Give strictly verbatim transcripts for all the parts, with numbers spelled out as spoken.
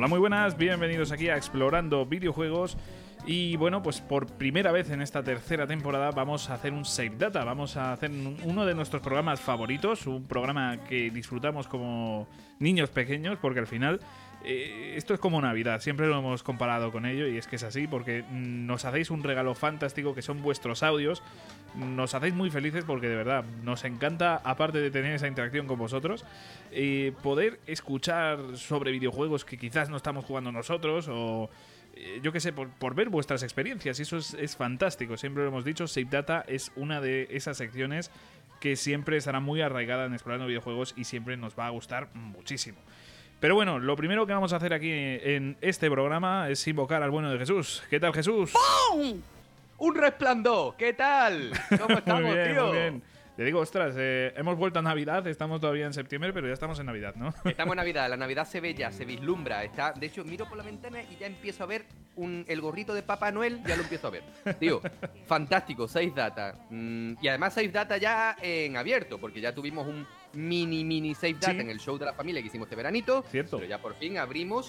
Hola, muy buenas, bienvenidos aquí a Explorando Videojuegos. Y bueno, pues por primera vez en esta tercera temporada vamos a hacer un Save Data. Vamos a hacer uno de nuestros programas favoritos, un programa que disfrutamos como niños pequeños, porque al final eh, esto es como Navidad, siempre lo hemos comparado con ello, y es que es así, porque nos hacéis un regalo fantástico que son vuestros audios. Nos hacéis muy felices porque de verdad nos encanta, aparte de tener esa interacción con vosotros, eh, poder escuchar sobre videojuegos que quizás no estamos jugando nosotros, o eh, yo qué sé, por, por ver vuestras experiencias. Y eso es, es fantástico, siempre lo hemos dicho. Save Data es una de esas secciones que siempre estará muy arraigada en Explorando Videojuegos y siempre nos va a gustar muchísimo. Pero bueno, lo primero que vamos a hacer aquí en este programa es invocar al bueno de Jesús. ¿Qué tal, Jesús? ¡Pum! ¡Un resplandor! ¿Qué tal? ¿Cómo estamos, muy bien, tío? Muy bien. Te digo, ostras, eh, hemos vuelto a Navidad, estamos todavía en septiembre, pero ya estamos en Navidad, ¿no? Estamos en Navidad, la Navidad se ve ya, se vislumbra. Está, de hecho, miro por la ventana y ya empiezo a ver un, el gorrito de Papá Noel, ya lo empiezo a ver. Tío, fantástico, Save Data. Mm, y además Save Data ya en abierto, porque ya tuvimos un mini, mini Save Data ¿Sí? en el show de la familia que hicimos este veranito. Cierto. Pero ya por fin abrimos,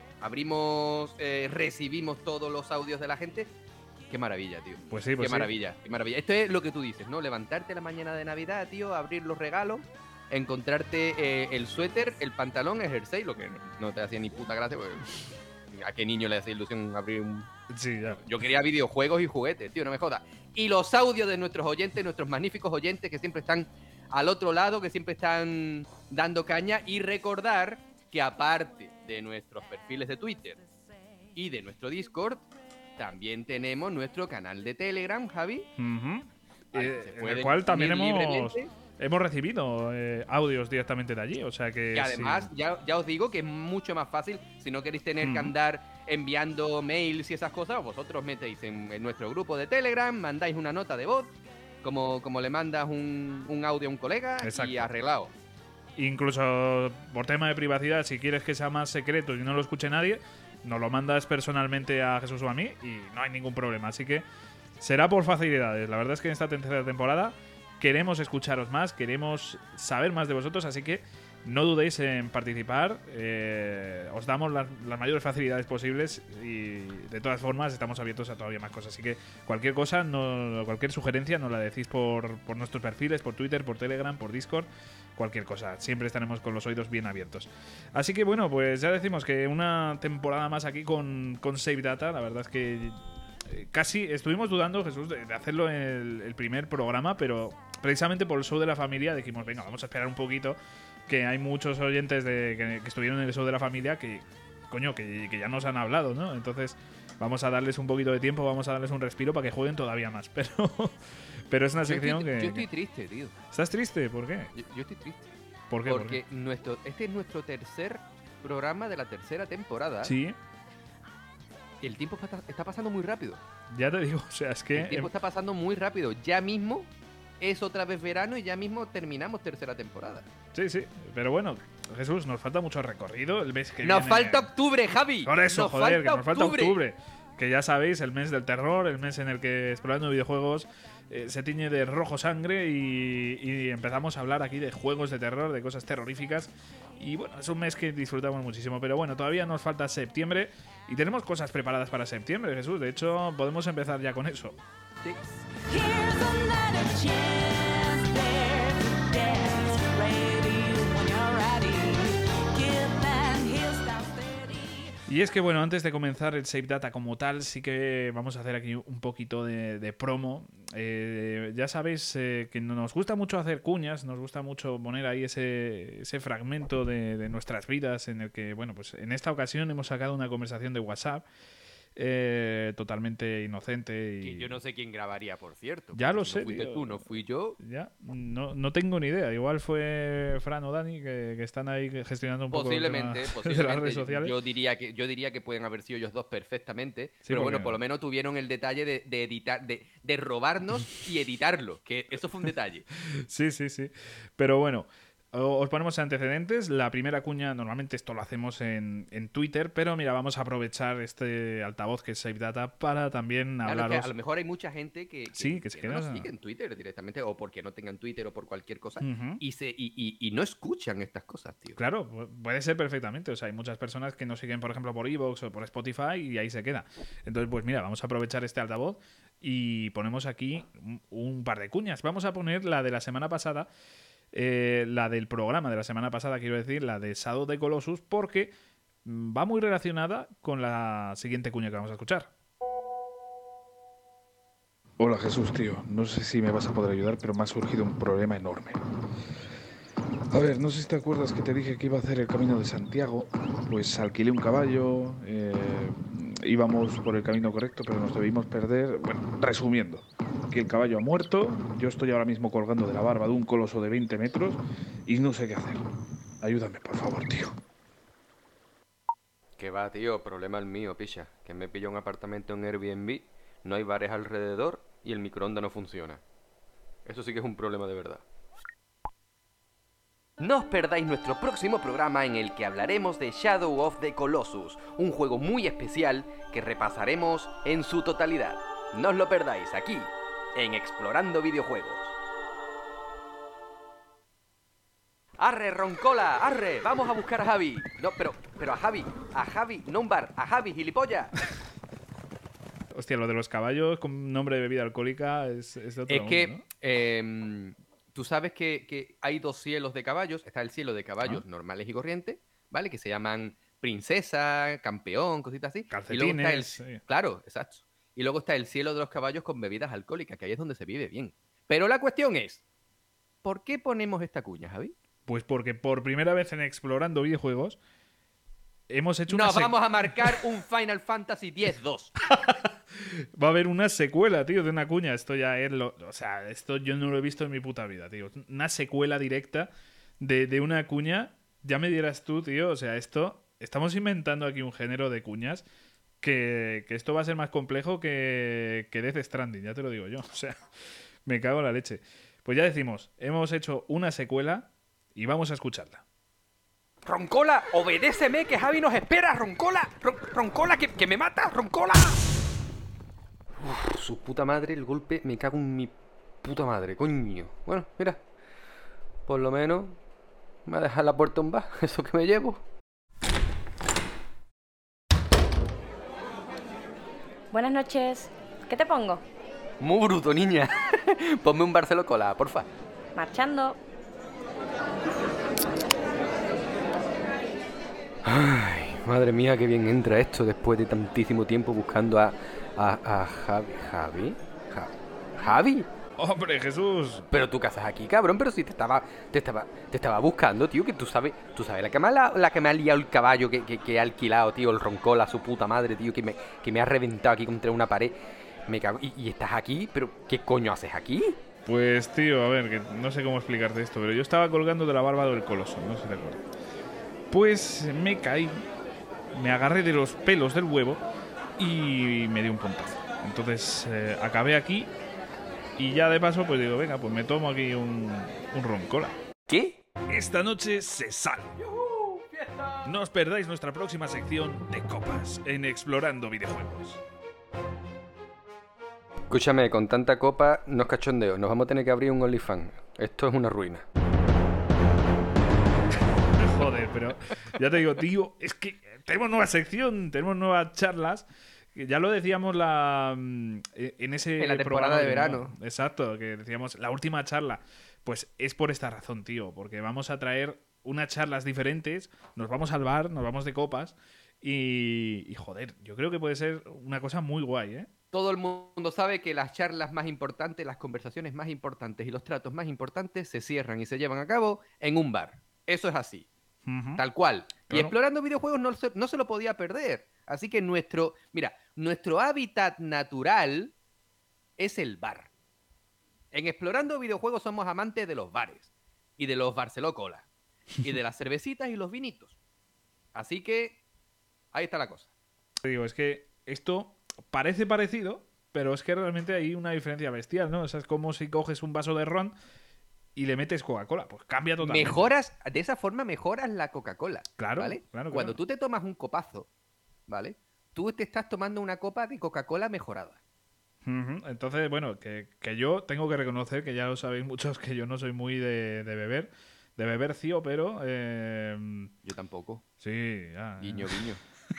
abrimos, eh, recibimos todos los audios de la gente. Qué maravilla, tío. Pues sí, pues Qué sí. maravilla, qué maravilla. Esto es lo que tú dices, ¿no? Levantarte la mañana de Navidad, tío, abrir los regalos, encontrarte eh, el suéter, el pantalón, el jersey, lo que no, no te hacía ni puta gracia, porque ¿a qué niño le hacía ilusión abrir un...? Sí, ya. Yo quería videojuegos y juguetes, tío, no me jodas. Y los audios de nuestros oyentes, nuestros magníficos oyentes que siempre están al otro lado, que siempre están dando caña. Y recordar que aparte de nuestros perfiles de Twitter y de nuestro Discord, también tenemos nuestro canal de Telegram, Javi. Uh-huh. eh, en el cual también hemos, hemos recibido eh, audios directamente de allí. O sea que. Y además, sí. ya, ya os digo que es mucho más fácil. Si no queréis tener uh-huh. que andar enviando mails y esas cosas, vosotros metéis en, en nuestro grupo de Telegram, mandáis una nota de voz, como, como le mandas un, un audio a un colega. Exacto. Y arreglado. Incluso por tema de privacidad, si quieres que sea más secreto y no lo escuche nadie, nos lo mandas personalmente a Jesús o a mí y no hay ningún problema. Así que será por facilidades. La verdad es que en esta tercera temporada queremos escucharos más, queremos saber más de vosotros, así que no dudéis en participar. Eh, os damos las, las mayores facilidades posibles y de todas formas estamos abiertos a todavía más cosas. Así que cualquier cosa, no, cualquier sugerencia nos la decís por, por nuestros perfiles, por Twitter, por Telegram, por Discord. Cualquier cosa, siempre estaremos con los oídos bien abiertos. Así que bueno, pues ya decimos que una temporada más aquí con, con Save Data. La verdad es que casi estuvimos dudando, Jesús, de, de hacerlo en el, el primer programa, pero precisamente por el show de la familia dijimos, venga, vamos a esperar un poquito, que hay muchos oyentes de, que, que estuvieron en el show de la familia que, coño, que, que ya nos han hablado, ¿no? Entonces vamos a darles un poquito de tiempo, vamos a darles un respiro para que jueguen todavía más, pero... Pero es una yo sección estoy, que... Yo estoy triste, tío. ¿Estás triste? ¿Por qué? Yo, yo estoy triste. ¿Por qué? Porque ¿Por qué? Nuestro, este es nuestro tercer programa de la tercera temporada. Sí. El tiempo está, está pasando muy rápido. Ya te digo, o sea, es que... El tiempo está pasando muy rápido. Ya mismo es otra vez verano y ya mismo terminamos tercera temporada. Sí, sí. Pero bueno, Jesús, nos falta mucho recorrido. El mes que Nos viene... falta octubre, Javi. Por eso, nos joder, falta que nos falta octubre. octubre. Que ya sabéis, el mes del terror, el mes en el que Explorando Videojuegos eh, se tiñe de rojo sangre y, y empezamos a hablar aquí de juegos de terror, de cosas terroríficas. Y bueno, es un mes que disfrutamos muchísimo. Pero bueno, todavía nos falta septiembre y tenemos cosas preparadas para septiembre, Jesús. De hecho, podemos empezar ya con eso. Sí. Y es que bueno, antes de comenzar el Save Data como tal, sí que vamos a hacer aquí un poquito de, de promo. Eh, ya sabéis eh, que nos gusta mucho hacer cuñas, nos gusta mucho poner ahí ese, ese fragmento de, de nuestras vidas en el que, bueno, pues en esta ocasión hemos sacado una conversación de WhatsApp eh, totalmente inocente. Y... Que yo no sé quién grabaría, por cierto. Ya lo si sé, no fuiste tío. tú, no fui yo. Ya, no, no tengo ni idea. Igual fue Fran o Dani que, que están ahí gestionando un posiblemente, poco el tema posiblemente. de las redes sociales. Yo diría que yo diría que pueden haber sido ellos dos perfectamente, Sí, pero bueno, porque... por lo menos tuvieron el detalle de, de editar, de, de robarnos y editarlo, que eso fue un detalle. Sí, sí, sí. Pero bueno, Os ponemos antecedentes. La primera cuña, normalmente esto lo hacemos en, en Twitter, pero mira, vamos a aprovechar este altavoz que es Save Data para también Claro, es que hablaros. a lo mejor hay mucha gente que, que, Sí, que se que no nos queda- sigue en Twitter directamente, o porque no tengan Twitter o por cualquier cosa, Ujú. y, se, y, y- y no escuchan estas cosas, tío. Claro, pu- puede ser perfectamente. O sea, hay muchas personas que nos siguen, por ejemplo, por iVoox o por Spotify y ahí se queda. Entonces, pues mira, vamos a aprovechar este altavoz y ponemos aquí un, un par de cuñas. Vamos a poner la de la semana pasada, eh, la del programa de la semana pasada, quiero decir, la de Shadow of the Colossus, porque mm, va muy relacionada con la siguiente cuña que vamos a escuchar. Hola Jesús, tío. No sé si me vas a poder ayudar, pero me ha surgido un problema enorme. A ver, no sé si te acuerdas que te dije que iba a hacer el Camino de Santiago. Pues alquilé un caballo, eh, íbamos por el camino correcto, pero nos debimos perder. Bueno, resumiendo, que el caballo ha muerto, yo estoy ahora mismo colgando de la barba de un coloso de veinte metros y no sé qué hacer. Ayúdame, por favor, tío. Que va, tío, problema el mío, picha. Que me pilló un apartamento en Airbnb, no hay bares alrededor y el microondas no funciona. Eso sí que es un problema de verdad. No os perdáis nuestro próximo programa en el que hablaremos de Shadow of the Colossus, un juego muy especial que repasaremos en su totalidad. No os lo perdáis aquí, en Explorando Videojuegos. ¡Arre, Roncola! ¡Arre! ¡Vamos a buscar a Javi! No, pero, pero a Javi, a Javi, no un bar, a Javi, gilipollas. Hostia, lo de los caballos con nombre de bebida alcohólica es, es de otro Es mundo, que ¿no? eh, tú sabes que, que hay dos cielos de caballos. Está el cielo de caballos Ah. normales y corrientes, ¿vale? Que se llaman princesa, campeón, cositas así. Y luego está el, Calcetines, sí. claro, exacto. Y luego está el cielo de los caballos con bebidas alcohólicas, que ahí es donde se vive bien. Pero la cuestión es, ¿por qué ponemos esta cuña, Javi? Pues porque por primera vez en Explorando Videojuegos hemos hecho una Nos sec- vamos a marcar un Final Fantasy X dos. Va a haber una secuela, tío, de una cuña. Esto ya es lo... O sea, esto yo no lo he visto en mi puta vida, tío. Una secuela directa de, de una cuña. Ya me dirás tú, tío. O sea, esto... Estamos inventando aquí un género de cuñas que, que esto va a ser más complejo que, que Death Stranding, ya te lo digo yo. O sea, me cago en la leche. Pues ya decimos, hemos hecho una secuela y vamos a escucharla. Roncola, obedéceme que Javi nos espera. Roncola, Ron- Roncola, que, que me mata, Roncola. Uf, su puta madre, el golpe, me cago en mi puta madre, coño. Bueno, mira, por lo menos me ha dejado la puerta en bar, eso que me llevo. Buenas noches. ¿Qué te pongo? Muy bruto, niña. Ponme un Barceló Cola, porfa. Marchando. Ay, madre mía, qué bien entra esto después de tantísimo tiempo buscando a, a, a Javi. ¿Javi? Ja- ¿Javi? ¡Hombre, Jesús! Pero tú qué haces aquí, cabrón, pero si te estaba, te estaba, te estaba buscando, tío, que tú sabes, tú sabes la que me ha, la, la que me ha liado el caballo que, que, que he alquilado, tío, el Roncola, su puta madre, tío, que me, que me ha reventado aquí contra una pared. Me cago. Y, y estás aquí, pero ¿qué coño haces aquí? Pues, tío, a ver, que no sé cómo explicarte esto, pero yo estaba colgando de la barba del coloso, no sé si te acuerdas. Pues me caí, me agarré de los pelos del huevo y me di un puntazo. Entonces eh, acabé aquí y ya de paso pues digo, venga, pues me tomo aquí un, un roncola. ¿Qué? Esta noche se sale. No os perdáis nuestra próxima sección de copas en Explorando Videojuegos. Escúchame, con tanta copa no es cachondeo, nos vamos a tener que abrir un OnlyFans. Esto es una ruina. Joder, pero ya te digo, tío, es que tenemos nueva sección, tenemos nuevas charlas. Ya lo decíamos la en ese En la temporada programa de verano. Exacto, que decíamos la última charla. Pues es por esta razón, tío, porque vamos a traer unas charlas diferentes, nos vamos al bar, nos vamos de copas y, y joder, yo creo que puede ser una cosa muy guay, ¿eh? Todo el mundo sabe que las charlas más importantes, las conversaciones más importantes y los tratos más importantes se cierran y se llevan a cabo en un bar. Eso es así. Ujú. Tal cual. Y Claro. Explorando Videojuegos no se, no se lo podía perder. Así que nuestro, mira, nuestro hábitat natural es el bar. En Explorando Videojuegos somos amantes de los bares y de los Barceló Cola y de las cervecitas y los vinitos. Así que ahí está la cosa. Te digo, es que esto parece parecido, pero es que realmente hay una diferencia bestial, ¿no? O sea, es como si coges un vaso de ron y le metes Coca-Cola. Pues cambia totalmente. Mejoras, de esa forma mejoras la Coca-Cola. Claro, ¿vale? claro, Cuando claro. tú te tomas un copazo, ¿vale? Tú te estás tomando una copa de Coca-Cola mejorada. Ujú. Entonces, bueno, que, que yo tengo que reconocer que ya lo sabéis muchos que yo no soy muy de, de beber. De beber cío, pero... eh, Yo tampoco. sí, ya. Guiño, guiño.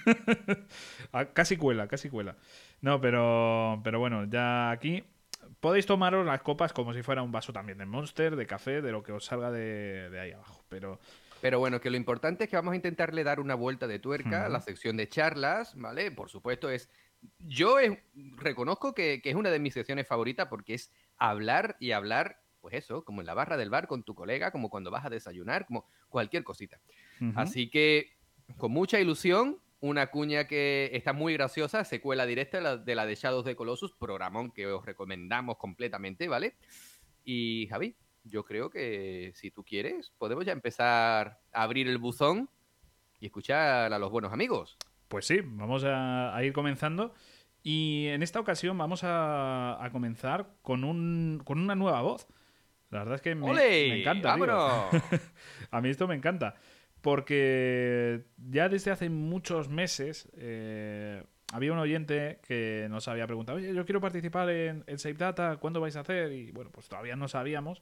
Ah, casi cuela, casi cuela. No, pero, pero bueno, ya aquí podéis tomaros las copas como si fuera un vaso también de Monster, de café, de lo que os salga de, de ahí abajo. Pero Pero bueno, que lo importante es que vamos a intentarle dar una vuelta de tuerca a la ujú, sección de charlas, ¿vale? Por supuesto, es. Yo es- reconozco que, que es una de mis secciones favoritas porque es hablar y hablar, pues eso, como en la barra del bar con tu colega, como cuando vas a desayunar, como cualquier cosita. ujú. Así que, con mucha ilusión, una cuña que está muy graciosa, secuela directa de la de, la de Shadows of the Colossus, programón que os recomendamos completamente, ¿vale? Y Javi, yo creo que si tú quieres, podemos ya empezar a abrir el buzón y escuchar a los buenos amigos. Pues sí, vamos a, a ir comenzando. Y en esta ocasión vamos a, a comenzar con, un, con una nueva voz. La verdad es que me, me ¡Ole! encanta, tío. ¡Vámonos! A mí esto me encanta. Porque ya desde hace muchos meses eh, había un oyente que nos había preguntado, oye, yo quiero participar en, en Save Data, ¿cuándo vais a hacer? Y bueno, pues todavía no sabíamos.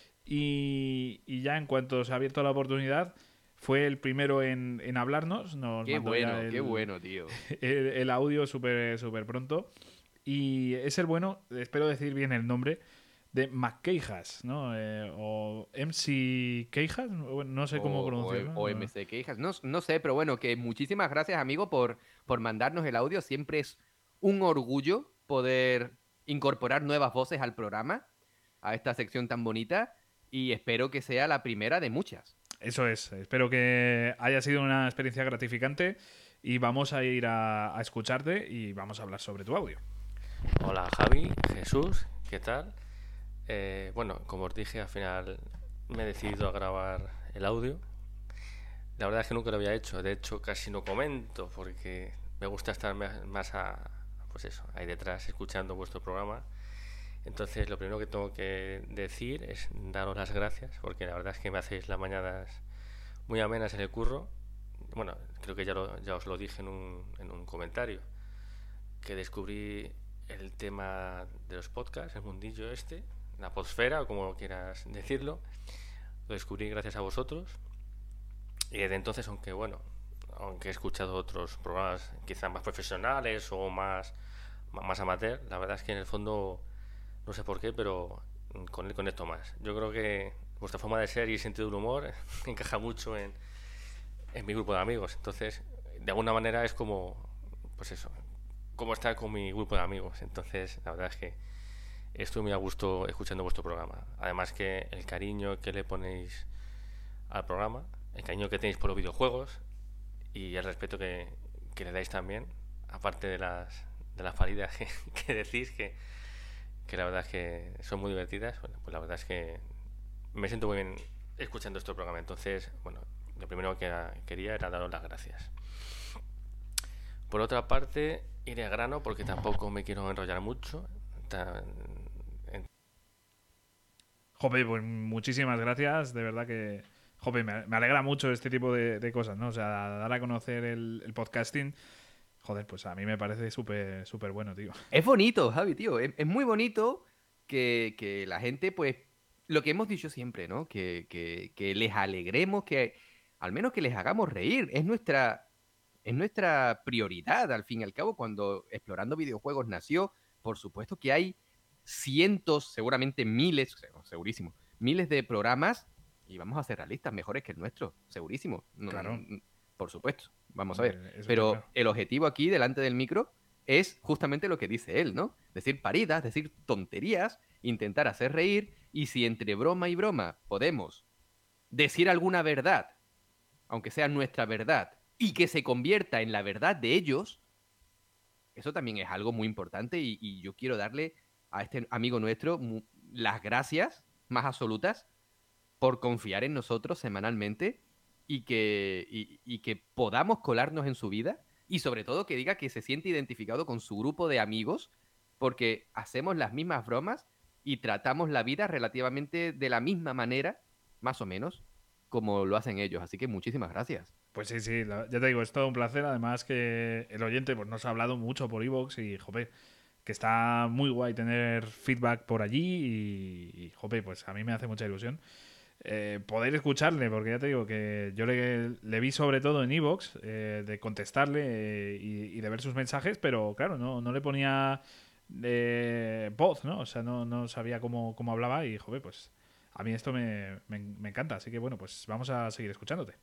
Y, y ya en cuanto se ha abierto la oportunidad, fue el primero en, en hablarnos. Nos ¡Qué mandó ya bueno, qué el, bueno, tío! el, el audio súper súper pronto. Y es el bueno, espero decir bien el nombre, de McKeijas, ¿no? Eh, o M C Queijas, no no sé cómo O, o, pronunciarlo. o No. M C Quejas, no, no sé, pero bueno, que muchísimas gracias, amigo, por, por mandarnos el audio. Siempre es un orgullo poder incorporar nuevas voces al programa, a esta sección tan bonita, y espero que sea la primera de muchas. Eso es, espero que haya sido una experiencia gratificante y vamos a ir a, a escucharte y vamos a hablar sobre tu audio. Hola Javi, Jesús, ¿qué tal? Eh, bueno, como os dije, al final me he decidido a grabar el audio. La verdad es que nunca lo había hecho, de hecho casi no comento porque me gusta estar ma- más a, pues eso, ahí detrás escuchando vuestro programa. Entonces lo primero que tengo que decir es daros las gracias porque la verdad es que me hacéis las mañanas muy amenas en el curro. Bueno, creo que ya, lo- ya os lo dije en un, en un comentario, que descubrí el tema de los podcasts, el mundillo este, la podesfera o como quieras decirlo. Lo descubrí gracias a vosotros y desde entonces, aunque bueno, aunque he escuchado otros programas quizás más profesionales o más, más amateur, la verdad es que en el fondo no sé por qué, pero con él conecto más. Yo creo que vuestra forma de ser y sentido del humor encaja mucho en, en mi grupo de amigos. Entonces, de alguna manera es como, pues eso, como estar con mi grupo de amigos. Entonces, la verdad es que estoy muy a gusto escuchando vuestro programa. Además que el cariño que le ponéis al programa, el cariño que tenéis por los videojuegos y el respeto que, que le dais también, aparte de las, de las paridas que, que decís que, que la verdad es que son muy divertidas. Bueno, pues la verdad es que me siento muy bien escuchando este programa. Entonces, bueno, lo primero que era- quería era daros las gracias. Por otra parte, iré a grano porque tampoco me quiero enrollar mucho. Tan- en- Jope, pues muchísimas gracias, de verdad que... Jope, me, me alegra mucho este tipo de, de cosas, ¿no? O sea, dar a conocer el, el podcasting, joder, pues a mí me parece súper súper bueno, tío. Es bonito, Javi, tío. Es, es muy bonito que, que la gente, pues, lo que hemos dicho siempre, ¿no? Que, que, que les alegremos, que al menos que les hagamos reír. Es nuestra, es nuestra prioridad, al fin y al cabo, cuando Explorando Videojuegos nació. Por supuesto que hay cientos, seguramente miles, se- segurísimo, miles de programas, y vamos a ser realistas, mejores que el nuestro, segurísimo. No, Claro, mm, por supuesto, vamos a ver. hombre, eso está Pero claro. el objetivo aquí, delante del micro, es justamente lo que dice él, ¿no? Decir paridas, decir tonterías, intentar hacer reír, y si entre broma y broma podemos decir alguna verdad, aunque sea nuestra verdad, y que se convierta en la verdad de ellos, eso también es algo muy importante y, y yo quiero darle a este amigo nuestro mu- las gracias más absolutas por confiar en nosotros semanalmente y que, y, y que podamos colarnos en su vida y sobre todo que diga que se siente identificado con su grupo de amigos porque hacemos las mismas bromas y tratamos la vida relativamente de la misma manera, más o menos, como lo hacen ellos. Así que muchísimas gracias. Pues sí, sí, la- ya te digo, es todo un placer. Además que el oyente pues, nos ha hablado mucho por iVoox y, jope, que está muy guay tener feedback por allí y, y, jope, pues a mí me hace mucha ilusión eh, poder escucharle, porque ya te digo que yo le, le vi sobre todo en iVoox, eh, de contestarle eh, y, y de ver sus mensajes, pero claro, no, no le ponía eh, voz, ¿no? O sea, no, no sabía cómo, cómo hablaba y, jope, pues a mí esto me, me, me encanta. Así que bueno, pues vamos a seguir escuchándote.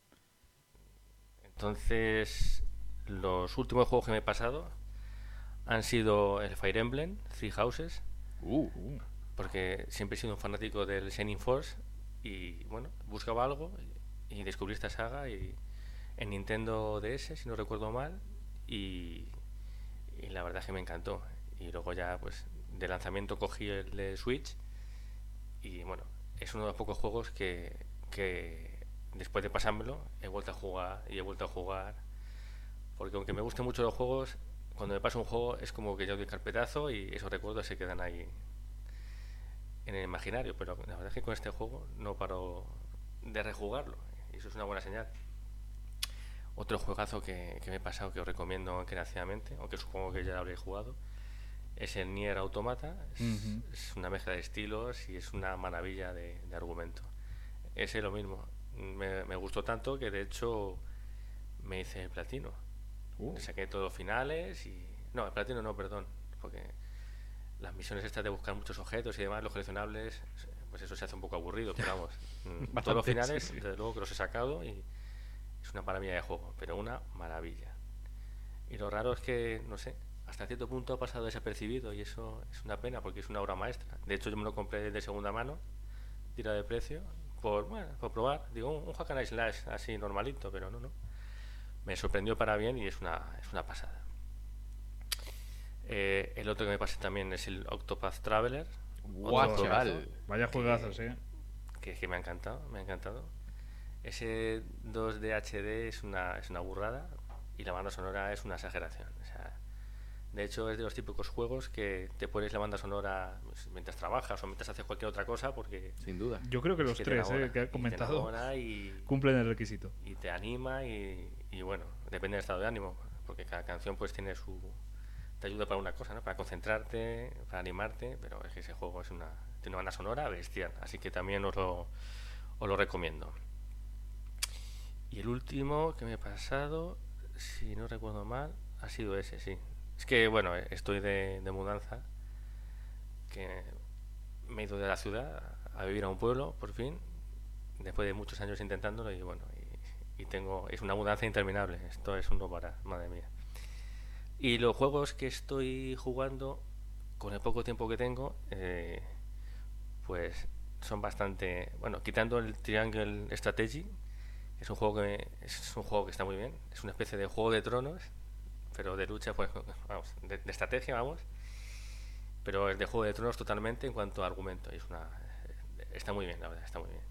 Entonces, los últimos juegos que me he pasado han sido el Fire Emblem, Three Houses, Uh, porque siempre he sido un fanático del Shining Force y bueno, buscaba algo y, y descubrí esta saga y en Nintendo D S, si no recuerdo mal, y, y la verdad es que me encantó. Y luego ya, pues, de lanzamiento cogí el de Switch y bueno, es uno de los pocos juegos que, que después de pasármelo he vuelto a jugar y he vuelto a jugar, porque aunque me gusten mucho los juegos, cuando me paso un juego es como que yo doy carpetazo y esos recuerdos se quedan ahí en el imaginario, pero la verdad es que con este juego no paro de rejugarlo y eso es una buena señal. Otro juegazo que, que me he pasado, que os recomiendo encarecidamente, aunque supongo que ya lo habréis jugado, es el Nier Automata. Es, Ujú. es una mezcla de estilos y es una maravilla de, de argumento. Ese es lo mismo. Me, me gustó tanto que de hecho me hice el platino. Uh. Le saqué todos los finales y... No, el platino no, perdón. Porque las misiones estas de buscar muchos objetos y demás, los coleccionables, pues eso se hace un poco aburrido, pero vamos. mm, todos los Bastante, finales, sí, sí. desde luego que los he sacado y es una maravilla de juego, pero una maravilla. Y lo raro es que, no sé, hasta cierto punto ha pasado desapercibido y eso es una pena porque es una obra maestra. De hecho, yo me lo compré de segunda mano, tira de precio, por, bueno, por probar. Digo, un, un hack and slash así normalito, pero no, no. Me sorprendió para bien y es una, es una pasada. Eh, el otro que me pasé también es el Octopath Traveler. Guau, Otro chaval. juegazo Vaya que- juegazos, ¿eh? que, que me ha encantado, me ha encantado. Ese dos D H D es una, es una burrada y la banda sonora es una exageración. O sea, de hecho, es de los típicos juegos que te pones la banda sonora pues, mientras trabajas o mientras haces cualquier otra cosa porque Sin duda. Yo creo que es los que te tres enamora, eh, que y he te comentado enamora y, cumplen el requisito. y te anima y, y bueno, depende del estado de ánimo, porque cada canción pues tiene su... te ayuda para una cosa, ¿no? Para concentrarte, para animarte, pero es que ese juego es una, tiene una banda sonora bestial, así que también os lo, os lo recomiendo. Y el último que me he pasado, si no recuerdo mal, ha sido ese, sí. Es que, bueno, estoy de, de mudanza, que me he ido de la ciudad a vivir a un pueblo, por fin, después de muchos años intentándolo y bueno, y, y tengo, es una mudanza interminable, esto es un no parar, madre mía. Y los juegos que estoy jugando, con el poco tiempo que tengo, eh, pues son bastante, bueno, quitando el Triangle Strategy, es un juego que es un juego que está muy bien, es una especie de Juego de Tronos, pero de lucha, pues vamos, de, de estrategia, vamos, pero es de Juego de Tronos totalmente en cuanto a argumento, y es una, está muy bien, la verdad, está muy bien.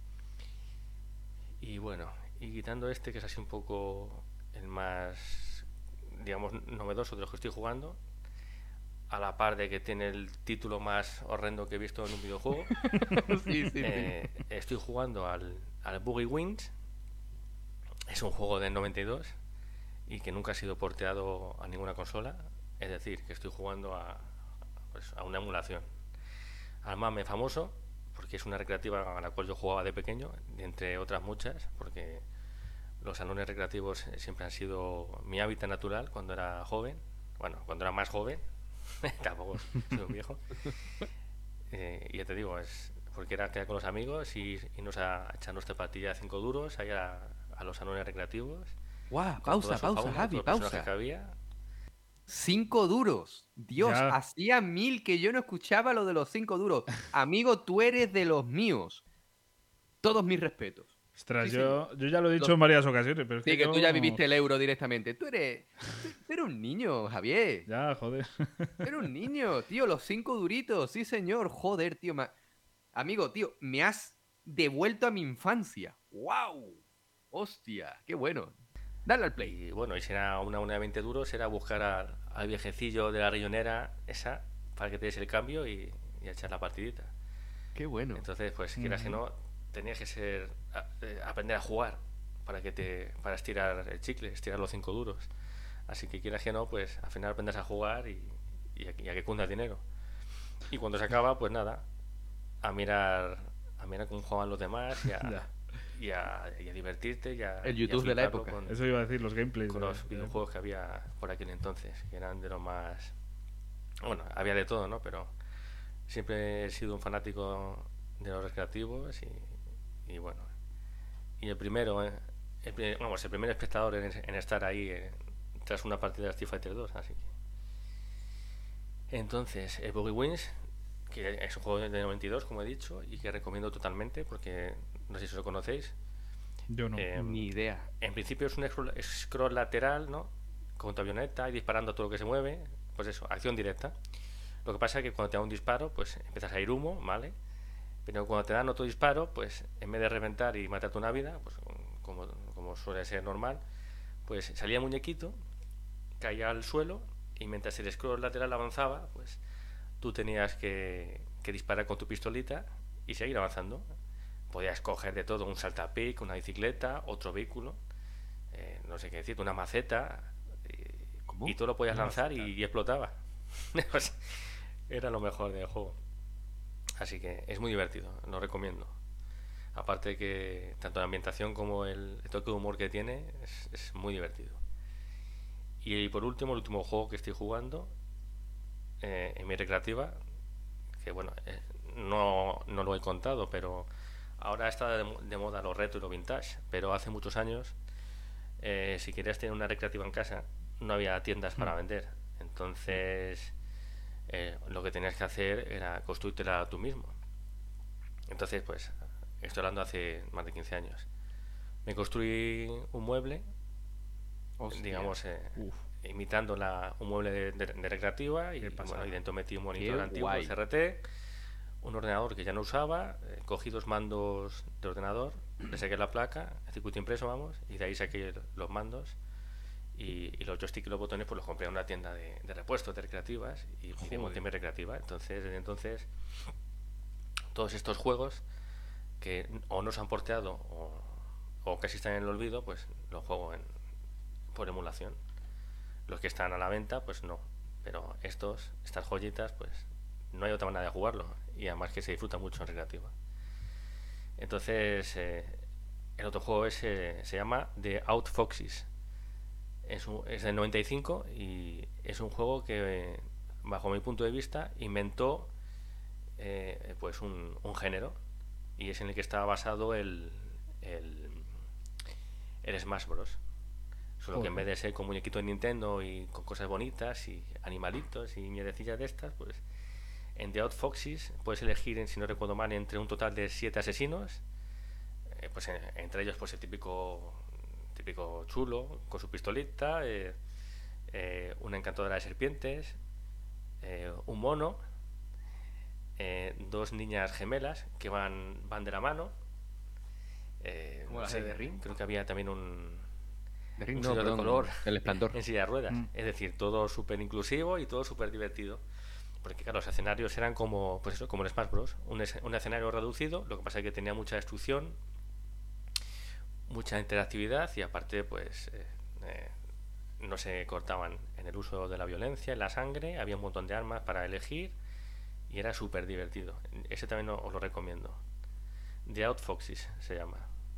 Y bueno, y quitando este que es así un poco el más, digamos, novedoso de los que estoy jugando, a la par de que tiene el título más horrendo que he visto en un videojuego, Sí, sí, sí. eh, estoy jugando al, al Boogie Wings. Es un juego del noventa y dos y que nunca ha sido porteado a ninguna consola. Es decir, que estoy jugando a, pues, a una emulación. Al mame famoso, porque es una recreativa a la cual yo jugaba de pequeño, entre otras muchas, porque los salones recreativos siempre han sido mi hábitat natural cuando era joven. Bueno, cuando era más joven, tampoco soy un viejo. Eh, y ya te digo, es porque era quedar con los amigos y irnos a echar nuestra partida a cinco duros ahí a, a los salones recreativos. Guau, con pausa, toda su pausa, fauna, Javi, todos los personajes pausa. que había. Cinco duros. Dios, Ya. hacía mil que yo no escuchaba lo de los cinco duros. Amigo, tú eres de los míos. Todos mis respetos. Ostras, Sí, yo, yo ya lo he dicho Los- en varias ocasiones, pero es Sí, que que yo... tú ya viviste el euro directamente. Tú eres, tú, tú eres un niño, Javier. Ya, joder. Tú eres un niño, tío. Los cinco duritos. Sí, señor. Joder, tío. ma- Amigo, tío, me has devuelto a mi infancia. ¡Wow! Hostia, qué bueno. Dale al play. Y bueno, y si era una una de veinte duros, era buscar al, al viejecillo de la rillonera esa para que te des el cambio y, y a echar la partidita. Qué bueno. Entonces, pues, quieras que no, tenías que ser a- eh, aprender a jugar para que te para estirar el chicle, estirar los cinco duros. Así que quieras que no, pues al final aprendes a jugar y, y, a, y a que cunda el dinero. Y cuando se acaba, pues nada, a mirar a mirar cómo jugaban los demás y a, Ya. y a, y a divertirte y a, El y a YouTube de la fliparlo época. con, Eso iba a decir, los gameplays. con de- los de- videojuegos que había por aquel entonces, que eran de los más... Bueno, había de todo, ¿no? Pero siempre he sido un fanático de los recreativos y, y bueno. Y el primero, eh, el, pri- vamos, el primer espectador en, en estar ahí eh, tras una partida de Street Fighter dos, así que... Entonces, el Boogie Wings, que es un juego de noventa y dos, como he dicho, y que recomiendo totalmente porque no sé si lo conocéis. Yo no. Eh, Ni idea. En principio es un scroll, scroll lateral, ¿no? Con tu avioneta y disparando a todo lo que se mueve. Pues eso, acción directa. Lo que pasa es que cuando te da un disparo, pues empiezas a ir humo, ¿vale? Pero cuando te dan otro disparo, pues en vez de reventar y matarte una vida, pues como, como suele ser normal, pues salía el muñequito, caía al suelo y mientras el scroll lateral avanzaba, pues tú tenías que, que disparar con tu pistolita y seguir avanzando. Podías coger de todo, un saltapic, una bicicleta, otro vehículo, eh, no sé qué decir, una maceta, eh, ¿Cómo? y todo lo podías Una lanzar y, maceta. y explotaba. Pues, era lo mejor del juego. Así que es muy divertido, lo recomiendo. Aparte que tanto la ambientación como el, el toque de humor que tiene es, es muy divertido. Y por último, el último juego que estoy jugando eh, en mi recreativa, que bueno, eh, no, no lo he contado, pero ahora está de, mo- de moda lo retro y lo vintage, pero hace muchos años, eh, si querías tener una recreativa en casa, no había tiendas para vender. Entonces, eh, lo que tenías que hacer era construírtela tú mismo. Entonces, pues, estoy hablando hace más de quince años. Me construí un mueble, Hostia. digamos, eh, Uf. imitando la, un mueble de, de- de recreativa y, Qué pasada. bueno, y dentro metí un monitor Qué antiguo, guay. C R T, un ordenador que ya no usaba, eh, cogí dos mandos de ordenador, le saqué la placa, el circuito impreso, vamos, y de ahí saqué los mandos y, y los joysticks y los botones pues los compré en una tienda de, de repuestos de recreativas y, y de monté mi recreativa. Entonces, desde entonces, todos estos juegos que o no se han porteado o, o casi están en el olvido, pues los juego en, por emulación. Los que están a la venta, pues no. Pero estos, estas joyitas, pues no hay otra manera de jugarlo. Y además que se disfruta mucho en recreativa. Entonces, eh, el otro juego es, eh, se llama The Outfoxes. Es, un, es del noventa y cinco y es un juego que, eh, bajo mi punto de vista, inventó eh, pues un, un género. Y es en el que estaba basado el, el, el Smash Bros. Solo que en vez de ser con muñequito de Nintendo y con cosas bonitas y animalitos y mierdecillas de estas, pues en The Outfoxes puedes elegir, si no recuerdo mal, entre un total de siete asesinos. Eh, pues eh, entre ellos pues el típico típico chulo con su pistolita, eh, eh, una encantadora de serpientes, eh, un mono, eh, dos niñas gemelas que van van de la mano. Eh, ¿Como no las sé, de The Ring? creo que había también un De Ring un no, señor de perdón, color El Esplendor. en silla de ruedas. Mm. Es decir, todo súper inclusivo y todo súper divertido. Porque claro, los escenarios eran como, pues eso, como el Smash Bros. Un, es- un escenario reducido, lo que pasa es que tenía mucha destrucción, mucha interactividad y aparte, pues eh, eh, no se cortaban en el uso de la violencia, en la sangre, había un montón de armas para elegir y era súper divertido. Ese también o- os lo recomiendo. The Outfoxes se llama.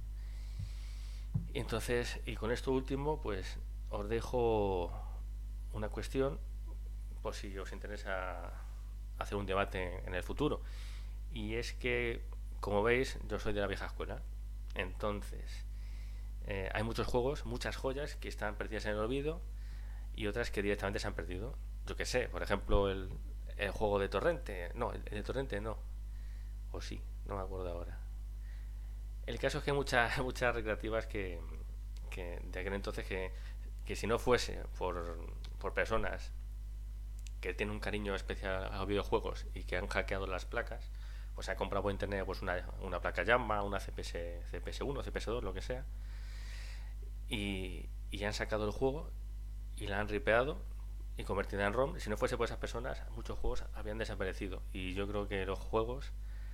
Y entonces, y con esto último, pues os dejo una cuestión por si os interesa hacer un debate en el futuro. Y es que, como veis, yo soy de la vieja escuela. Entonces, eh, hay muchos juegos, muchas joyas que están perdidas en el olvido y otras que directamente se han perdido. Yo qué sé, por ejemplo, el, el juego de Torrente. No, el, el de Torrente no. O sí, no me acuerdo ahora. El caso es que hay muchas, muchas recreativas que, que de aquel entonces que, que si no fuese por, por personas que tienen un cariño especial a los videojuegos y que han hackeado las placas, pues han comprado por internet pues una, una placa Yamaha, una C P S, C P S uno, C P S dos, lo que sea, y, y han sacado el juego y la han ripeado y convertida en ROM. Si no fuese por esas personas, muchos juegos habían desaparecido. Y yo creo que los juegos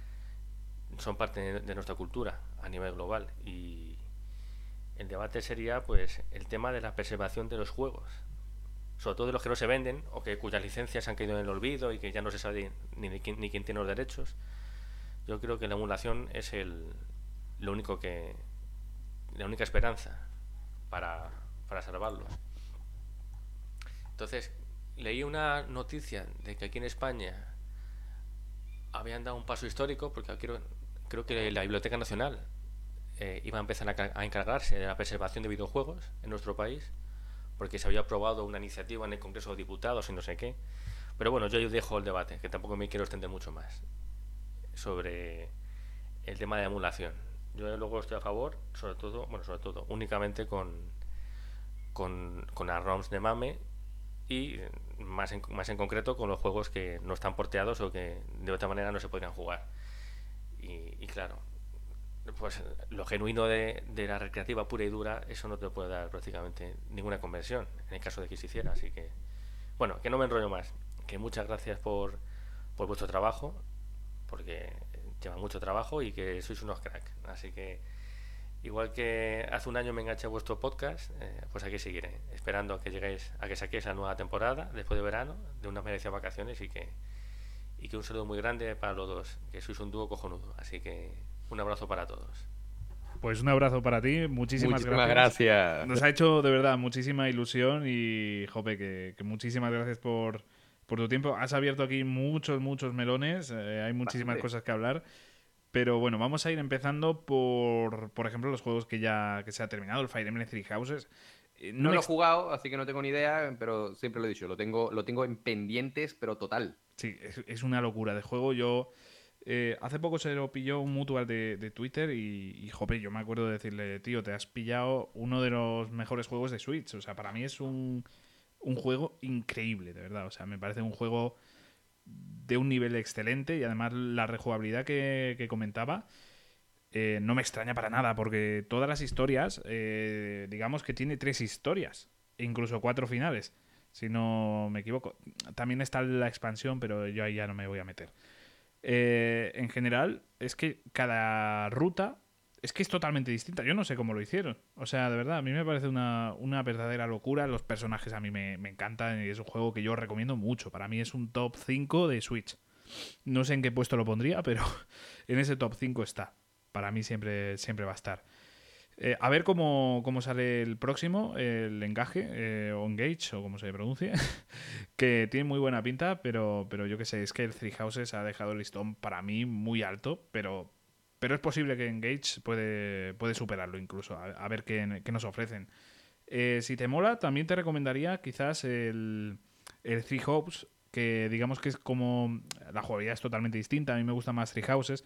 son parte de, de nuestra cultura a nivel global. Y el debate sería pues el tema de la preservación de los juegos, sobre todo de los que no se venden o que cuyas licencias han caído en el olvido y que ya no se sabe ni, ni, quién, ni quién tiene los derechos. Yo creo que la emulación es el, lo único que la única esperanza para, para salvarlos. Entonces, leí una noticia de que aquí en España habían dado un paso histórico, porque creo, creo que la Biblioteca Nacional eh, iba a empezar a, a encargarse de la preservación de videojuegos en nuestro país, porque se había aprobado una iniciativa en el Congreso de Diputados y no sé qué. Pero bueno, yo dejo el debate, que tampoco me quiero extender mucho más sobre el tema de emulación. Yo luego estoy a favor, sobre todo, bueno, sobre todo, únicamente con con, con las ROMs de MAME y más en, más en concreto con los juegos que no están porteados o que de otra manera no se podrían jugar. Y, y claro, pues lo genuino de, de la recreativa pura y dura, eso no te puede dar prácticamente ninguna conversión en el caso de que se hiciera. Así que, bueno, que no me enrollo más, que muchas gracias por, por vuestro trabajo, porque lleva mucho trabajo y que sois unos cracks. Así que igual que hace un año me enganché a vuestro podcast, eh, pues aquí seguiré, esperando a que lleguéis, a que saquéis la nueva temporada después de verano, de unas merecidas vacaciones, y que y que un saludo muy grande para los dos, que sois un dúo cojonudo. Así que un abrazo para todos. Pues un abrazo para ti, muchísimas, Muchísimas gracias. gracias. Nos ha hecho de verdad muchísima ilusión y, jope, que, que muchísimas gracias por, por tu tiempo. Has abierto aquí muchos, muchos melones, eh, hay muchísimas Bastante. cosas que hablar. Pero bueno, vamos a ir empezando por, por ejemplo, los juegos que ya que se ha terminado, el Fire Emblem Three Houses. Eh, No me lo he ex- jugado, así que no tengo ni idea, pero siempre lo he dicho, lo tengo, lo tengo en pendientes, pero total. Sí, es, es una locura de juego. Yo eh, hace poco se lo pilló un mutual de, de Twitter y, y, jope, yo me acuerdo de decirle, tío, te has pillado uno de los mejores juegos de Switch. O sea, para mí es un, un juego increíble, de verdad. O sea, me parece un juego de un nivel excelente y además la rejugabilidad que, que comentaba eh, no me extraña para nada porque todas las historias, eh, digamos que tiene tres historias e incluso cuatro finales, si no me equivoco. También está la expansión, pero yo ahí ya no me voy a meter. Eh, en general, es que cada ruta es que es totalmente distinta. Yo no sé cómo lo hicieron. O sea, de verdad, a mí me parece una, una verdadera locura. Los personajes a mí me, me encantan y es un juego que yo recomiendo mucho. Para mí es un top cinco de Switch. No sé en qué puesto lo pondría, pero en ese top cinco está. Para mí siempre, siempre va a estar. Eh, a ver cómo, cómo sale el próximo, el encaje, eh, o engage, o como se pronuncie, que tiene muy buena pinta, pero, pero yo qué sé, es que el Three Houses ha dejado el listón para mí muy alto, pero, pero es posible que Engage puede, puede superarlo incluso, a, a ver qué, qué nos ofrecen. Eh, si te mola, también te recomendaría quizás el, el Three Hopes, que digamos que es como... La jugabilidad es totalmente distinta, a mí me gusta más Three Houses,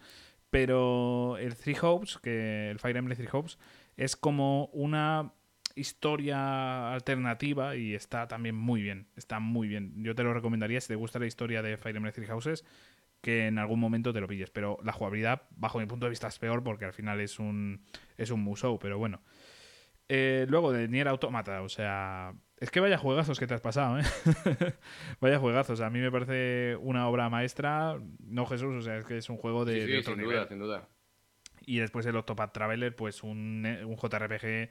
pero el Three Hopes, que el Fire Emblem Three Hopes, es como una historia alternativa y está también muy bien, está muy bien. Yo te lo recomendaría si te gusta la historia de Fire Emblem Three Houses, que en algún momento te lo pilles, pero la jugabilidad, bajo mi punto de vista, es peor porque al final es un es un Musou, pero bueno. Eh, luego de Nier Automata, o sea, es que vaya juegazos que te has pasado, ¿eh? Vaya juegazos, a mí me parece una obra maestra, no Jesús, o sea, es que es un juego de, Sí, sí, de otro sin nivel. duda, sin duda. Y después el Octopath Traveler, pues un, un J R P G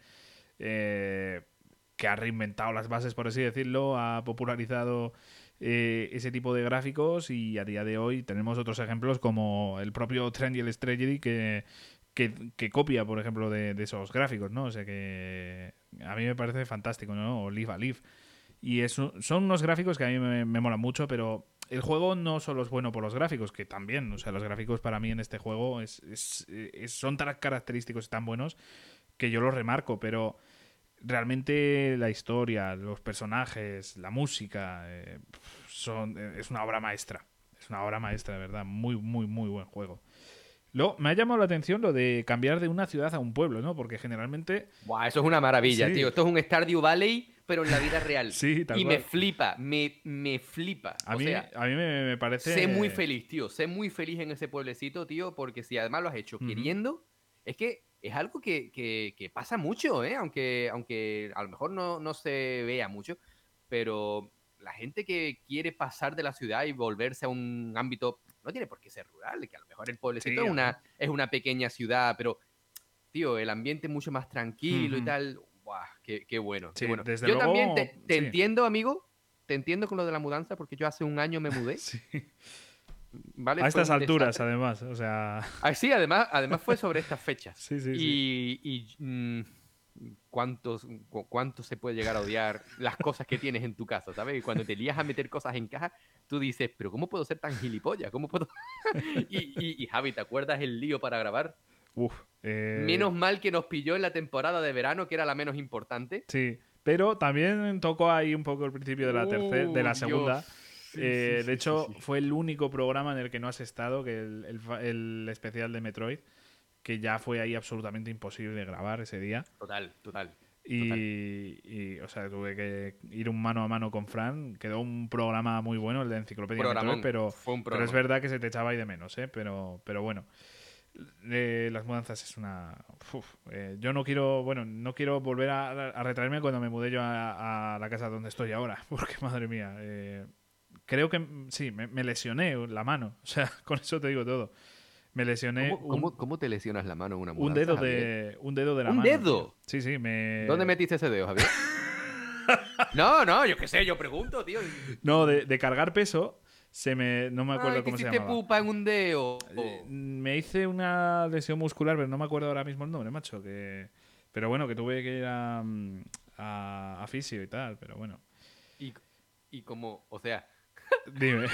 eh, que ha reinventado las bases, por así decirlo, ha popularizado eh, ese tipo de gráficos y a día de hoy tenemos otros ejemplos como el propio Triangle Strategy que, que, que copia, por ejemplo, de, de esos gráficos, ¿no? O sea que a mí me parece fantástico, ¿no? O Live a Live. Y eso, son unos gráficos que a mí me, me molan mucho, pero el juego no solo es bueno por los gráficos, que también, o sea, los gráficos para mí en este juego es, es, es, son tan característicos y tan buenos que yo los remarco, pero realmente la historia, los personajes, la música, eh, son, es una obra maestra. Es una obra maestra, de verdad. Muy, muy, muy buen juego. Luego, me ha llamado la atención lo de cambiar de una ciudad a un pueblo, ¿no? Porque generalmente... Buah, eso es una maravilla, Sí. tío. Esto es un Stardew Valley, pero en la vida real. Sí, tal y cual. me flipa, me, me flipa. A o mí, sea, a mí me, me parece... sé muy feliz, tío. Sé muy feliz en ese pueblecito, tío, porque si además lo has hecho Ujú. queriendo, es que es algo que, que- que pasa mucho, ¿eh? Aunque, aunque a lo mejor no, no se vea mucho, pero la gente que quiere pasar de la ciudad y volverse a un ámbito, no tiene por qué ser rural, que a lo mejor el pueblecito Sí, es, una, es una pequeña ciudad, pero, tío, el ambiente es mucho más tranquilo y Ujú. tal. Buah, qué, qué bueno, qué Sí, bueno. desde Yo luego, también te, te sí. entiendo, amigo, te entiendo con lo de la mudanza, porque yo hace un año me mudé, Sí. ¿vale? A Fue estas un alturas, desastre. además, o sea... Ah, sí, además, además fue sobre estas fechas. Sí, sí, sí. Y, y, mm, cuántos, cu- cuánto se puede llegar a odiar las cosas que tienes en tu casa, ¿sabes? Y cuando te lías a meter cosas en caja, tú dices, pero ¿cómo puedo ser tan gilipollas? ¿Cómo puedo...? y, y, y, Javi, ¿te acuerdas el lío para grabar? Uf, eh, Menos mal que nos pilló en la temporada de verano, que era la menos importante. sí, pero también tocó ahí un poco el principio de la tercera, de Uh, la Dios. segunda. Sí, sí, Eh, de sí, sí, hecho, sí. fue el único programa en el que no has estado, que el, el fa- el especial de Metroid, que ya fue ahí absolutamente imposible de grabar ese día. Total, total, total. Y, y, o sea, tuve que ir un mano a mano con Fran. Quedó un programa muy bueno, el de Enciclopedia Metroid, Programón, pero, fue un pero es programón. verdad que se te echaba ahí de menos, ¿eh? Pero, pero bueno. Eh, las mudanzas es una... uf, eh, yo no quiero, bueno, no quiero volver a, a retraerme cuando me mudé yo a, a la casa donde estoy ahora, porque madre mía, eh, creo que mm, sí, me, me lesioné la mano, o sea, con eso te digo todo. Me lesioné ¿Cómo, un, cómo, cómo te lesionas la mano en una un mudanza, dedo Javier? de un dedo de la ¡Un mano, tío. dedo! Sí, sí, ¿Dónde me... metiste ese dedo, Javier? No, no, yo qué sé, yo pregunto, tío. No, de, de cargar peso, se me... no me acuerdo Ay, que cómo se hiciste llamaba. pupa en un dedo. Eh, Me hice una lesión muscular, pero no me acuerdo ahora mismo el nombre, macho. Que... Pero bueno, que tuve que ir a, mm, a, a fisio y tal, pero bueno. Y, y como, o sea, Dime.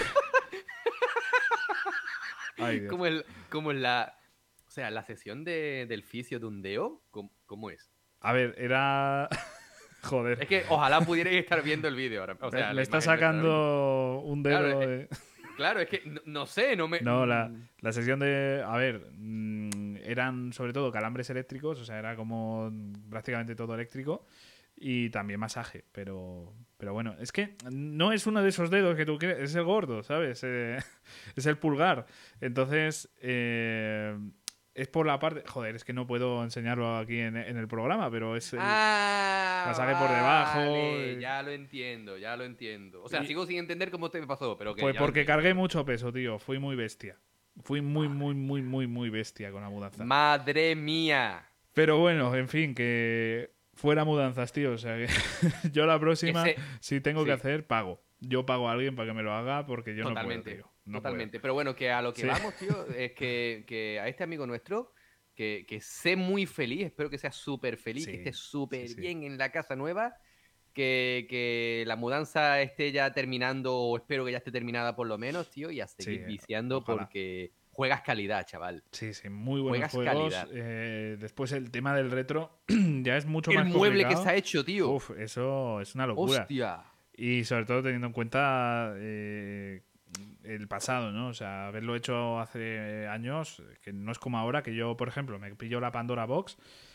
Ay, Dios. como, el, como en la... O sea, la sesión de, del fisio de un dedo, ¿cómo, cómo es? A ver, era... Es Joder. que ojalá pudierais estar viendo el vídeo ahora. O Me, sea, me la está imagen no está ahora mismo. sacando un Claro, dedo eh, de... claro, es que no, no sé, no me... No, la, mm, la sesión de... A ver, mm, eran sobre todo calambres eléctricos, o sea, era como prácticamente todo eléctrico y también masaje, pero... Pero bueno, es que no es uno de esos dedos que tú crees, es el gordo, ¿sabes? Eh, es el pulgar. Entonces, eh, es por la parte... Joder, es que no puedo enseñarlo aquí en, en el programa, pero es el Ah, masaje por debajo. vale, eh, ya lo entiendo, ya lo entiendo. O sea, y- sigo sin entender cómo te pasó, pero que Pues ya lo porque entiendo. cargué mucho peso, tío. Fui muy bestia. Fui muy, muy, muy, muy, muy bestia con la mudanza. Madre mía. Pero bueno, en fin, que fuera mudanzas, tío. O sea que yo la próxima, Ese, si tengo que sí, hacer, pago. Yo pago a alguien para que me lo haga porque yo no puedo, totalmente, tío. No totalmente. Pero bueno, que a lo que Sí. vamos, tío, es que, que a este amigo nuestro, que, que sé muy feliz, espero que sea súper feliz, que Sí, esté súper sí, sí. bien en la casa nueva, que, que la mudanza esté ya terminando, o espero que ya esté terminada por lo menos, tío, y a seguir Sí, viciando ojalá. porque juegas calidad, chaval. Sí, sí, muy buenos Juegas juegos. calidad. Eh, después el tema del retro ya es mucho El más mueble que complicado. se ha hecho, tío. Uf, eso es una locura. Hostia. Y sobre todo teniendo en cuenta eh, el pasado, ¿no? O sea, haberlo hecho hace años, que no es como ahora, que yo, por ejemplo, me pillo la Pandora Box,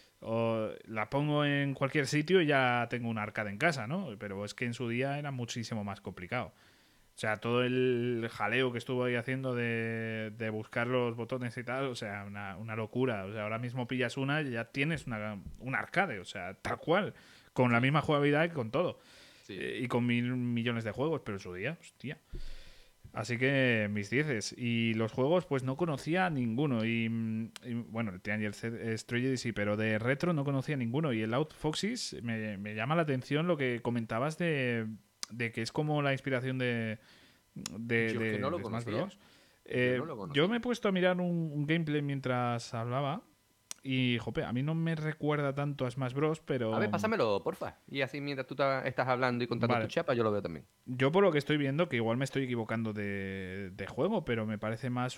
o la pongo en cualquier sitio y ya tengo un arcade en casa, ¿no? Pero es que en su día era muchísimo más complicado. O sea, todo el jaleo que estuvo ahí haciendo de, de buscar los botones y tal, o sea, una, una locura. O sea, ahora mismo pillas una y ya tienes una, un arcade, o sea, tal cual, con la misma jugabilidad y con todo. Sí. Eh, y con mil millones de juegos, pero en su día, hostia. Así que mis dieces. Y los juegos, pues no conocía ninguno. Y, mm, y, bueno, el Triangle Strategy sí, pero de retro no conocía ninguno. Y el Out Foxes me, me llama la atención lo que comentabas de, de que es como la inspiración de, de, Yo es de- que no lo de Smash conocía. Bros. Eh, no lo conocía. yo me he puesto a mirar un, un gameplay mientras hablaba. Y, jope, a mí no me recuerda tanto a Smash Bros, pero... A ver, pásamelo, porfa. Y así mientras tú ta- estás hablando y contando Vale. tu chapa, yo lo veo también. Yo por lo que estoy viendo, que igual me estoy equivocando de, de juego, pero me parece más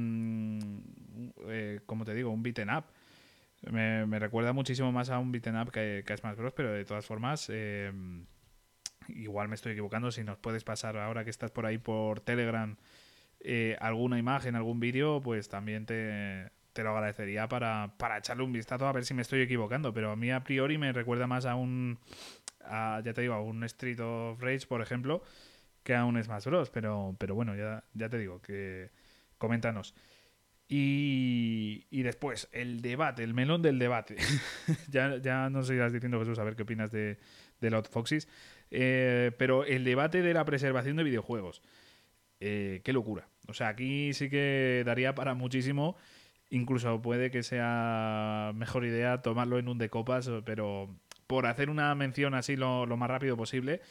un, eh, como te digo, un beaten up. Me, me recuerda muchísimo más a un beaten up que, que a Smash Bros, pero de todas formas, eh, igual me estoy equivocando. Si nos puedes pasar ahora que estás por ahí por Telegram eh, alguna imagen, algún vídeo, pues también te, te lo agradecería para, para echarle un vistazo a ver si me estoy equivocando. Pero a mí a priori me recuerda más a un, a, ya te digo, a un Street of Rage, por ejemplo, que a un Smash Bros. Pero, pero bueno, ya, ya te digo, que coméntanos. Y, y después, el debate, el melón del debate. ya, ya nos irás diciendo, Jesús, a ver qué opinas de, de Loud Foxes. Eh, pero el debate de la preservación de videojuegos, eh, qué locura. O sea, aquí sí que daría para muchísimo. Incluso puede que sea mejor idea tomarlo en un de copas, pero por hacer una mención así lo, lo más rápido posible,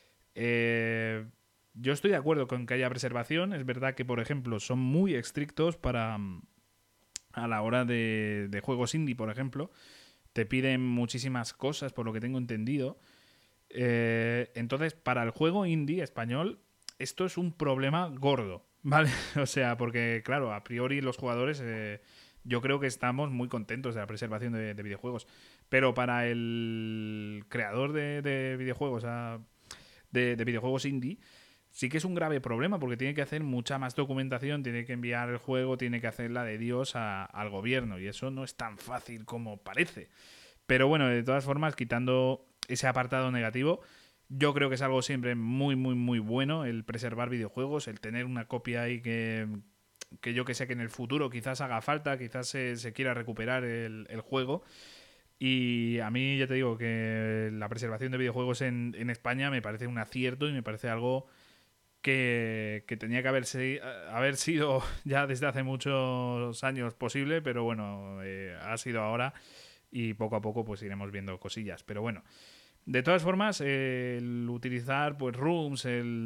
eh, yo estoy de acuerdo con que haya preservación. Es verdad que, por ejemplo, son muy estrictos para a la hora de, de juegos indie, por ejemplo. Te piden muchísimas cosas, por lo que tengo entendido. Eh, entonces, para el juego indie español, esto es un problema gordo, ¿vale? O sea, porque, claro, a priori los jugadores, eh, yo creo que estamos muy contentos de la preservación de, de videojuegos. Pero para el creador de, de videojuegos, a- de, de videojuegos indie, sí que es un grave problema porque tiene que hacer mucha más documentación, tiene que enviar el juego, tiene que hacer la de Dios a- al gobierno. Y eso no es tan fácil como parece. Pero bueno, de todas formas, quitando ese apartado negativo, yo creo que es algo siempre muy, muy, muy bueno el preservar videojuegos, el tener una copia ahí que, que yo que sé que en el futuro quizás haga falta, quizás se, se quiera recuperar el, el juego. Y a mí ya te digo que la preservación de videojuegos en, en España me parece un acierto y me parece algo que, que tenía que haberse, haber sido ya desde hace muchos años posible, pero bueno, eh, ha sido ahora y poco a poco pues iremos viendo cosillas. Pero bueno, de todas formas, eh, el utilizar pues rooms,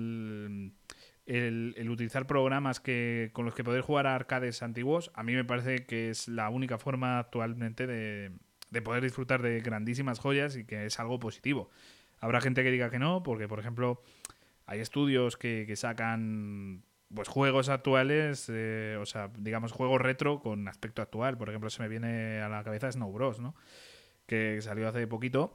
el, el, el utilizar programas que con los que poder jugar a arcades antiguos, a mí me parece que es la única forma actualmente de, de poder disfrutar de grandísimas joyas y que es algo positivo. Habrá gente que diga que no, porque por ejemplo hay estudios que, que sacan pues juegos actuales, eh, o sea, digamos juegos retro con aspecto actual. Por ejemplo, se me viene a la cabeza Snow Bros, ¿no? Que salió hace poquito.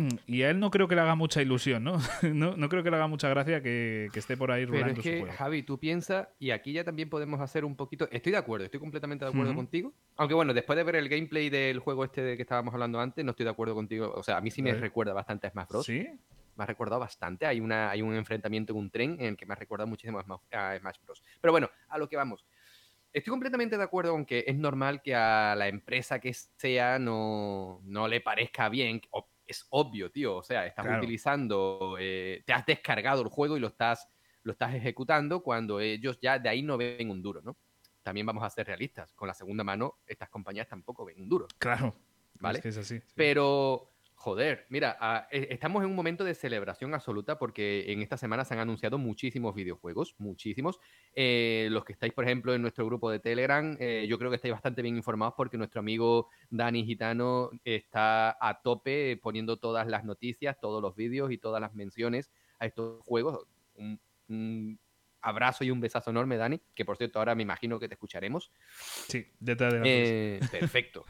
Y a él no creo que le haga mucha ilusión, ¿no? no, no creo que le haga mucha gracia que, que esté por ahí Pero rulando es su que, juego. Javi, tú piensas, y aquí ya también podemos hacer un poquito. Estoy de acuerdo, estoy completamente de acuerdo Ujú. contigo. Aunque bueno, después de ver el gameplay del juego este de que estábamos hablando antes, no estoy de acuerdo contigo. O sea, a mí sí me ¿Eh? recuerda bastante a Smash Bros. ¿Sí? Me ha recordado bastante. Hay, una, hay un enfrentamiento en un tren en el que me ha recordado muchísimo a Smash, a Smash Bros. Pero bueno, a lo que vamos. Estoy completamente de acuerdo con que es normal que a la empresa que sea no, no le parezca bien. O- es obvio, tío. O sea, estás Claro. utilizando, eh, te has descargado el juego y lo estás, lo estás ejecutando cuando ellos ya de ahí no ven un duro, ¿no? También vamos a ser realistas. Con la segunda mano, estas compañías tampoco ven un duro, Claro. Es ¿vale? que es así. Sí. Pero, joder, mira, ah, eh, estamos en un momento de celebración absoluta porque en esta semana se han anunciado muchísimos videojuegos, muchísimos. Eh, los que estáis, por ejemplo, en nuestro grupo de Telegram, eh, yo creo que estáis bastante bien informados porque nuestro amigo Dani Gitano está a tope poniendo todas las noticias, todos los vídeos y todas las menciones a estos juegos. Un, un abrazo y un besazo enorme, Dani, que por cierto ahora me imagino que te escucharemos. Sí, ya te adelantas. Eh, perfecto.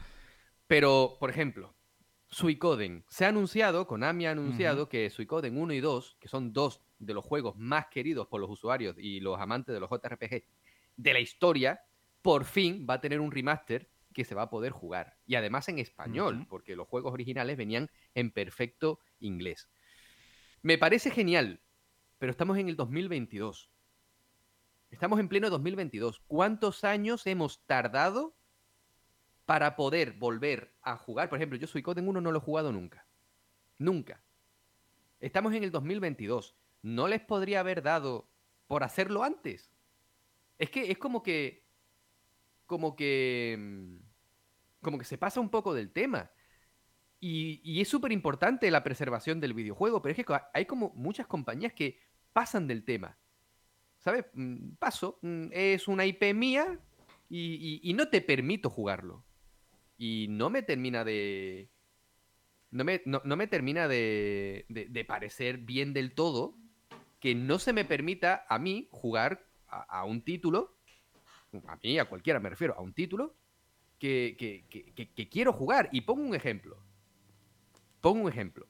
Pero, por ejemplo, Suicoden. Se ha anunciado, Konami ha Ujú. anunciado que Suicoden uno y dos, que son dos de los juegos más queridos por los usuarios y los amantes de los J R P G de la historia, por fin va a tener un remaster que se va a poder jugar. Y además en español, Ujú. porque los juegos originales venían en perfecto inglés. Me parece genial, pero estamos en el dos mil veintidós. Estamos en pleno dos mil veintidós. ¿Cuántos años hemos tardado para poder volver a jugar? Por ejemplo, yo Suicoden uno no lo he jugado nunca. Nunca. Estamos en el dos mil veintidós. ¿No les podría haber dado por hacerlo antes? Es que es como que. Como que. mm, Como que se pasa un poco del tema. Y, y es súper importante la preservación del videojuego, pero es que co- hay como muchas compañías que pasan del tema. ¿Sabes? Mm, Paso, mm, es una I P mía y, y- y no te permito jugarlo. Y no me termina de. No me, no, no me termina de, de- de parecer bien del todo que no se me permita a mí jugar a, a un título, a mí, a cualquiera me refiero, a un título que, que, que, que- que quiero jugar. Y pongo un ejemplo. Pongo un ejemplo.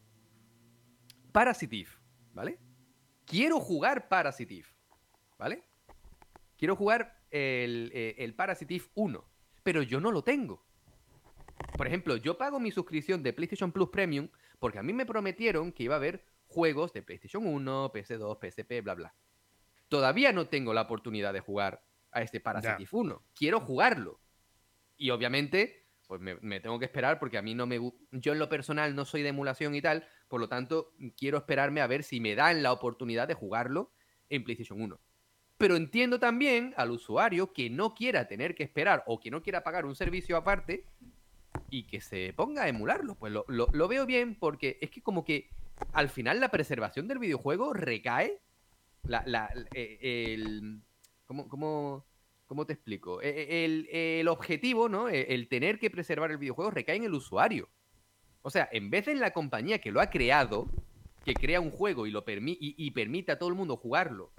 Parasitive, ¿vale? Quiero jugar Parasitive, ¿vale? Quiero jugar el, eh, el Parasitive uno, pero yo no lo tengo. Por ejemplo, yo pago mi suscripción de PlayStation Plus Premium porque a mí me prometieron que iba a haber juegos de PlayStation uno, P S dos, P S P, bla, bla. Todavía no tengo la oportunidad de jugar a este Ya. Parasitive uno. Quiero jugarlo. Y obviamente, pues me, me tengo que esperar porque a mí no me... gu- Yo en lo personal no soy de emulación y tal, Por lo tanto, quiero esperarme a ver si me dan la oportunidad de jugarlo en PlayStation uno. Pero entiendo también al usuario que no quiera tener que esperar o que no quiera pagar un servicio aparte y que se ponga a emularlo. Pues lo, lo, lo veo bien, porque es que como que al final la preservación del videojuego recae... La, la, el, ¿cómo, cómo, ¿Cómo te explico? El, el objetivo, ¿no? El tener que preservar el videojuego recae en el usuario. O sea, en vez de en la compañía que lo ha creado, que crea un juego y, lo permi y, y permite a todo el mundo jugarlo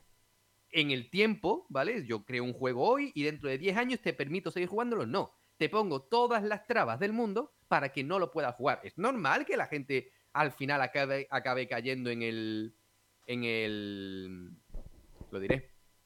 en el tiempo, ¿vale? Yo creo un juego hoy y dentro de diez años te permito seguir jugándolo. No, te pongo todas las trabas del mundo para que no lo puedas jugar. Es normal que la gente al final acabe, acabe cayendo en el... En el... Lo diré.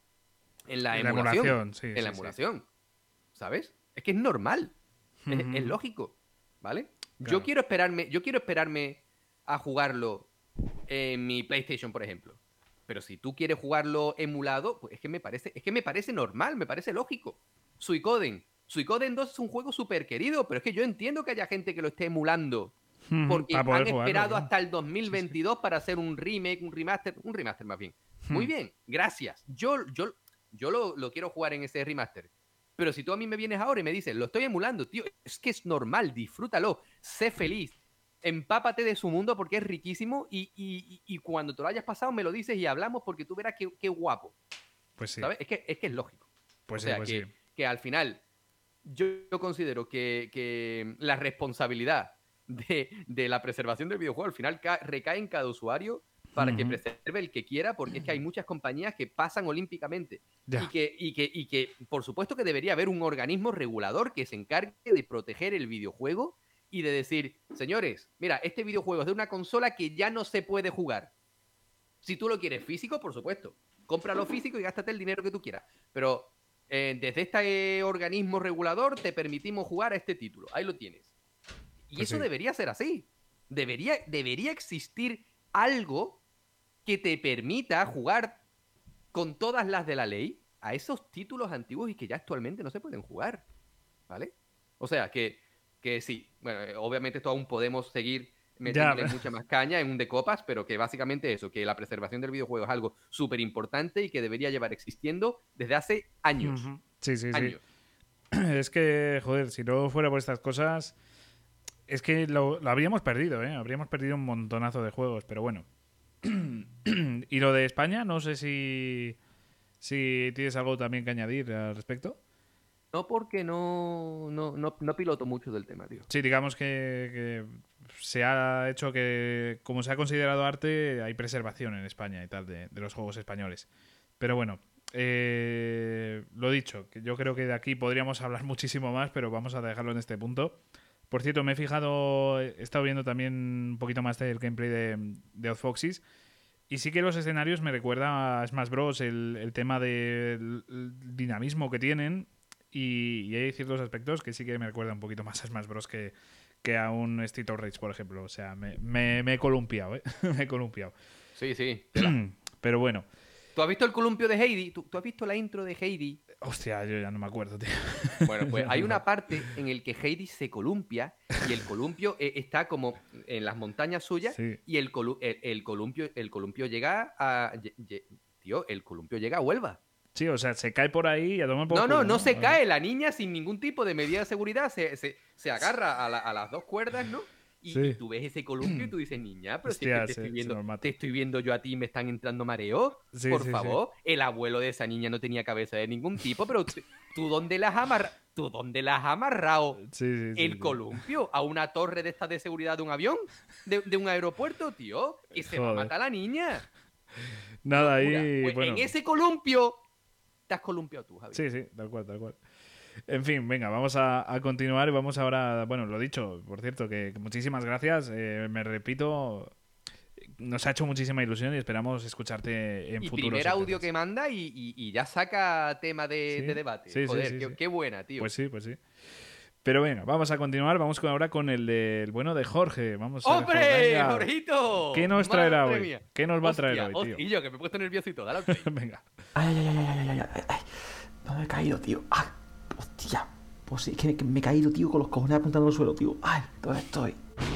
En la En emulación. la emulación, sí, en sí, la sí. emulación. ¿Sabes? Es que es normal. Es, Ujú. es lógico. ¿Vale? Claro. Yo quiero esperarme, yo quiero esperarme a jugarlo en mi PlayStation, por ejemplo. Pero si tú quieres jugarlo emulado, pues es que me parece, es que me parece normal, me parece lógico. Suicoden. Suicoden dos es un juego súper querido, pero es que yo entiendo que haya gente que lo esté emulando. Ujú, Porque para poder han jugarlo, esperado claro. hasta el dos mil veintidós para hacer un remake, un remaster, un remaster más bien. Muy Hmm. bien, gracias. Yo, yo, yo lo, lo quiero jugar en ese remaster. Pero si tú a mí me vienes ahora y me dices, lo estoy emulando, tío, es que es normal, disfrútalo, sé feliz, empápate de su mundo porque es riquísimo y, y, y cuando te lo hayas pasado me lo dices y hablamos porque tú verás qué, qué guapo. Pues sí. ¿Sabes? Es que, es que es lógico. Pues o sea, sí, pues que, sí. que al final yo, yo considero que, que la responsabilidad de, de la preservación del videojuego al final ca recae en cada usuario para que Ujú. preserve el que quiera, porque es que hay muchas compañías que pasan olímpicamente. Ya. Y que, y, que, y que, por supuesto que debería haber un organismo regulador que se encargue de proteger el videojuego y de decir, señores, mira, este videojuego es de una consola que ya no se puede jugar. Si tú lo quieres físico, por supuesto, cómpralo físico y gástate el dinero que tú quieras. Pero eh, desde este eh, organismo regulador te permitimos jugar a este título. Ahí lo tienes. Y Pues eso sí. debería ser así. Debería, debería existir algo que te permita jugar con todas las de la ley a esos títulos antiguos y que ya actualmente no se pueden jugar. ¿Vale? O sea, que, que sí. Bueno, eh, obviamente esto aún podemos seguir metiéndole Ya. mucha más caña en un de copas, pero que básicamente eso, que la preservación del videojuego es algo súper importante y que debería llevar existiendo desde hace años. Ujú. Sí, sí, sí. Años. Es que, joder, si no fuera por estas cosas, es que lo, lo habríamos perdido, ¿eh? Habríamos perdido un montonazo de juegos, pero bueno. Y lo de España, no sé si, si tienes algo también que añadir al respecto. No porque no, no, no, no piloto mucho del tema, tío. Sí, digamos que, que se ha hecho que, como se ha considerado arte, hay preservación en España y tal de, de los juegos españoles. Pero bueno, eh, lo dicho, que yo creo que de aquí podríamos hablar muchísimo más, pero vamos a dejarlo en este punto. Por cierto, me he fijado, he estado viendo también un poquito más del gameplay de, de Odd Foxes. Y sí que los escenarios me recuerdan a Smash Bros. El, el tema del dinamismo que tienen. Y, y hay ciertos aspectos que sí que me recuerdan un poquito más a Smash Bros. que, que a un Street of Rage, por ejemplo. O sea, me, me, me he columpiado, ¿eh? me he columpiado. Sí, sí. tela. Pero bueno. ¿Tú has visto el columpio de Heidi? ¿Tú, ¿Tú has visto la intro de Heidi? Hostia, yo ya no me acuerdo, tío. Bueno, pues hay una parte en el que Heidi se columpia y el columpio eh, está como en las montañas suyas Sí. y el, colu- el, el columpio, el columpio llega a... lle- lle- Tío, el columpio llega a Huelva. Sí, o sea, se cae por ahí y a tomar por No, no, culo, no se cae. La niña sin ningún tipo de medida de seguridad se, se, se agarra a, la- a las dos cuerdas, ¿no? Y, Sí. y tú ves ese columpio y tú dices, niña, pero si es Hostia, que te, se- estoy se viendo, nos mata. te estoy viendo yo a ti y me están entrando mareos. Sí, Por sí, sí. favor, el abuelo de esa niña no tenía cabeza de ningún tipo, pero tú, ¿tú dónde las has amarrado? ¿Tú dónde las has amarrado? Sí, sí, sí, El sí. columpio a una torre de estas de seguridad de un avión, de, de un aeropuerto, tío, que se va a Joder. matar la niña. Nada, Locura. ahí. Pues bueno. en ese columpio te has columpiado tú, Javi. Sí, sí, tal cual, tal cual. En fin, venga, vamos a, a continuar y vamos ahora, bueno, lo dicho, por cierto, que, que muchísimas gracias, eh, me repito, nos ha hecho muchísima ilusión y esperamos escucharte en Y futuros primer audio episodios. que manda y, y- y ya saca tema de, Sí, de debate. sí, sí, Joder, sí, qué, sí. qué buena, tío. Pues sí, pues sí. Pero venga, vamos a continuar, vamos con, ahora con el del bueno de Jorge. Vamos a ver, ¡Hombre, venga. Jorgito! ¿Qué nos traerá Madre hoy? mía. ¿Qué nos va a Hostia, traer hoy, tío? hostillo, que me he puesto nervioso y todo. Dale al play. Venga. Ay, ay, ay, ay, ay, ay, ay, ay. ¿Dónde me he caído, tío? ¡Ay! ¡Hostia! Pues sí, es que me, que me he caído, tío, con los cojones apuntando al suelo, tío. ¡Ay! ¿Dónde estoy?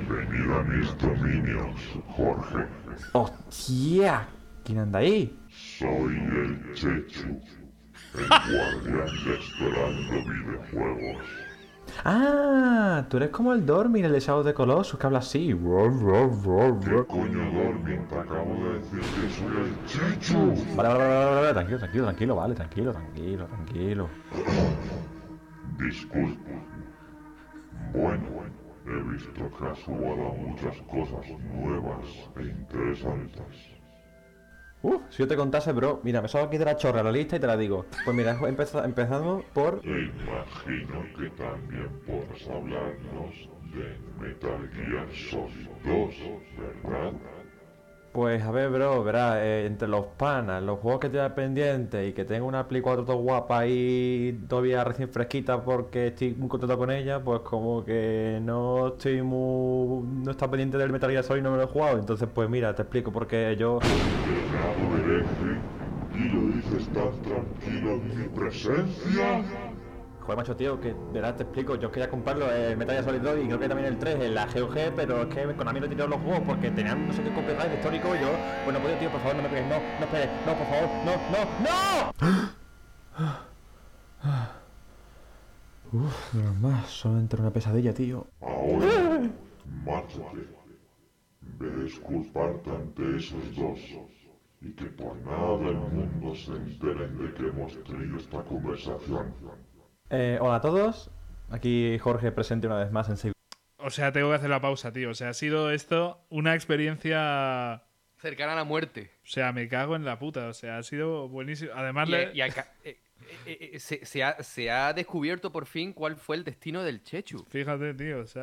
Bienvenido a mis dominios, Jorge. ¡Hostia! ¿Quién anda ahí? Soy el Chechu, el guardián de Explorando Videojuegos. ¡Ah! Tú eres como el Dormin, el de Shadow of the Colossus, que habla así. Ruar, ruar, ruar, ¿Qué ruar. coño, Dormin? Te acabo de decir que soy el Chechu. Vale, vale, vale, vale, vale, tranquilo, tranquilo, tranquilo, vale, tranquilo, tranquilo, tranquilo. Disculpe. Bueno, he visto que has jugado a muchas cosas nuevas e interesantes. Uf, si yo te contase, bro, mira, me salgo aquí de la chorra la lista y te la digo. Pues mira, empeza- empezando por... E imagino que también podrás hablarnos de Metal Gear Solid dos, ¿verdad? Pues a ver, bro, verás, eh, entre los panas, los juegos que tenga pendientes y que tengo una Play cuatro todo guapa y todavía recién fresquita porque estoy muy contento con ella, pues como que no estoy muy... no está pendiente del Metal Gear Solid y no me lo he jugado. Entonces, pues mira, te explico porque yo... Venado hereje, y lo dices tan tranquilo en mi presencia. Joder, macho, tío, que verás, te explico, yo quería comprarlo, el Metal Gear Solid dos y creo que también el tres, en la G O G, pero es que con a mí no he tirado los juegos porque tenían no sé qué copyright histórico y yo... Bueno, pues tío, por favor, no me pegues, no, no esperes, no, por favor, no, no, ¡no! Uf, de los más, solamente era una pesadilla, tío. Ahora, márchate. Ve a disculparte ante esos dos. Y que por nada del mundo se enteren de que hemos tenido esta conversación. Eh, hola a todos, aquí Jorge presente una vez más en Save. O sea, tengo que hacer la pausa, tío. O sea, ha sido esto una experiencia... Cercana a la muerte. O sea, me cago en la puta. O sea, ha sido buenísimo. Además, Y, le... y acá- eh, eh, eh, se, se ha, se ha descubierto por fin cuál fue el destino del Chechu. Fíjate, tío. O sea...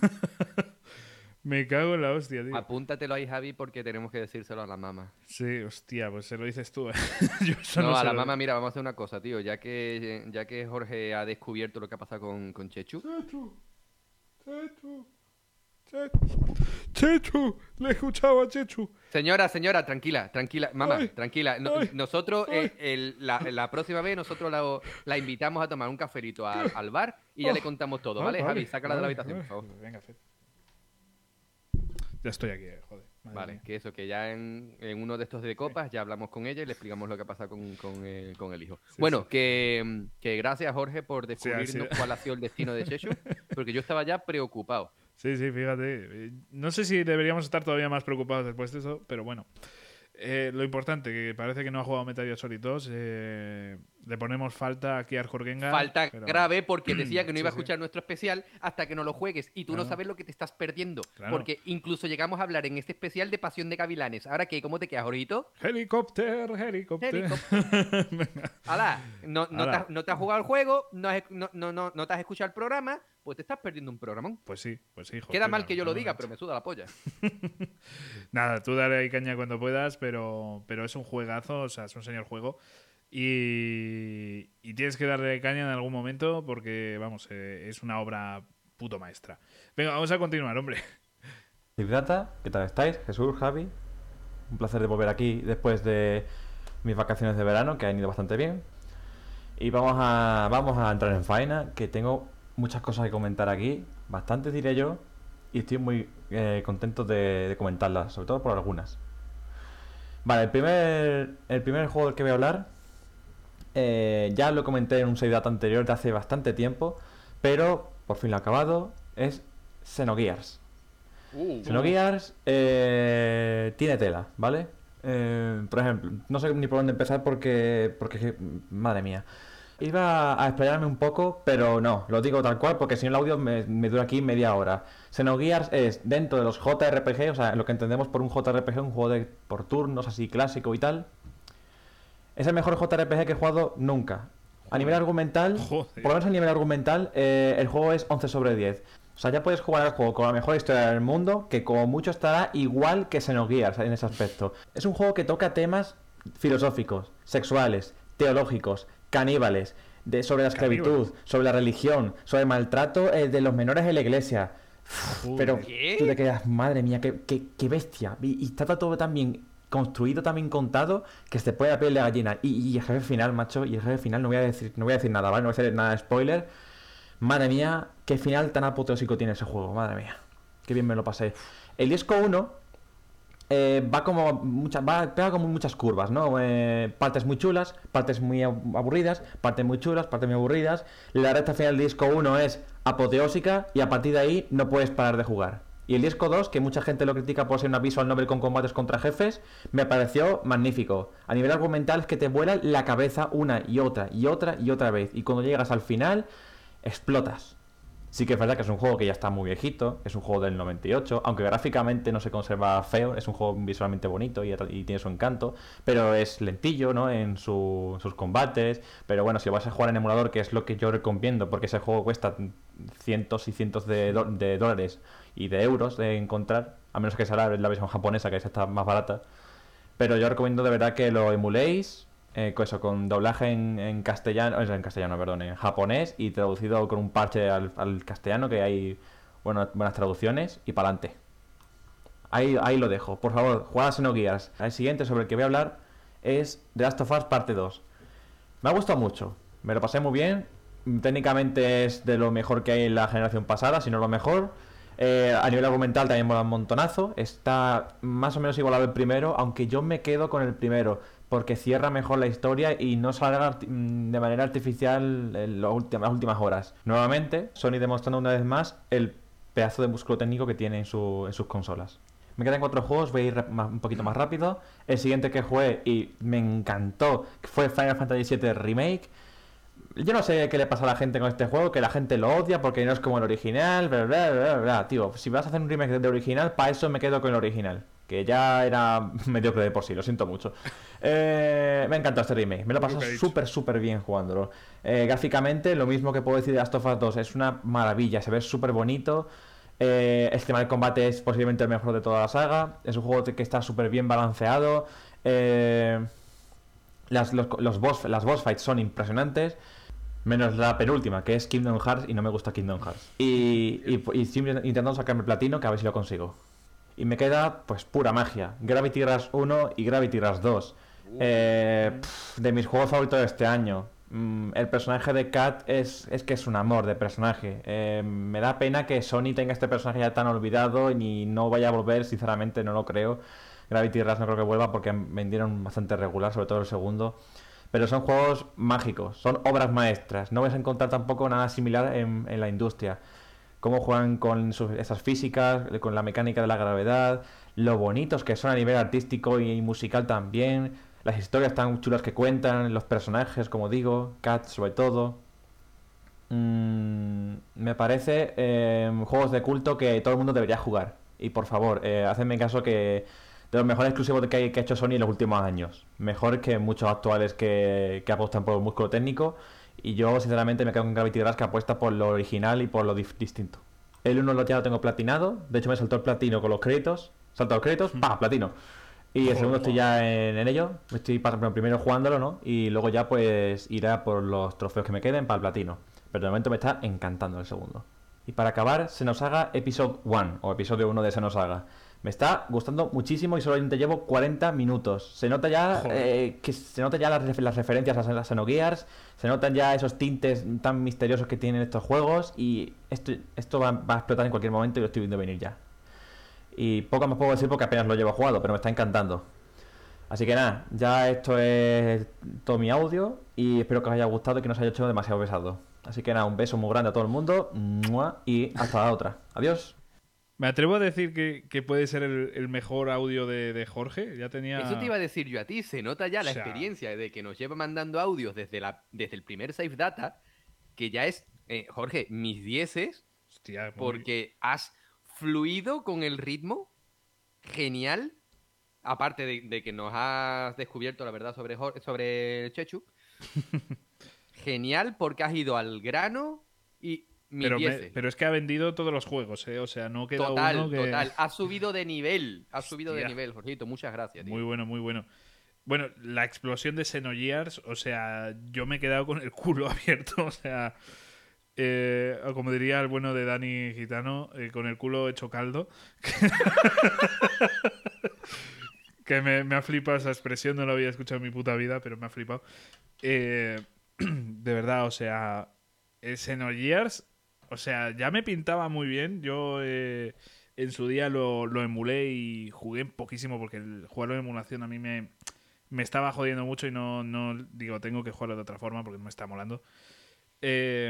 me cago en la hostia, tío. Apúntatelo ahí, Javi, porque tenemos que decírselo a la mamá. Sí, hostia, pues se lo dices tú. ¿eh? Yo eso No, no a se la lo- mamá, mira, vamos a hacer una cosa, tío. Ya que, ya que Jorge ha descubierto lo que ha pasado con, con Chechu. Chechu, Chechu, Chechu, Chechu, le he escuchado a Chechu. Señora, señora, tranquila, tranquila, mamá, Ay, tranquila. No- ay, nosotros, ay. eh, el- la, la próxima vez, nosotros la, la invitamos a tomar un cafelito al, al bar y ya Oh. le contamos todo, Ah, ¿vale? vale, Javi, sácala de la vale, habitación, por vale. favor. Venga, Fed. Ya estoy aquí, eh, joder. madre Vale, mía. que eso, que ya en, en uno de estos de copas ya hablamos con ella y le explicamos lo que ha pasado con, con, el, con el hijo. Sí, bueno, sí. Que, que gracias, Jorge, por Sí, ha descubrirnos sido- cuál ha sido el destino de Chechu, porque yo estaba ya preocupado. Sí, sí, fíjate. Eh, No sé si deberíamos estar todavía más preocupados después de eso, pero bueno. Eh, lo importante, que parece que no ha jugado Metal Gear Solid dos. Eh, le ponemos falta aquí a Jorgenga. Falta pero- grave porque decía que no Sí, iba a sí. escuchar nuestro especial hasta que no lo juegues y tú no Claro. sabes lo que te estás perdiendo. Claro. Porque incluso llegamos a hablar en este especial de Pasión de Gavilanes. ¿Ahora qué? ¿Cómo te quedas, Jorito? Helicóptero, helicóptero. Helicóptero. Venga. ¡Hala! No, no, Hala. Te has, no te has jugado el juego, no, has- no, no, no, no te has escuchado el programa, pues te estás perdiendo un programón. Pues sí, pues sí. Queda Jorgenga, mal que yo lo no, diga, macho. pero me suda la polla. Nada, tú dale ahí caña cuando puedas, pero, pero es un juegazo, o sea, es un señor juego. Y, y tienes que darle caña en algún momento porque, vamos, eh, es una obra puto maestra. Venga, vamos a continuar, hombre. Data, ¿qué tal estáis? Jesús, Javi. Un placer de volver aquí después de mis vacaciones de verano, que han ido bastante bien. Y vamos a, vamos a entrar en faena, que tengo muchas cosas que comentar aquí, bastantes diré yo, y estoy muy eh, contento de, de comentarlas, sobre todo por algunas. Vale, el primer, el primer juego del que voy a hablar, eh, ya lo comenté en un Save Data anterior de hace bastante tiempo, pero por fin lo he acabado, es Xenogears. Uh, Xenogears eh, tiene tela, ¿vale? Eh, por ejemplo, no sé ni por dónde empezar porque, porque, madre mía. Iba a esperarme un poco, pero no, lo digo tal cual porque si no el audio me, me dura aquí media hora. Xenogears es dentro de los J R P G, o sea, lo que entendemos por un J R P G, un juego de, por turnos así clásico y tal. Es el mejor J R P G que he jugado nunca. A nivel argumental, Joder. por lo menos a nivel argumental, eh, el juego es once sobre diez. O sea, ya puedes jugar al juego con la mejor historia del mundo, que como mucho estará igual que Xenogears en ese aspecto. Es un juego que toca temas filosóficos, sexuales, teológicos, caníbales, de, sobre la esclavitud, Caníbales. sobre la religión, sobre el maltrato eh, de los menores en la iglesia. Joder. Pero ¿Qué? tú te quedas, madre mía, qué, qué, qué bestia. Y, y está todo tan bien construido, tan bien contado, que se te pone la piel de gallina. Y, y el jefe final, macho, y el jefe final, no voy a decir, no voy a decir nada, ¿vale? No voy a hacer nada de spoiler. Madre mía, qué final tan apoteósico tiene ese juego, madre mía. qué bien me lo pasé. El disco uno eh, va como muchas, va, pega como muchas curvas, ¿no? Eh, partes muy chulas, partes muy aburridas, partes muy chulas, partes muy aburridas. La recta final del disco uno es apoteósica y a partir de ahí no puedes parar de jugar. Y el disco dos, que mucha gente lo critica por ser una visual novel con combates contra jefes, me pareció magnífico. A nivel argumental es que te vuela la cabeza una y otra y otra y otra vez. Y cuando llegas al final, explotas. Sí que es verdad que es un juego que ya está muy viejito, es un juego del noventa y ocho, aunque gráficamente no se conserva feo, es un juego visualmente bonito y, y tiene su encanto, pero es lentillo, ¿no? En su, sus combates, pero bueno, si lo vas a jugar en emulador, que es lo que yo recomiendo, porque ese juego cuesta cientos y cientos de, do de dólares y de euros de encontrar, a menos que sea la, la versión japonesa, que esa está más barata, pero yo recomiendo de verdad que lo emuléis. Eh, con eso, con doblaje en, en castellano, en castellano, perdón, en japonés y traducido con un parche al, al castellano, que hay bueno, buenas traducciones, y para adelante. Ahí, ahí lo dejo. Por favor, jugad a Xenogears. El siguiente sobre el que voy a hablar es The Last of Us parte dos. Me ha gustado mucho, me lo pasé muy bien. Técnicamente es de lo mejor que hay en la generación pasada, si no lo mejor. Eh, a nivel argumental también mola un montonazo. Está más o menos igualado el primero, aunque yo me quedo con el primero, porque cierra mejor la historia y no salga de manera artificial en las últimas horas. Nuevamente, Sony demostrando una vez más el pedazo de músculo técnico que tiene en, su, en sus consolas. Me quedan cuatro juegos, voy a ir un poquito más rápido. El siguiente que jugué y me encantó fue Final Fantasy siete Remake. Yo no sé qué le pasa a la gente con este juego, que la gente lo odia porque no es como el original, bla, bla, bla, bla. Tío, si vas a hacer un remake de original, para eso me quedo con el original, que ya era mediocre de por sí, lo siento mucho. Eh, me encantó este remake, me lo paso súper, súper bien jugándolo. Eh, gráficamente, lo mismo que puedo decir de Last of Us dos, es una maravilla, se ve súper bonito. Eh, el tema del combate es posiblemente el mejor de toda la saga. Es un juego que está súper bien balanceado. Eh, las, los, los boss, las boss fights son impresionantes. Menos la penúltima, que es Kingdom Hearts, y no me gusta Kingdom Hearts. Y, y, y estoy intentando sacarme el platino, que a ver si lo consigo. Y me queda, pues, pura magia. Gravity Rush uno y Gravity Rush dos. Eh, pff, de mis juegos favoritos de este año. Mm, el personaje de Kat es, es que es un amor de personaje. Eh, me da pena que Sony tenga este personaje ya tan olvidado y no vaya a volver, sinceramente no lo creo. Gravity Rush no creo que vuelva porque vendieron bastante regular, sobre todo el segundo. Pero son juegos mágicos, son obras maestras. No vais a encontrar tampoco nada similar en, en la industria. Cómo juegan con sus, esas físicas, con la mecánica de la gravedad, lo bonitos que son a nivel artístico y musical también, las historias tan chulas que cuentan, los personajes, como digo, Kat sobre todo. Mm, me parece eh, juegos de culto que todo el mundo debería jugar. Y por favor, eh, hacedme caso que de los mejores exclusivos que, hay, que ha hecho Sony en los últimos años. Mejor que muchos actuales que, que apuestan por el músculo técnico. Y yo, sinceramente, me quedo con Gravity Rush, que apuesta por lo original y por lo dif distinto. El uno ya lo tengo platinado. De hecho, me saltó el platino con los créditos. Salto los créditos, ¡pam! Platino. Y el segundo estoy ya en, en ello. Estoy primero jugándolo, ¿no? Y luego ya, pues, iré por los trofeos que me queden para el platino. Pero de momento me está encantando el segundo. Y para acabar, Xenosaga Episode uno, o episodio uno de Xenosaga. Me está gustando muchísimo y solamente llevo cuarenta minutos. Se nota ya eh, que se nota ya las, las referencias a las Xenogears, se notan ya esos tintes tan misteriosos que tienen estos juegos y esto, esto va, va a explotar en cualquier momento y lo estoy viendo venir ya. Y poco más puedo decir porque apenas lo llevo jugado, pero me está encantando. Así que nada, ya esto es todo mi audio y espero que os haya gustado y que no os haya hecho demasiado pesado. Así que nada, un beso muy grande a todo el mundo y hasta la otra. Adiós. Me atrevo a decir que, que puede ser el, el mejor audio de, de Jorge. Ya tenía... Eso te iba a decir yo a ti. Se nota ya la O sea... experiencia de que nos lleva mandando audios desde, la, desde el primer Save Data, que ya es, eh, Jorge, mis dieces, Hostia, muy... porque has fluido con el ritmo. Genial. Aparte de, de que nos has descubierto la verdad sobre, sobre Chechu. Genial, porque has ido al grano y... Pero, me, pero es que ha vendido todos los juegos, ¿eh? O sea, no queda total, uno que... Total, ha subido de nivel. Ha subido Hostia. de nivel, Jorgito. Muchas gracias, tío. Muy bueno, muy bueno. Bueno, la explosión de Xenogears, o sea, yo me he quedado con el culo abierto, o sea... Eh, como diría el bueno de Dani Gitano, eh, con el culo hecho caldo. Que me, me ha flipado esa expresión, no la había escuchado en mi puta vida, pero me ha flipado. Eh, de verdad, o sea, el Xenogears... O sea, ya me pintaba muy bien. Yo, eh, en su día lo, lo emulé y jugué poquísimo porque el jugarlo en emulación a mí me, me estaba jodiendo mucho y no, no digo, tengo que jugarlo de otra forma porque no me está molando. Eh,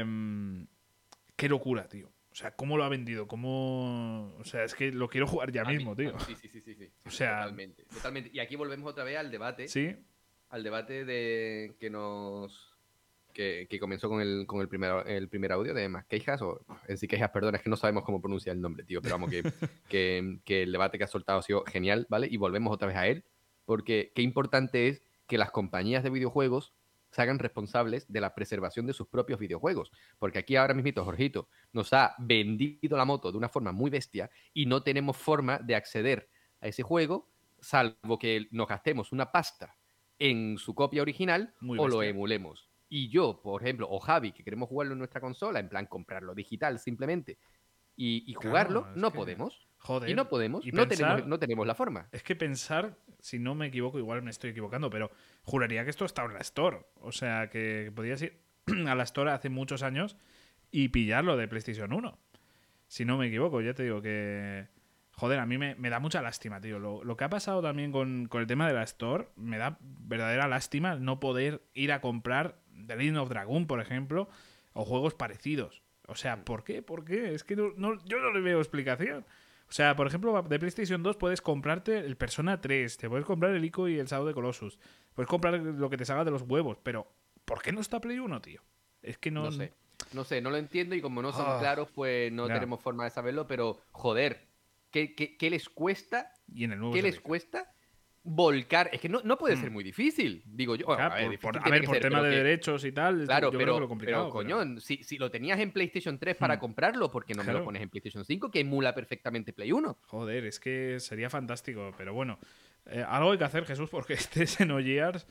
qué locura, tío. O sea, ¿cómo lo ha vendido? ¿Cómo...? O sea, es que lo quiero jugar ya A mí- mismo, tío. Sí, sí, sí, sí, sí. O sea- Totalmente, totalmente. Y aquí volvemos otra vez al debate. Sí, Al debate de que nos... Que, que comenzó con el, con el primer, el primer audio de Más Quejas, o en sí Quejas, perdón, es que no sabemos cómo pronunciar el nombre, tío, pero vamos, que, que, que el debate que ha soltado ha sido genial, ¿vale? Y volvemos otra vez a él, porque qué importante es que las compañías de videojuegos se hagan responsables de la preservación de sus propios videojuegos, porque aquí ahora mismito Jorgito nos ha vendido la moto de una forma muy bestia y no tenemos forma de acceder a ese juego, salvo que nos gastemos una pasta en su copia original Muy o lo bestia. emulemos. Y yo, por ejemplo, o Javi, que queremos jugarlo en nuestra consola, en plan comprarlo digital simplemente, y, y Claro, jugarlo, es no que- podemos. joder. Y no podemos, Y no, pensar- tenemos, no tenemos la forma. Es que pensar, si no me equivoco, igual me estoy equivocando, pero juraría que esto estaba en la Store. O sea, que podías ir a la Store hace muchos años y pillarlo de PlayStation uno. Si no me equivoco, ya te digo que... Joder, a mí me, me da mucha lástima, tío. Lo, lo que ha pasado también con, con el tema de la Store, me da verdadera lástima no poder ir a comprar The Legend of Dragon, por ejemplo, o juegos parecidos. O sea, ¿por qué? ¿Por qué? Es que no, no- yo no le veo explicación. O sea, por ejemplo, de PlayStation dos puedes comprarte el Persona tres, te puedes comprar el Ico y el Shadow de Colossus, puedes comprar lo que te salga de los huevos, pero ¿por qué no está Play uno, tío? Es que no... No sé. No sé, no lo entiendo y como no son Ah, claros, pues no ya. tenemos forma de saberlo, pero joder, ¿qué, qué, qué les cuesta? Y en el nuevo ¿Qué les servicio. cuesta volcar? Es que no, no puede Hmm. ser muy difícil, digo yo. Bueno, Claro, a ver, por, difícil por- a tiene ver, que por ser, tema pero de que- derechos y tal, Claro, yo pero, creo que lo complicado. pero coño, si, si lo tenías en PlayStation tres para Hmm. comprarlo, ¿por qué no me Claro. lo pones en PlayStation cinco que emula perfectamente Play uno? Joder, es que sería fantástico, pero bueno, eh, algo hay que hacer, Jesús, porque este Xenogears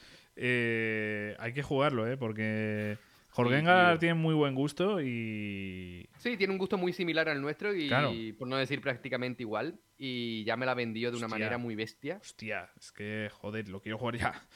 eh, hay que jugarlo, ¿eh? Porque Jorgengar tío. tiene muy buen gusto y... Sí, tiene un gusto muy similar al nuestro y, Claro. por no decir prácticamente igual, y ya me la vendió de una Hostia. manera muy bestia. Hostia, es que, joder, lo quiero jugar ya.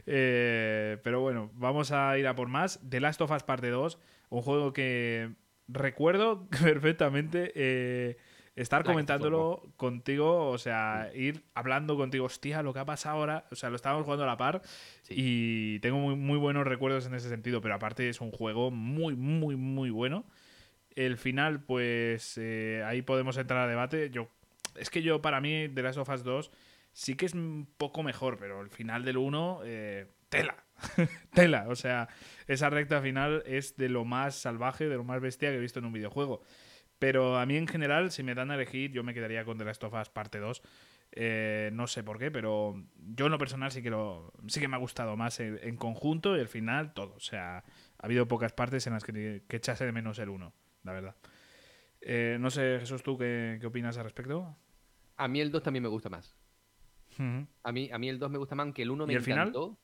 Eh, pero bueno, vamos a ir a por más. The Last of Us Parte dos, un juego que recuerdo perfectamente eh, estar La que se comentándolo contigo, o sea, ir hablando contigo, hostia, lo que ha pasado ahora, o sea, lo estábamos jugando a la par Sí. y tengo muy, muy buenos recuerdos en ese sentido, pero aparte es un juego muy, muy, muy bueno. El final, pues eh, ahí podemos entrar a debate. Yo, es que yo, para mí, The Last of Us dos sí que es un poco mejor, pero el final del uno, eh, tela. Tela. O sea, esa recta final es de lo más salvaje, de lo más bestia que he visto en un videojuego. Pero a mí, en general, si me dan a elegir, yo me quedaría con The Last of Us Parte dos. Eh, no sé por qué, pero yo en lo personal sí que, lo, sí que me ha gustado más en, en conjunto y el final todo. O sea, ha habido pocas partes en las que, que echase de menos el uno, la verdad. Eh, no sé, Jesús, ¿tú qué, qué opinas al respecto? A mí el dos también me gusta más. Ujú. A mí, a mí el dos me gusta más, aunque el uno me ¿Y el final? encantó.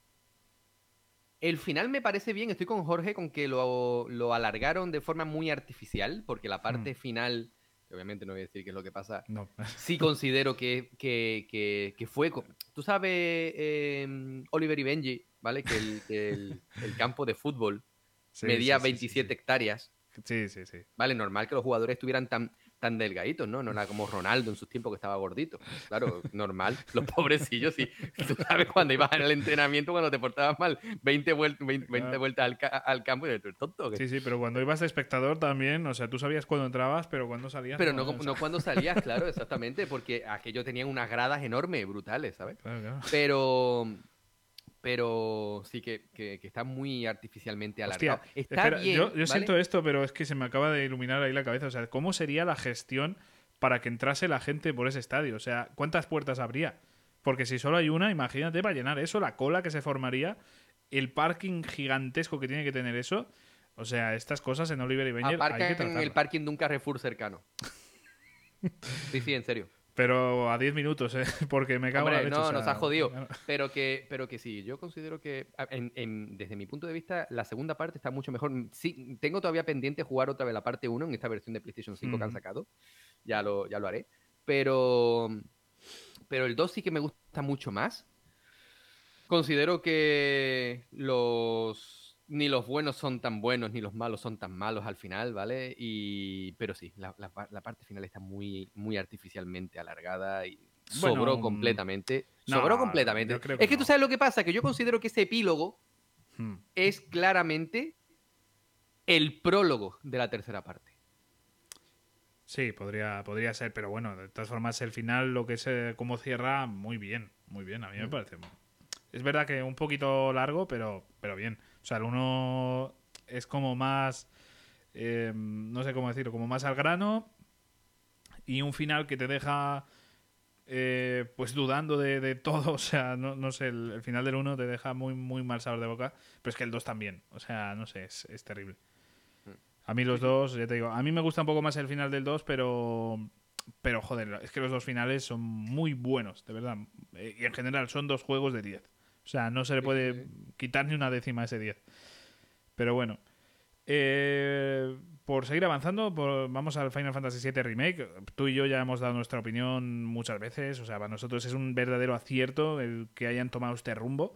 El final me parece bien, estoy con Jorge con que lo, lo alargaron de forma muy artificial, porque la parte final, que obviamente no voy a decir qué es lo que pasa, No. sí considero que, que, que, que fue... co- Tú sabes, eh, Oliver y Benji, ¿vale? Que el, que el, el campo de fútbol Sí, medía sí, sí, sí, veintisiete hectáreas, Sí, sí, sí. ¿vale? Normal que los jugadores estuvieran tan, tan delgaditos, ¿no? No era como Ronaldo en sus tiempos que estaba gordito. Claro, normal. Los pobrecillos, sí. Tú sabes cuando ibas al entrenamiento, cuando te portabas mal, veinte, vuelt- veinte, veinte Claro. vueltas al, ca- al campo y dices, ¿tú eres tonto o qué?". Sí, sí, pero cuando ibas de espectador también, o sea, tú sabías cuándo entrabas, pero cuándo salías. Pero no, o sea, no cuando salías, claro, exactamente, porque aquello tenían unas gradas enormes, brutales, ¿sabes? Claro, claro. Pero, pero sí que, que, que está muy artificialmente Hostia, alargado. Está espera, bien, yo, yo ¿vale? siento esto, pero es que se me acaba de iluminar ahí la cabeza. O sea, ¿cómo sería la gestión para que entrase la gente por ese estadio? O sea, ¿cuántas puertas habría? Porque si solo hay una, imagínate para llenar eso, la cola que se formaría, el parking gigantesco que tiene que tener eso. O sea, estas cosas en Oliver y Benji hay que Aparcan en el tratarlas. parking de un Carrefour cercano. Sí, sí, en serio. Pero a diez minutos, ¿eh? Porque me cago en la Hombre, leche. no, o sea, nos ha jodido. claro. Pero que, pero que sí, yo considero que a- en- en- desde mi punto de vista la segunda parte está mucho mejor. Sí, tengo todavía pendiente jugar otra vez la parte uno en esta versión de PlayStation cinco que han Ujú. sacado. Ya lo, ya lo haré. Pero, pero el dos sí que me gusta mucho más. Considero que los, ni los buenos son tan buenos, ni los malos son tan malos al final, ¿vale? Y, pero sí, la, la pa- la parte final está muy, muy artificialmente alargada y Bueno, sobró mm, completamente. no, Sobró completamente. yo creo que Es que tú no. sabes lo que pasa, que yo considero que ese epílogo Hmm. es claramente el prólogo de la tercera parte. Sí, podría, podría ser, pero bueno, de todas formas, el final, lo que es eh, cómo cierra, muy bien, muy bien, a mí me Mm. parece. Es verdad que un poquito largo, pero, pero bien. O sea, el uno es como más, eh, no sé cómo decirlo, como más al grano y un final que te deja eh, pues dudando de, de todo. O sea, no, no sé, el, el final del uno te deja muy, muy mal sabor de boca, pero es que el dos también. O sea, no sé, es, es terrible. A mí los dos, ya te digo, a mí me gusta un poco más el final del dos, pero pero joder, es que los dos finales son muy buenos, de verdad. Eh, Y en general son dos juegos de diez. O sea, no se le Sí, puede sí, sí. quitar ni una décima a ese diez. Pero bueno, eh, por seguir avanzando, por- vamos al Final Fantasy siete Remake. Tú y yo ya hemos dado nuestra opinión muchas veces. O sea, para nosotros es un verdadero acierto el que hayan tomado este rumbo.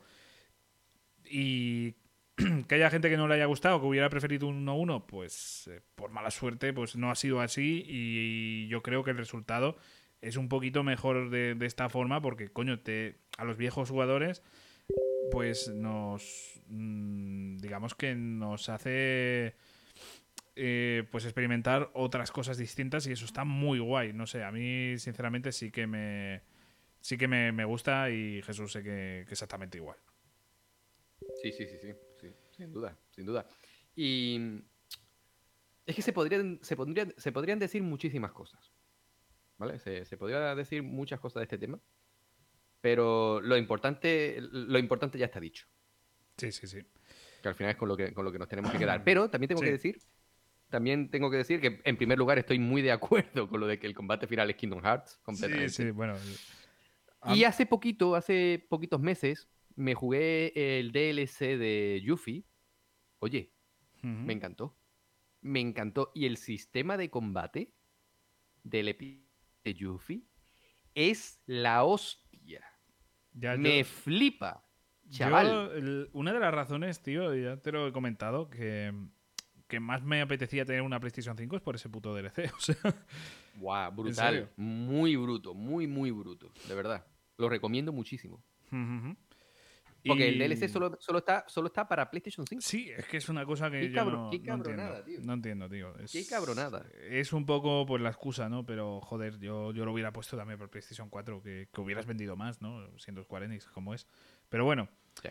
Y que haya gente que no le haya gustado, que hubiera preferido un uno uno, pues eh, por mala suerte, pues no ha sido así. Y yo creo que el resultado es un poquito mejor de, de esta forma, porque, coño, te, a los viejos jugadores, pues nos. mm, digamos que nos hace. eh, pues experimentar otras cosas distintas y eso está muy guay. No sé, a mí, sinceramente, sí que me. Sí que me, me gusta y Jesús sé que, que exactamente igual. Sí, sí, sí, sí, sí, sin duda, sin duda. Y mm, es que se podrían, se podrían, se podrían decir muchísimas cosas, ¿vale? Se, se podría decir muchas cosas de este tema, pero lo importante, lo importante ya está dicho, Sí, sí, sí. que al final es con lo que, con lo que nos tenemos que quedar. Pero también tengo Sí. que decir, también tengo que decir que en primer lugar estoy muy de acuerdo con lo de que el combate final es Kingdom Hearts, Sí, completamente. sí, bueno. Y Am- hace poquito, hace poquitos meses, me jugué el D L C de Yuffie. Oye, me Ujú. encantó. Me encantó. Y el sistema de combate del episodio de Yuffie es la hostia. Ya Me yo, flipa, yo chaval. el- una de las razones, tío, ya te lo he comentado, que, que más me apetecía tener una PlayStation cinco es por ese puto D L C, o sea, Guau, en brutal. serio. Muy bruto, muy, muy bruto. De verdad. Lo recomiendo muchísimo. Ujú. Porque el D L C Y solo, solo, está, solo está para PlayStation cinco. sí, es que es una cosa que Qué, yo cabro, no, qué no entiendo. cabronada, tío. No entiendo, tío. Qué Es, cabronada. es un poco pues la excusa, ¿no? Pero joder, yo, yo lo hubiera puesto también por PlayStation cuatro, que, que hubieras vendido más, ¿no? Siendo Square Enix como es. Pero bueno. Sí.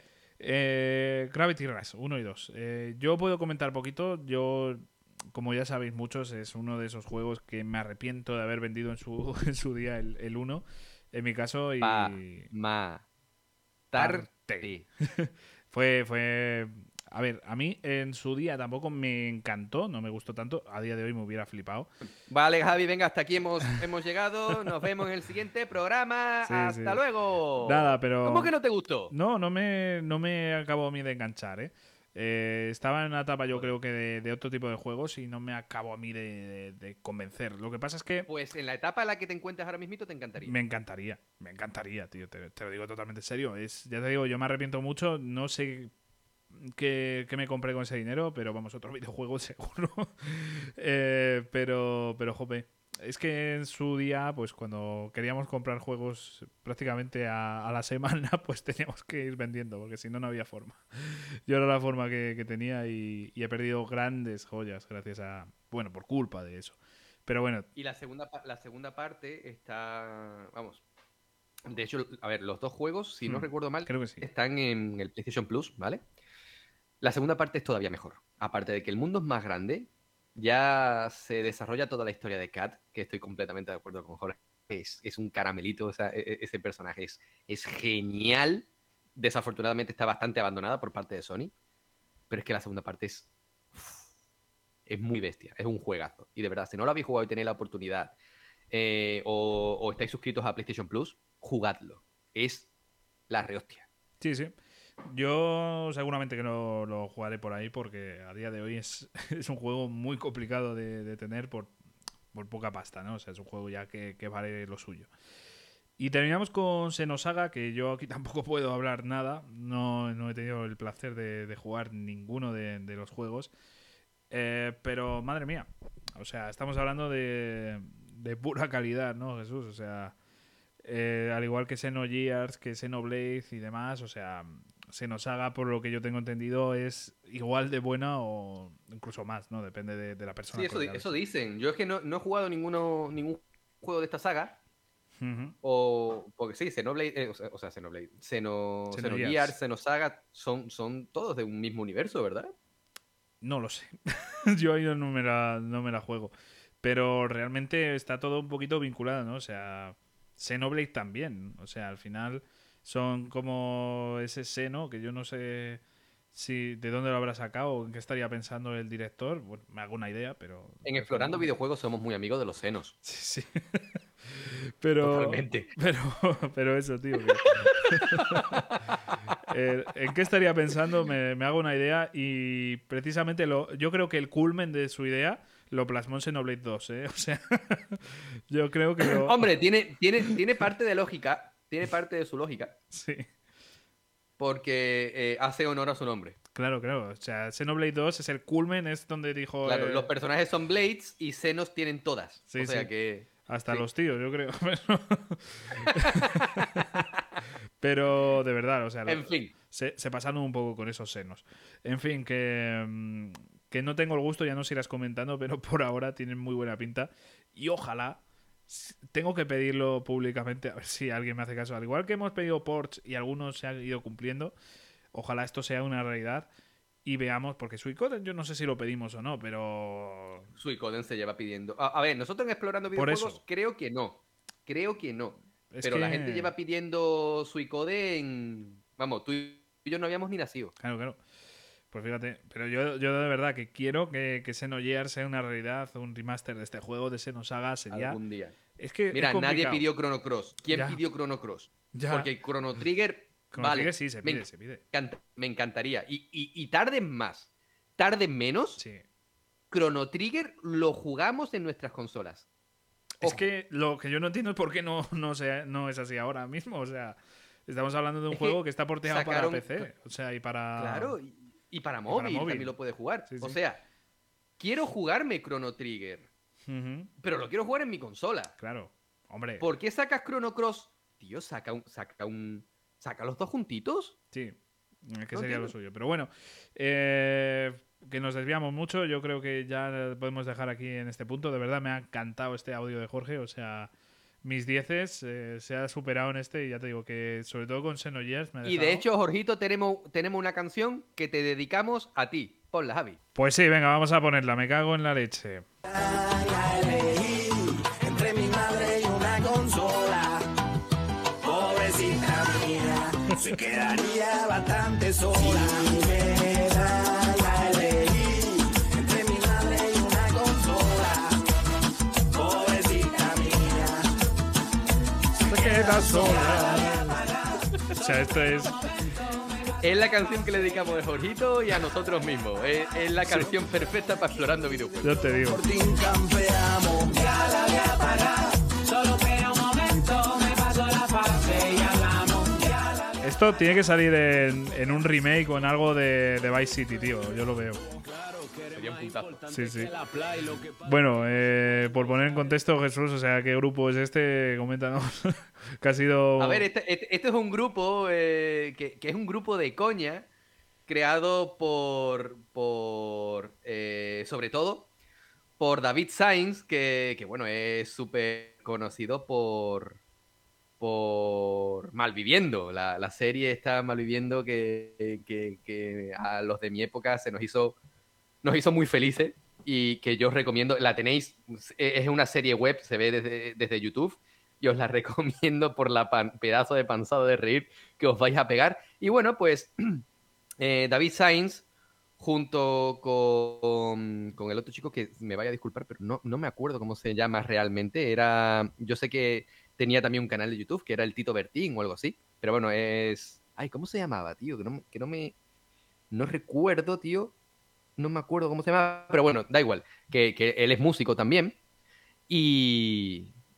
Eh, Gravity Rush uno y dos. Eh, yo puedo comentar poquito. Yo, como ya sabéis muchos, es uno de esos juegos que me arrepiento de haber vendido en su, en su día el, el uno. En mi caso, Pa, y. ma, Parte. tarte. Fue, fue. A ver, a mí en su día tampoco me encantó, no me gustó tanto. A día de hoy me hubiera flipado. Vale, Javi, venga, hasta aquí hemos, hemos llegado. Nos vemos en el siguiente programa. Sí, Hasta sí. Nada, luego. ¿Cómo pero. que no te gustó? No, no me, no me acabó a mí de enganchar, ¿eh? Eh, estaba en una etapa, yo Joder. creo que de, de otro tipo de juegos y no me acabó a mí de, de- de convencer. Lo que pasa es que Pues en la etapa en la que te encuentras ahora mismo te encantaría. me encantaría, me encantaría, tío. Te, te lo digo totalmente en serio. Es, ya te digo, yo me arrepiento mucho. No sé qué, qué me compré con ese dinero, pero vamos, otro videojuego seguro. Eh, pero, pero, jope. Es que en su día, pues cuando queríamos comprar juegos prácticamente a, a la semana, pues teníamos que ir vendiendo, porque si no, no había forma. Yo era la forma que, que tenía y, y he perdido grandes joyas gracias a. Bueno, por culpa de eso. Pero bueno, Y la segunda, pa- la segunda parte está. Vamos. De hecho, a ver, los dos juegos, si no hmm, recuerdo mal, creo que sí. están en el PlayStation Plus, ¿vale? La segunda parte es todavía mejor. Aparte de que el mundo es más grande, ya se desarrolla toda la historia de Kat, que estoy completamente de acuerdo con Jorge. Es, es un caramelito, o sea, e- e- ese personaje es, es genial. Desafortunadamente está bastante abandonada por parte de Sony, pero es que la segunda parte es, es muy bestia, es un juegazo. Y de verdad, si no lo habéis jugado y tenéis la oportunidad, eh, o, o estáis suscritos a PlayStation Plus, jugadlo. Es la rehostia. Sí, sí. Yo seguramente que no lo jugaré por ahí porque a día de hoy es, es un juego muy complicado de, de tener por, por poca pasta, ¿no? O sea, es un juego ya que, que vale lo suyo. Y terminamos con Xenosaga, que yo aquí tampoco puedo hablar nada. No, no he tenido el placer de, de jugar ninguno de, de los juegos. Eh, pero, madre mía. O sea, estamos hablando de, de pura calidad, ¿no, Jesús? O sea, eh, al igual que Xenogears, que Xenoblade y demás, o sea, Xenosaga, por lo que yo tengo entendido, es igual de buena o incluso más, ¿no? Depende de, de la persona. Sí, eso, con di- la que eso hables. dicen. Yo es que no, no he jugado ninguno, ningún juego de esta saga. Ujú. O, porque sí, Xenoblade, eh, o sea, o sea, Xenoblade, Xeno, Xenogears. Xenogears, Xenosaga, son, son todos de un mismo universo, ¿verdad? No lo sé. Yo ahí no me la, no me la juego. Pero realmente está todo un poquito vinculado, ¿no? O sea, Xenoblade también. O sea, al final son como ese seno que yo no sé si de dónde lo habrá sacado o en qué estaría pensando el director. Bueno, me hago una idea, pero... En Explorando Videojuegos somos muy amigos de los senos. Sí, sí. Pero, Totalmente. pero, pero eso, tío. que- Eh, ¿En qué estaría pensando? Me, me hago una idea y precisamente lo, yo creo que el culmen de su idea lo plasmó en Xenoblade dos, ¿eh? O sea, yo creo que lo... Hombre, tiene, tiene, tiene parte de lógica, tiene parte de su lógica, Sí, porque eh, hace honor a su nombre. claro, claro. O sea, Xenoblade dos es el culmen, es donde dijo... Claro, eh, los personajes son Blades y senos tienen todas. Sí, o sea sí. que... Hasta sí. los tíos, yo creo. Pero de verdad, o sea, lo- En fin. se, se pasaron un poco con esos senos. En fin, que, mm, que no tengo el gusto, ya nos irás comentando, pero por ahora tienen muy buena pinta. Y ojalá, s- tengo que pedirlo públicamente, a ver si alguien me hace caso. Al igual que hemos pedido ports y algunos se han ido cumpliendo, ojalá esto sea una realidad y veamos, porque Suicoden yo no sé si lo pedimos o no, pero... Suicoden se lleva pidiendo. A, a ver, nosotros en Explorando Por Videojuegos eso. creo que no. Creo que no. Es Pero la que- gente lleva pidiendo Suicoden. Vamos, tú y yo no habíamos ni nacido. Claro, claro. Pues fíjate, pero yo, yo de verdad que quiero que, que Xenogears sea una realidad, un remaster de este juego de Xenosaga sería... Algún día. Es que Mira, es nadie complicado. pidió Chrono Cross. ¿Quién Ya. pidió Chrono Cross? Ya. Porque Chrono Trigger. Chrono vale, Trigger sí, se me pide, se pide. encanta- me encantaría. Y, y, y tarden más, tarden menos. Sí. Chrono Trigger lo jugamos en nuestras consolas. Es Ojo. que lo que yo no entiendo es por qué no, no, sea, no es así ahora mismo. O sea, estamos hablando de un Es que juego que está porteado sacaron- para P C. O sea, y para... Claro, y, y para para móvil móvil. también lo puede jugar. Sí, O sí. sea, quiero jugarme Chrono Trigger, Ujú, pero lo quiero jugar en mi consola. claro. Hombre, ¿Por qué sacas Chrono Cross? Tío, saca un, saca un, saca los dos juntitos. sí. Es que No sería lo entiendo. suyo. Pero bueno, eh, que nos desviamos mucho. Yo creo que ya podemos dejar aquí en este punto. De verdad me ha encantado este audio de Jorge. O sea, mis dieces eh, se ha superado en este. Y ya te digo que sobre todo con Xenogears me ha Y de dejado- hecho, Jorgito, tenemos, tenemos una canción que te dedicamos a ti. Ponla, Javi. Pues sí, venga, vamos a ponerla. Me cago en la leche. Entre mi madre y una consola, pobrecita mía, se quedaría bastante sola. Si me da a elegir entre mi madre y una consola, pobrecita mía, Se queda sola. O sea, esto es... Es la canción que le dedicamos a Jorgito y a nosotros mismos. Es, es la canción perfecta para Explorando Videojuegos. Yo te digo. por ti campeamos. Ya la voy a pagar, solo espera un momento, me paso la fase y hablamos. Ya la Esto tiene que salir en, en un remake o en algo de, de Vice City, tío. Yo lo veo. Sería un puntazo. Sí, sí. Bueno, eh, por poner en contexto, Jesús, o sea, ¿qué grupo es este? Coméntanos. Que ha sido... A ver, este, este, este es un grupo eh, que, que es un grupo de coña creado por, por eh, sobre todo, por David Sainz, que, que bueno, es súper conocido por, por Malviviendo. La, la serie está Malviviendo que, que, que a los de mi época se nos hizo, nos hizo muy felices y que yo os recomiendo. La tenéis, es una serie web, se ve desde, desde YouTube. Y os la recomiendo por la pan- pedazo de panzado de reír que os vais a pegar. Y bueno, pues eh, David Sainz, junto con, con el otro chico que me vaya a disculpar, pero no, no me acuerdo cómo se llama realmente. Era, yo sé que tenía también un canal de YouTube, que era el Tito Bertín o algo así. Pero bueno, es... Ay, ¿cómo se llamaba, tío? Que no, que no me... No recuerdo, tío. No me acuerdo cómo se llamaba. Pero bueno, da igual. Que, que él es músico también. Y...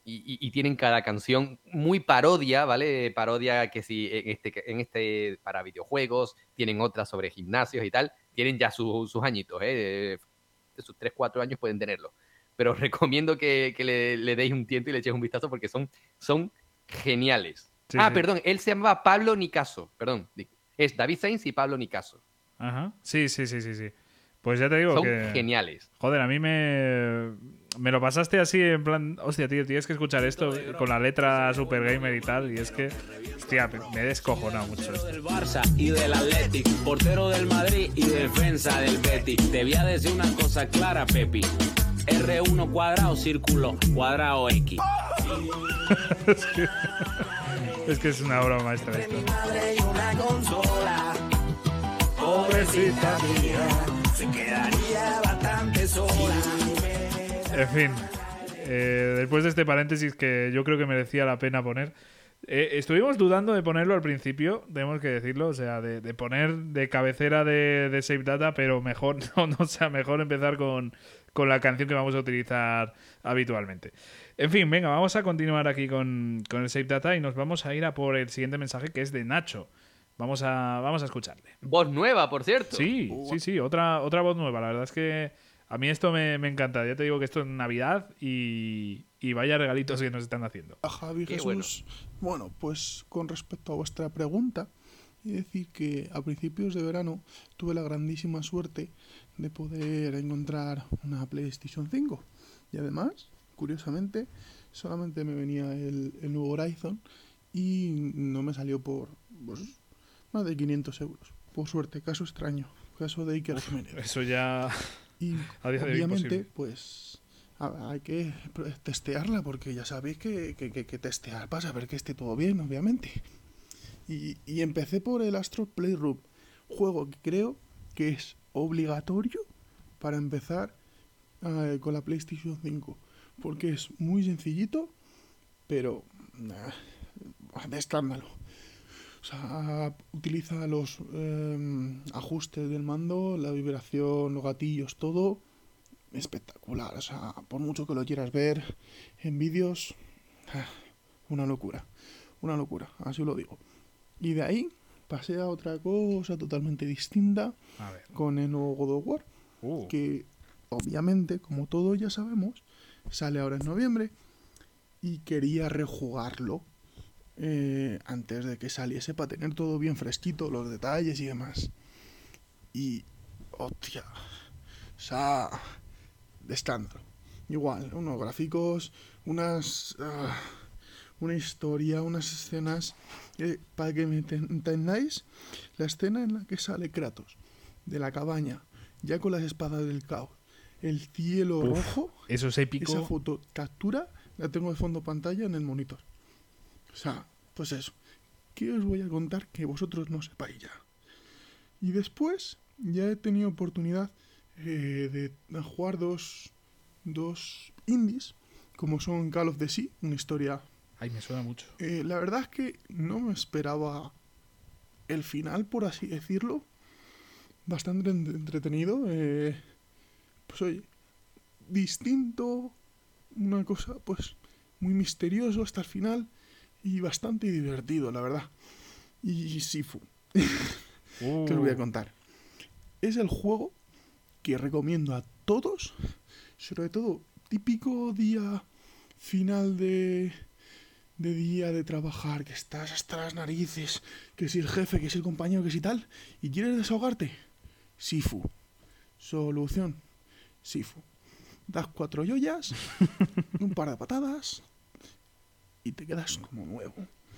Y, y, y tienen cada canción muy parodia, ¿vale? Parodia que si en este, en este para videojuegos, tienen otras sobre gimnasios y tal. Tienen ya su, sus añitos, ¿eh? De sus tres, cuatro años pueden tenerlo. Pero recomiendo que, que le, le deis un tiento y le echéis un vistazo porque son, son geniales. Sí, ah, sí. perdón, él se llamaba Pablo Nicaso, perdón. Es David Sainz y Pablo Nicaso. Ajá. Sí, sí, sí, sí, sí. Pues ya te digo Son que... geniales. Joder, a mí me... Me lo pasaste así en plan... Hostia, tío, tienes que escuchar esto con la letra Super Gamer y tal. Y es que... Hostia, me he descojonado mucho esto. Del Barça y del Athletic, portero del Madrid y defensa del Betis. Te voy a decir una cosa clara, Pepi. erre uno cuadrado, círculo, cuadrado X. es, que... es que es una obra maestra esto. Madre y una consola. Pobrecita mía, se quedaría bastante sola. En fin, eh, después de este paréntesis que yo creo que merecía la pena poner, eh, estuvimos dudando de ponerlo al principio, tenemos que decirlo, o sea, de, de poner de cabecera de, de Save Data, pero mejor, no, no, o sea, mejor empezar con, con la canción que vamos a utilizar habitualmente. En fin, venga, vamos a continuar aquí con, con el Save Data y nos vamos a ir a por el siguiente mensaje que es de Nacho. Vamos a, vamos a escucharle. Voz nueva, por cierto. Sí, sí, sí, otra, otra voz nueva, la verdad es que... A mí esto me, me encanta. Ya te digo que esto es Navidad y, y vaya regalitos que nos están haciendo. A Javi Qué Jesús. Bueno. bueno, pues con respecto a vuestra pregunta, y decir que a principios de verano tuve la grandísima suerte de poder encontrar una PlayStation cinco. Y además, curiosamente, solamente me venía el, el nuevo Horizon y no me salió por pues, más de quinientos euros. Por suerte, caso extraño. Caso de Iker Jiménez. Eso ya... Y A día de hoy obviamente, imposible. pues a- hay que pr- testearla porque ya sabéis que, que, que, que testear para saber que esté todo bien, obviamente. Y, y empecé por el Astro Playroom, juego que creo que es obligatorio para empezar eh, con la PlayStation cinco, porque es muy sencillito, pero nah, de escándalo. O sea, utiliza los eh, ajustes del mando, la vibración, los gatillos, todo espectacular. O sea, por mucho que lo quieras ver en vídeos, ah, una locura, una locura, así lo digo. Y de ahí pasé a otra cosa totalmente distinta A ver. con el nuevo God of War, Uh, que obviamente, como todos ya sabemos, sale ahora en noviembre y quería rejugarlo. Eh, antes de que saliese para tener todo bien fresquito, los detalles y demás. Y, hostia, o sea, de escándalo. Igual, unos gráficos, unas, uh, una historia, unas escenas. Eh, para que me entendáis, la escena en la que sale Kratos de la cabaña, ya con las espadas del caos, el cielo Uf, rojo, eso es épico. esa foto captura la tengo de fondo pantalla en el monitor. O sea, pues eso. ¿Qué os voy a contar que vosotros no sepáis ya? Y después ya he tenido oportunidad eh, de jugar dos, dos indies, como son Call of the Sea, una historia... Ay, me suena mucho. Eh, la verdad es que no me esperaba el final, por así decirlo. Bastante entretenido. Eh, pues oye, distinto, una cosa pues muy misterioso hasta el final. Y bastante divertido, la verdad. Y Sifu. Uh. ¿Qué os voy a contar? Es el juego que recomiendo a todos. Sobre todo, típico día final de, de día de trabajar. Que estás hasta las narices. Que si el jefe, que si el compañero, que si tal. Y quieres desahogarte. Sifu. Solución. Sifu. Das cuatro joyas. Un par de patadas. Y te quedas como nuevo.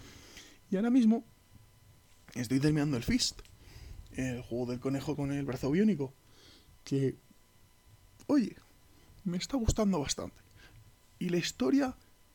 Y ahora mismo estoy terminando el Fist, el juego del conejo con el brazo biónico, que, oye, me está gustando bastante. Y la historia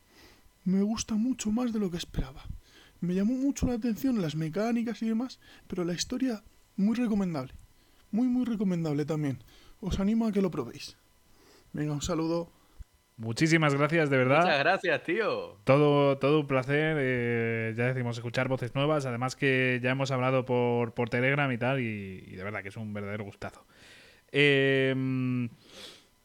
me gusta mucho más de lo que esperaba. Me llamó mucho la atención las mecánicas y demás, pero la historia muy recomendable. Muy, muy recomendable también. Os animo a que lo probéis. Venga, un saludo. Muchísimas gracias, de verdad. Muchas gracias, tío. Todo, todo un placer. Eh, ya decimos escuchar voces nuevas. Además que ya hemos hablado por, por Telegram y tal. Y, y de verdad que es un verdadero gustazo. Eh,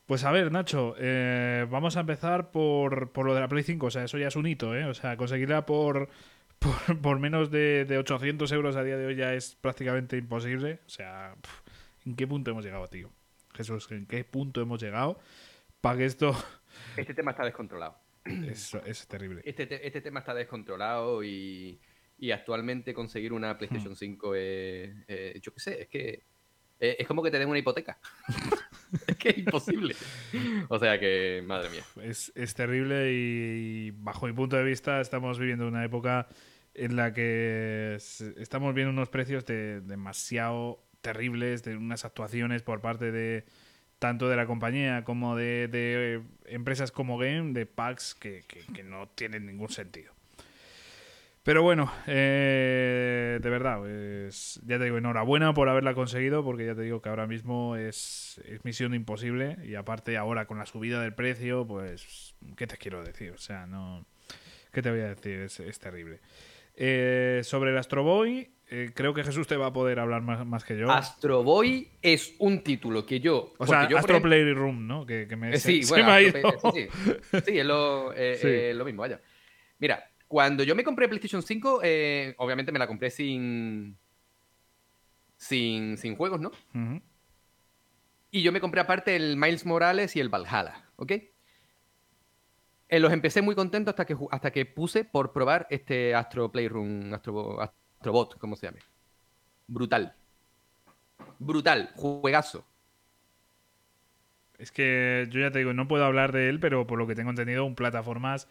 Pues a ver, Nacho, eh, vamos a empezar por, por lo de la Play cinco. O sea, eso ya es un hito, ¿eh? O sea, conseguirla por, por, por menos de, de ochocientos euros a día de hoy ya es prácticamente imposible. O sea, pf, ¿en qué punto hemos llegado, tío? Jesús, ¿en qué punto hemos llegado para que esto... Este tema está descontrolado. Es, es terrible. Este, te- este tema está descontrolado y, y actualmente conseguir una PlayStation cinco es, eh, yo qué sé, es que eh, es como que te den una hipoteca. Es que es imposible. O sea que, madre mía. Es, es terrible y, y bajo mi punto de vista estamos viviendo una época en la que s- estamos viendo unos precios de, demasiado terribles, de unas actuaciones por parte de tanto de la compañía como de, de empresas como Game, de packs que, que- que no tienen ningún sentido. Pero bueno, eh, de verdad, pues, ya te digo, enhorabuena por haberla conseguido, porque ya te digo que ahora mismo es, es misión imposible y aparte ahora con la subida del precio, pues, ¿qué te quiero decir? O sea, no... ¿Qué te voy a decir? Es, es terrible. Eh, sobre el Astro Boy, eh, creo que Jesús te va a poder hablar más, más que yo. Astro Boy es un título que yo... O sea, porque yo, por Astro ejemplo- Playroom, ¿no? Que, que me, Eh, se, sí, se bueno, me ha Astro ido. Play- sí, sí. Sí, es lo, eh, Sí. eh, lo mismo, vaya. Mira, cuando yo me compré PlayStation cinco, eh, obviamente me la compré sin, sin, sin juegos, ¿no? Ujú. Y yo me compré aparte el Miles Morales y el Valhalla, ¿ok? Eh, los empecé muy contento hasta que, ju- hasta que puse por probar este Astro Playroom, Astro, Astrobot, ¿cómo se llama? Brutal. Brutal, juegazo. Es que yo ya te digo, no puedo hablar de él, pero por lo que tengo entendido, un plataformas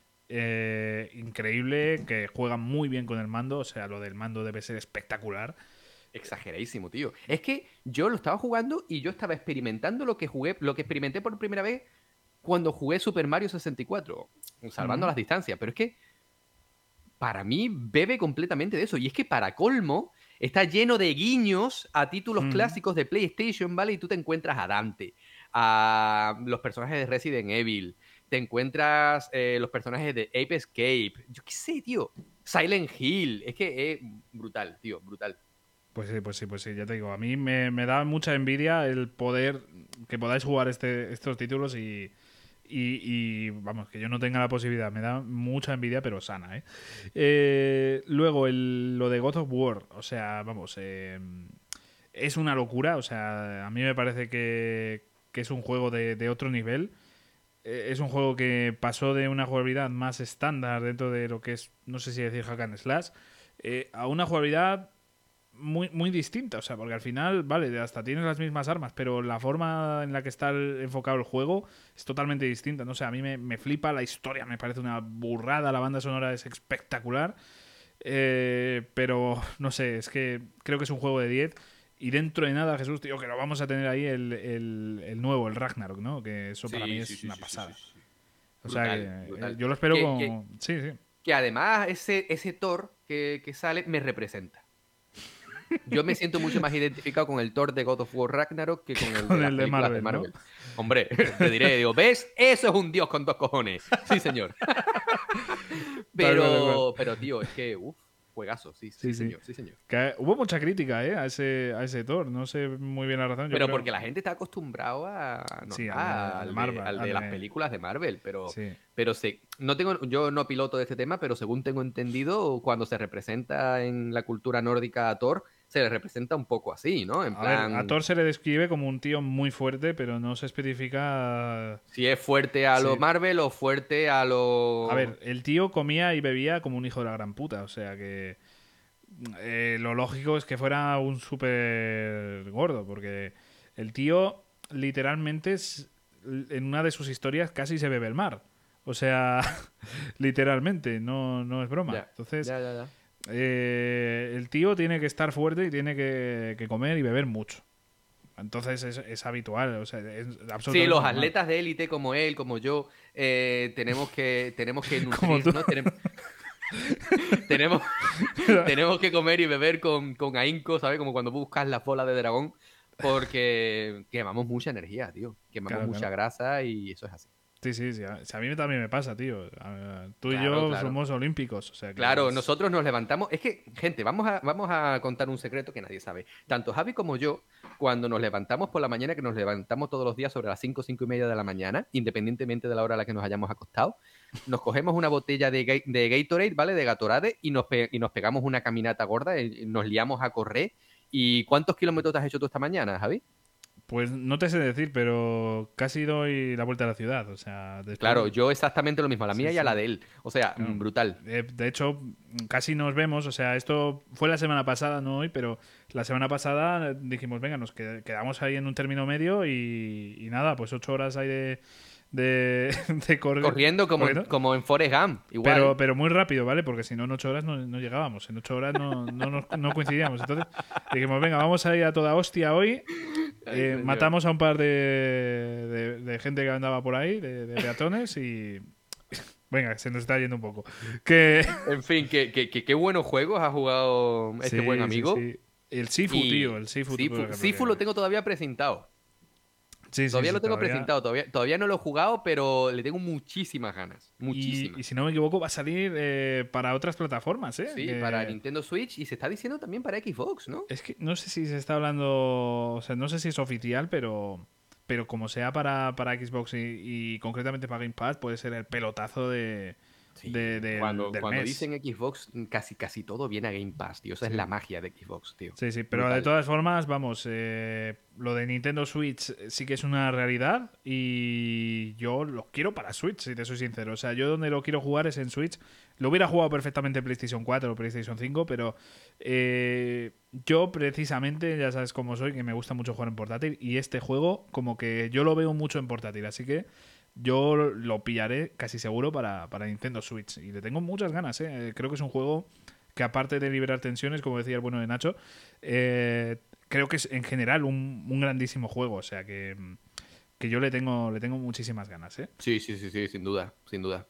eh, increíble, que juega muy bien con el mando. O sea, lo del mando debe ser espectacular. Exageradísimo, tío. Es que yo lo estaba jugando y yo estaba experimentando lo que jugué, lo que experimenté por primera vez cuando jugué Super Mario sesenta y cuatro, salvando Ujú. las distancias. Pero es que para mí bebe completamente de eso. Y es que para colmo está lleno de guiños a títulos Ujú. clásicos de PlayStation, ¿vale? Y tú te encuentras a Dante, a los personajes de Resident Evil, te encuentras eh, los personajes de Ape Escape. Yo qué sé, tío. Silent Hill. Es que es brutal, tío, brutal. Pues sí, pues sí, pues sí, ya te digo. A mí me, me da mucha envidia el poder que podáis jugar este, estos títulos y, y, y, vamos, que yo no tenga la posibilidad. Me da mucha envidia, pero sana, ¿eh? Eh, luego, el, lo de God of War. O sea, vamos, eh, es una locura. O sea, a mí me parece que, que es un juego de, de otro nivel. Eh, Es un juego que pasó de una jugabilidad más estándar dentro de lo que es, no sé si decir hack and slash, eh, a una jugabilidad muy, muy distinta. O sea, porque al final, vale, hasta tienes las mismas armas, pero la forma en la que está el- enfocado el juego es totalmente distinta. No sé, a mí me, me flipa la historia, me parece una burrada, la banda sonora es espectacular. Eh, pero no sé, es que creo que es un juego de diez. Y dentro de nada, Jesús, tío, que lo vamos a tener ahí el, el, el nuevo, el Ragnarok, ¿no? Que eso para Sí, mí es sí, sí, una sí, sí, pasada. sí, sí. O sea, Brutal, que, brutal. eh, yo lo espero Que- como... Sí, sí. Que además ese, ese Thor que, que sale me representa. Yo me siento mucho más identificado con el Thor de God of War Ragnarok que con el Con de las el de películas de Marvel, ¿no? Marvel. Hombre, te diré, digo, ¿ves? Eso es un dios con dos cojones. Sí, señor. Tal cual, tal pero, pero tío, es que, uff, juegazo, sí, sí, Sí, sí. señor, sí, señor. Que hubo mucha crítica, ¿eh? A ese, a ese Thor. No sé muy bien la razón. Yo Pero creo- porque la gente está acostumbrado a no, Sí, al a- de- al de, Marvel, al de al las de- películas de Marvel, pero Sí. pero sé, no tengo, yo no piloto de este tema, pero según tengo entendido, cuando se representa en la cultura nórdica a Thor, se le representa un poco así, ¿no? En A plan, ver, a Thor se le describe como un tío muy fuerte, pero no se especifica... si es fuerte a lo Sí. Marvel o fuerte a lo... A ver, el tío comía y bebía como un hijo de la gran puta, o sea que... eh, lo lógico es que fuera un súper gordo, porque el tío literalmente es- en una de sus historias casi se bebe el mar. O sea, literalmente, no, no es broma. Ya, Entonces, ya, ya, ya. eh, el tío tiene que estar fuerte y tiene que, que comer y beber mucho. Entonces es, es habitual, o sea, es absolutamente Sí, los normal. atletas de élite como él, como yo, eh, tenemos que tenemos que Como tú. nutrirnos, tenemos, tenemos, tenemos que comer y beber con, con ahínco, ¿sabes? Como cuando buscas las bolas de dragón, porque quemamos mucha energía, tío. Quemamos Claro, mucha claro. grasa y eso es así. Sí, sí, sí. A, si a mí también me pasa, tío. A- Tú y Claro, yo claro. somos olímpicos. O sea que Claro, es- nosotros nos levantamos. Es que, gente, vamos a, vamos a contar un secreto que nadie sabe. Tanto Javi como yo, cuando nos levantamos por la mañana, que nos levantamos todos los días sobre las cinco, cinco y media de la mañana, independientemente de la hora a la que nos hayamos acostado, nos cogemos una botella de, Ga- de Gatorade, ¿vale? De Gatorade, y nos, pe- y nos pegamos una caminata gorda, y y nos liamos a correr. ¿Y cuántos kilómetros te has hecho tú esta mañana, Javi? Pues no te sé decir, pero casi doy la vuelta a la ciudad. O sea, después- Claro, yo exactamente lo mismo, a la Sí, mía y a sí. la de él. O sea, Claro. mm, brutal. Eh, de hecho, casi nos vemos. O sea, esto fue la semana pasada, no hoy, pero la semana pasada eh, dijimos, venga, nos qued- quedamos ahí en un término medio y, y nada, pues ocho horas ahí de, de, de correr. Corriendo como, corriendo. como en Forrest Gump, igual. Pero, pero muy rápido, ¿vale? Porque si no, en ocho horas no, no llegábamos. En ocho horas no, no, nos- no coincidíamos. Entonces dijimos, venga, vamos a ir a toda hostia hoy. Ay, Eh, señor. matamos a un par de, de, de gente que andaba por ahí, de, de peatones, y. Venga, se nos está yendo un poco. Que. En fin, que, que, que- qué buenos juegos ha jugado este Sí, buen sí, amigo. sí. El Sifu, Y- tío. El Sifu. Sifu, por ejemplo, Sifu que- lo tengo todavía presentado. Sí, sí, Todavía sí, lo tengo todavía. presentado. Todavía, todavía no lo he jugado, pero le tengo muchísimas ganas. Y, Muchísimas. y si no me equivoco, va a salir eh, para otras plataformas, ¿eh? Sí, Que- para Nintendo Switch y se está diciendo también para Xbox, ¿no? Es que no sé si se está hablando. O sea, no sé si es oficial, pero. Pero como sea para, para Xbox y, y concretamente para Game Pass, puede ser el pelotazo de. Sí, de- del- cuando del cuando mes. dicen Xbox, casi, casi todo viene a Game Pass, tío. Esa es la magia de Xbox, tío. Sí, sí, pero Brutal. de todas formas, vamos, eh, lo de Nintendo Switch sí que es una realidad y yo lo quiero para Switch, si te soy sincero. O sea, yo donde lo quiero jugar es en Switch. Lo hubiera jugado perfectamente en PlayStation cuatro o PlayStation cinco, pero eh, yo precisamente, ya sabes cómo soy, que me gusta mucho jugar en portátil y este juego como que yo lo veo mucho en portátil, así que yo lo pillaré casi seguro para, para Nintendo Switch y le tengo muchas ganas, ¿eh? Creo que es un juego que aparte de liberar tensiones, como decía el bueno de Nacho, eh, creo que es en general un, un grandísimo juego, o sea que, que yo le tengo, le tengo muchísimas ganas, ¿eh? Sí, sí, sí, sí, sin duda, sin duda.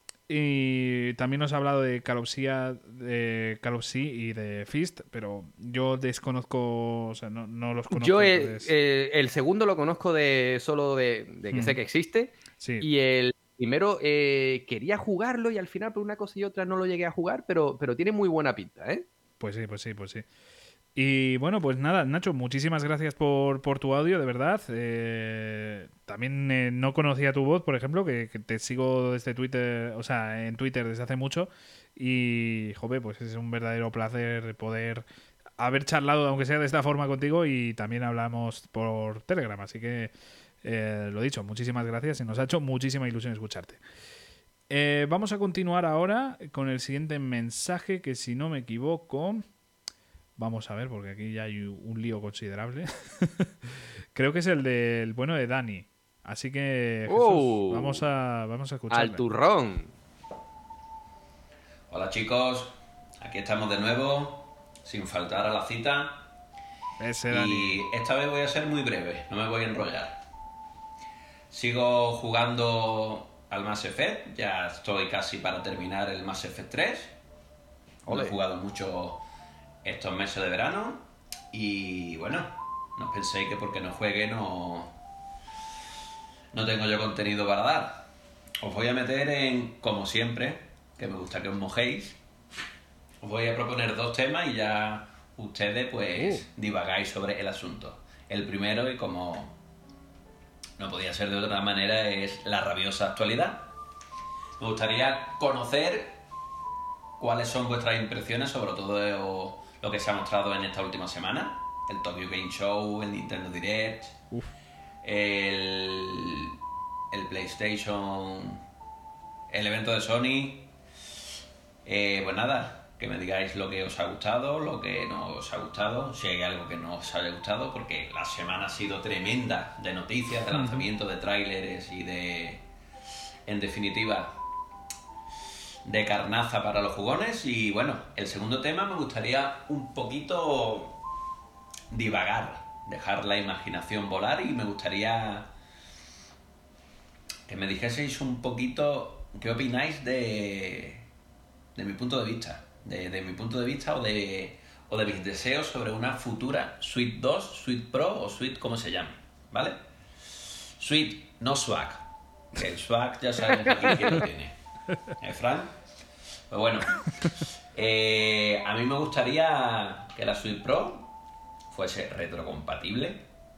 Y también nos ha hablado de Call of Sea, de Call of Sea y de Fist, pero yo desconozco, o sea, no, no los conozco. Yo eh, entonces- eh, el segundo lo conozco de solo de, de que Mm. sé que existe. sí. Y el primero eh, quería jugarlo y al final por una cosa y otra no lo llegué a jugar, pero, pero tiene muy buena pinta, ¿eh? Pues sí, pues sí, pues sí. Y bueno, pues nada, Nacho, muchísimas gracias por, por tu audio, de verdad. Eh, también eh, no conocía tu voz, por ejemplo, que, que te sigo desde Twitter, o sea, en Twitter desde hace mucho. Y, joder, pues es un verdadero placer poder haber charlado, aunque sea de esta forma, contigo. Y también hablamos por Telegram, así que eh, lo dicho, muchísimas gracias y nos ha hecho muchísima ilusión escucharte. Eh, vamos a continuar ahora con el siguiente mensaje, que si no me equivoco... Vamos a ver, porque aquí ya hay un lío considerable. Creo que es el del bueno de Dani. Así que Jesús, Oh. vamos a vamos a escucharle. Al turrón. Hola chicos, aquí estamos de nuevo, sin faltar a la cita. Ese Dani. Y esta vez voy a ser muy breve, no me voy a enrollar. Sigo jugando al Mass Effect, ya estoy casi para terminar el Mass Effect tres. Lo Ole. he jugado mucho estos meses de verano. Y bueno, no penséis que porque no juegue no, no tengo yo contenido para dar. Os voy a meter en, como siempre, que me gusta que os mojéis. Os voy a proponer dos temas y ya ustedes pues divagáis sobre el asunto. El primero, y como no podía ser de otra manera, es la rabiosa actualidad. Me gustaría conocer cuáles son vuestras impresiones sobre todo lo que se ha mostrado en esta última semana. El Tokyo Game Show, el Nintendo Direct, Uf. el, el PlayStation, el evento de Sony. Eh, pues nada, que me digáis lo que os ha gustado, lo que no os ha gustado, si hay algo que no os haya gustado, porque la semana ha sido tremenda de noticias, de lanzamiento de tráileres y de, en definitiva, de carnaza para los jugones. Y bueno, el segundo tema me gustaría un poquito divagar, dejar la imaginación volar, y me gustaría que me dijeseis un poquito qué opináis de, de mi punto de vista, de, de mi punto de vista o de, o de mis deseos sobre una futura Switch dos, Switch Pro o Switch como se llame, ¿vale? Switch, no swag, Que el swag ya sabemos aquí quién lo tiene. ¿Eh, Fran? Pues bueno, eh, a mí me gustaría que la Switch Pro fuese retrocompatible.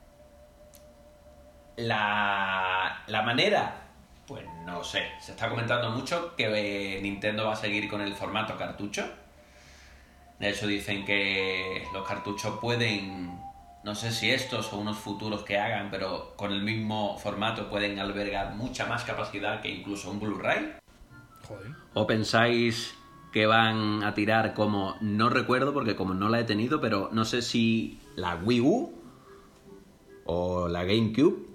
La, la manera, pues no sé. Se está comentando mucho que Nintendo va a seguir con el formato cartucho. De hecho dicen que los cartuchos pueden, no sé si estos o unos futuros que hagan, pero con el mismo formato pueden albergar mucha más capacidad que incluso un Blu-ray. Joder. ¿O pensáis que van a tirar como, no recuerdo porque como no la he tenido, pero no sé si la Wii U o la GameCube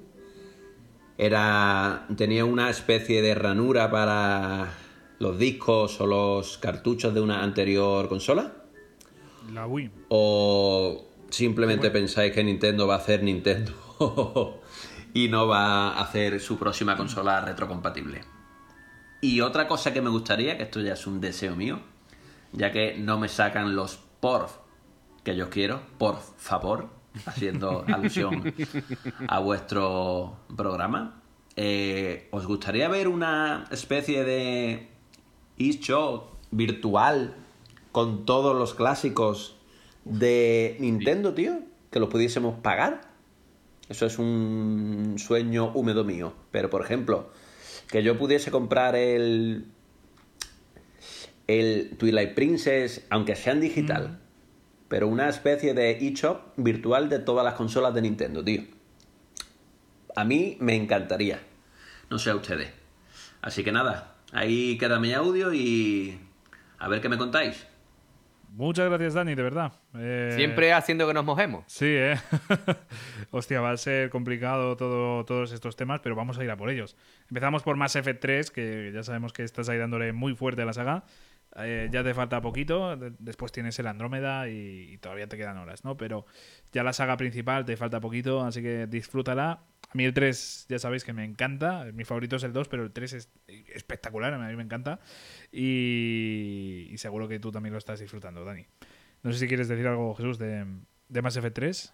era, tenía una especie de ranura para los discos o los cartuchos de una anterior consola? La Wii. ¿O simplemente Bueno. pensáis que Nintendo va a hacer Nintendo y no va a hacer su próxima consola retrocompatible? Y otra cosa que me gustaría, que esto ya es un deseo mío, ya que no me sacan los por que yo quiero, por favor, haciendo alusión a vuestro programa, eh, ¿os gustaría ver una especie de eShop virtual con todos los clásicos de Nintendo, tío? Que los pudiésemos pagar. Eso es un sueño húmedo mío. Pero, por ejemplo, que yo pudiese comprar el el Twilight Princess, aunque sea en digital, mm. pero una especie de eShop virtual de todas las consolas de Nintendo, tío. A mí me encantaría. No sé a ustedes. Así que nada, ahí queda mi audio y a ver qué me contáis. Muchas gracias, Dani, de verdad. Eh... Siempre haciendo que nos mojemos. Sí, ¿eh? Hostia, va a ser complicado todo, todos estos temas, pero vamos a ir a por ellos. Empezamos por Mass Effect tres, que ya sabemos que estás ahí dándole muy fuerte a la saga. Eh, ya te falta poquito, después tienes el Andrómeda y, y todavía te quedan horas, ¿no? Pero ya la saga principal te falta poquito, así que disfrútala. A mí el tres ya sabéis que me encanta, mi favorito es el dos, pero el tres es espectacular, a mí me encanta y, y seguro que tú también lo estás disfrutando, Dani. No sé si quieres decir algo, Jesús, de, de Mass Effect tres.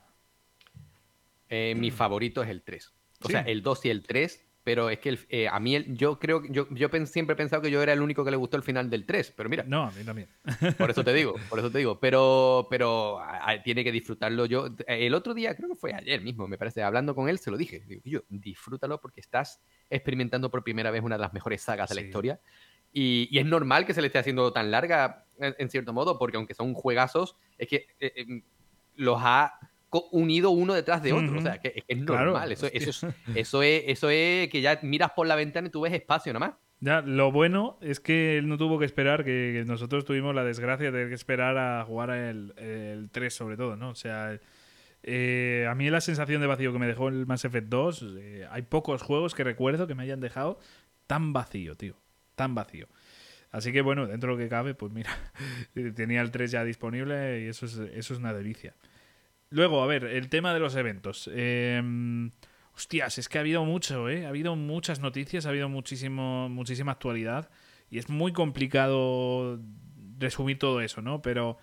Eh, mi favorito es el tres. O ¿Sí? sea, el dos y el tres, pero es que el, eh, a mí el, yo creo yo, yo pen, siempre he pensado que yo era el único que le gustó el final del tres, pero mira. No, a mí también. Por eso te digo, por eso te digo. Pero, pero a, a, tiene que disfrutarlo yo. El otro día, creo que fue ayer mismo, me parece, hablando con él, se lo dije. Digo, yo, disfrútalo porque estás experimentando por primera vez una de las mejores sagas de Sí. la historia. Y, y es normal que se le esté haciendo tan larga, en, en cierto modo, porque aunque son juegazos, es que eh, eh, los ha unido uno detrás de otro. Uh-huh. O sea, que, que es normal. Claro, eso, eso, es, eso, es, eso es que ya miras por la ventana y tú ves espacio nomás. Ya, lo bueno es que él no tuvo que esperar, que, que nosotros tuvimos la desgracia de tener que esperar a jugar el, el tres sobre todo, ¿no? O sea, eh, a mí la sensación de vacío que me dejó el Mass Effect dos, eh, hay pocos juegos que recuerdo que me hayan dejado tan vacío, tío, tan vacío. Así que bueno, dentro de lo que cabe, pues mira, tenía el tres ya disponible y eso es, eso es una delicia. Luego, a ver, el tema de los eventos. Eh, hostias, es que ha habido mucho, ¿eh? Ha habido muchas noticias, ha habido muchísimo, muchísima actualidad y es muy complicado resumir todo eso, ¿no? Pero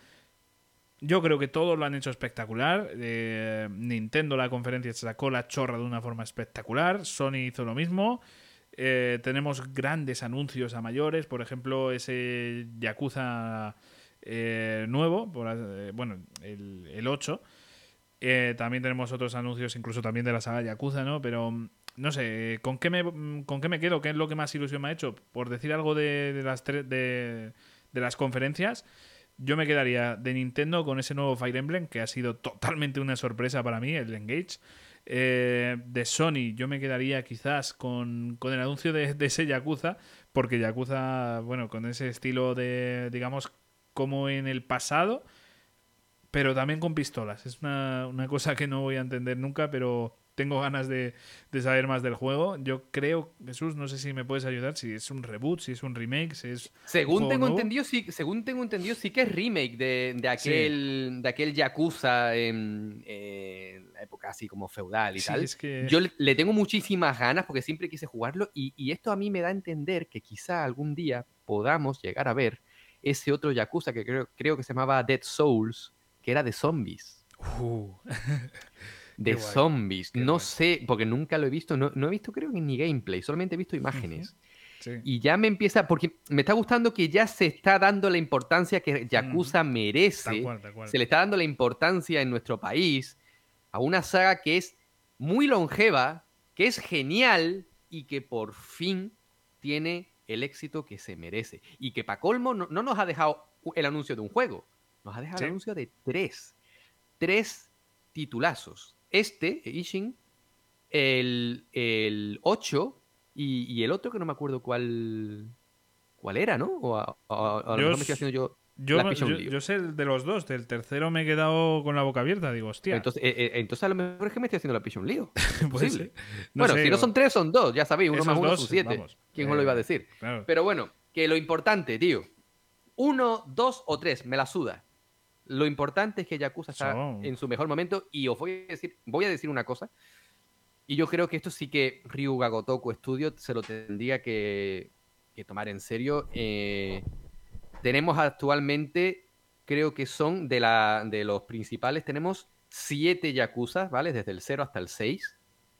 yo creo que todos lo han hecho espectacular. Eh, Nintendo, la conferencia, se sacó la chorra de una forma espectacular. Sony hizo lo mismo. Eh, tenemos grandes anuncios a mayores, por ejemplo, ese Yakuza eh, nuevo, por, eh, bueno, el, el ocho. Eh, también tenemos otros anuncios, incluso también de la saga Yakuza, ¿no? Pero no sé, ¿con qué me, con qué me quedo? ¿Qué es lo que más ilusión me ha hecho? Por decir algo de, de, las, tre- de, de las conferencias, yo me quedaría de Nintendo con ese nuevo Fire Emblem, que ha sido totalmente una sorpresa para mí, el Engage. Eh, de Sony, yo me quedaría quizás con, con el anuncio de, de ese Yakuza, porque Yakuza, bueno, con ese estilo de, digamos, como en el pasado, pero también con pistolas. Es una, una cosa que no voy a entender nunca, pero tengo ganas de, de saber más del juego. Yo creo, Jesús, no sé si me puedes ayudar, si es un reboot, si es un remake, si es... Según tengo nuevo. entendido, sí, según tengo entendido, sí que es remake de, de aquel sí. de aquel Yakuza en, en la época así como feudal y sí, tal. Es que... Yo le tengo muchísimas ganas porque siempre quise jugarlo y, y esto a mí me da a entender que quizá algún día podamos llegar a ver ese otro Yakuza que creo, creo que se llamaba Dead Souls, que era de zombies. Uh. de Qué guay, zombies. qué No guay. sé, porque nunca lo he visto, no, no he visto creo que ni gameplay, solamente he visto imágenes. Sí. Y ya me empieza, porque me está gustando que ya se está dando la importancia que Yakuza Tal merece, cual, tal cual. se le está dando la importancia en nuestro país a una saga que es muy longeva, que es genial y que por fin tiene el éxito que se merece. Y que para colmo no, no nos ha dejado el anuncio de un juego, nos ha dejado Sí. el anuncio de tres. Tres titulazos. Este, Ishin, el, el ocho y, y el otro que no me acuerdo cuál, cuál era, ¿no? O a, a- a lo Yo mejor me estoy s- haciendo yo Yo, la picha un yo, lío. yo sé el de los dos. Del tercero me he quedado con la boca abierta. Digo, hostia. Entonces, eh, eh, entonces a lo mejor es que me estoy haciendo la picha un lío. Es puede posible. ser. No bueno, sé, si no o- son tres, son dos. Ya sabéis, uno esos más uno dos, son siete. vamos, ¿Quién os lo iba a eh, decir? claro. Pero bueno, que lo importante, tío. Uno, dos o tres, me la suda. Lo importante es que Yakuza está Son- en su mejor momento. Y os voy a decir, voy a decir una cosa. Y yo creo que esto sí que Ryuga Gotoku Studio se lo tendría que, que tomar en serio. Eh, tenemos actualmente, creo que son de, la, de los principales, tenemos siete Yakuza, ¿vale? Desde el cero hasta el seis,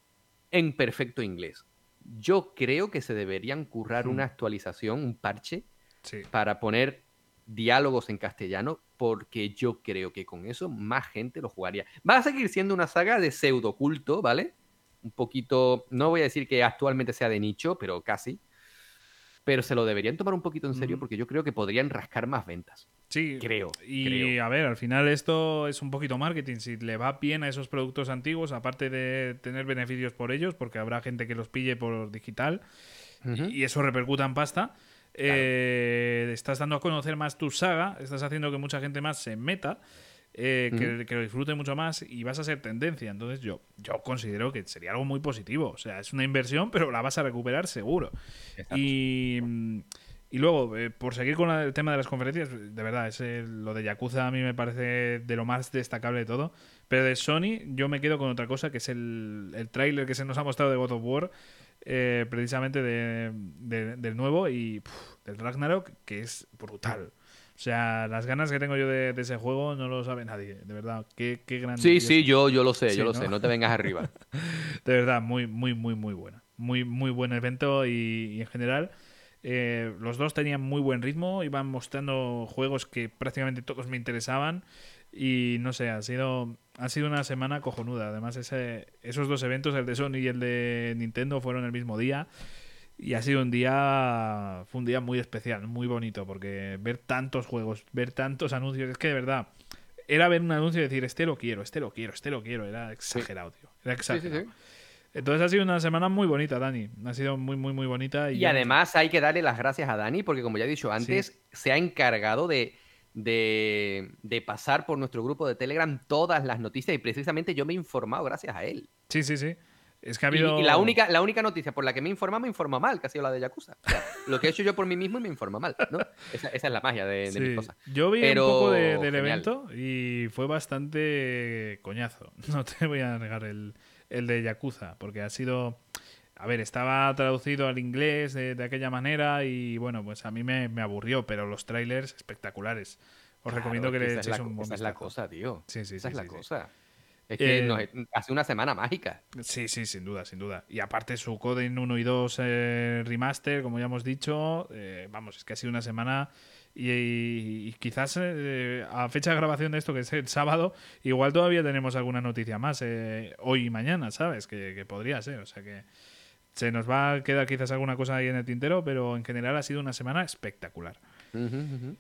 en perfecto inglés. Yo creo que se deberían currar Hmm. una actualización, un parche, Sí. para poner diálogos en castellano, porque yo creo que con eso más gente lo jugaría. Va a seguir siendo una saga de pseudoculto, ¿vale? Un poquito, no voy a decir que actualmente sea de nicho, pero casi. Pero se lo deberían tomar un poquito en serio Mm. porque yo creo que podrían rascar más ventas. Sí, Creo, Y creo. a ver, al final esto es un poquito marketing. Si le va bien a esos productos antiguos, aparte de tener beneficios por ellos, porque habrá gente que los pille por digital Ujú. y eso repercuta en pasta, eh, estás dando a conocer más tu saga, estás haciendo que mucha gente más se meta, eh, que, Ujú. que lo disfrute mucho más y vas a ser tendencia. Entonces yo, yo considero que sería algo muy positivo. O sea, es una inversión, pero la vas a recuperar seguro. Exacto. Y, mm, y luego, eh, por seguir con la- el tema de las conferencias, de verdad, es el- lo de Yakuza a mí me parece de lo más destacable de todo. Pero de Sony yo me quedo con otra cosa, que es el, el tráiler que se nos ha mostrado de God of War, eh, precisamente de, de- del nuevo y puf, del Ragnarok, que es brutal. O sea, las ganas que tengo yo de, de ese juego no lo sabe nadie, de verdad. Qué, qué gran. Sí, sí, yo, yo lo sé, Sí, yo lo ¿no? sé. No te vengas arriba. De verdad, muy, muy, muy, muy buena. Muy, muy buen evento y, y en general eh, los dos tenían muy buen ritmo, iban mostrando juegos que prácticamente todos me interesaban y no sé, ha sido, ha sido una semana cojonuda. Además, ese, esos dos eventos, el de Sony y el de Nintendo, fueron el mismo día. Y ha sido un día, fue un día muy especial, muy bonito, porque ver tantos juegos, ver tantos anuncios, es que de verdad, era ver un anuncio y decir, este lo quiero, este lo quiero, este lo quiero, era exagerado, tío, era Sí, sí, exagerado. sí. Entonces ha sido una semana muy bonita, Dani, ha sido muy, muy, muy bonita. Y, Y ya- además hay que darle las gracias a Dani porque, como ya he dicho antes, se ha encargado de, de, de pasar por nuestro grupo de Telegram todas las noticias y precisamente yo me he informado gracias a él. Sí, sí, sí. Es que ha Y, habido... y la única, la única noticia por la que me informa, me informa mal, que ha sido la de Yakuza. O sea, lo que he hecho yo por mí mismo y me informa mal, ¿no? Esa, esa es la magia de, de Sí. mis cosas. Yo vi Pero un poco de- del genial. evento y fue bastante coñazo. No te voy a negar el, el de Yakuza, porque ha sido... A ver, estaba traducido al inglés de, de aquella manera y bueno, pues a mí me, me aburrió, pero los trailers espectaculares. Os Claro, recomiendo que es que le esa es echéis la, un buen esa es la vistazo. cosa, tío. Sí, sí, esa sí, es la sí, sí. cosa. Es que Eh, nos- hace una semana mágica. Sí, sí, sin duda, sin duda. Y aparte su Coden uno y dos eh, remaster, como ya hemos dicho, eh, vamos, es que ha sido una semana y, y- y quizás eh, a fecha de grabación de esto, que es el sábado, igual todavía tenemos alguna noticia más eh, hoy y mañana, ¿sabes? Que, que podría ser, o sea que se nos va a quedar quizás alguna cosa ahí en el tintero, pero en general ha sido una semana espectacular. Ujú, ujú.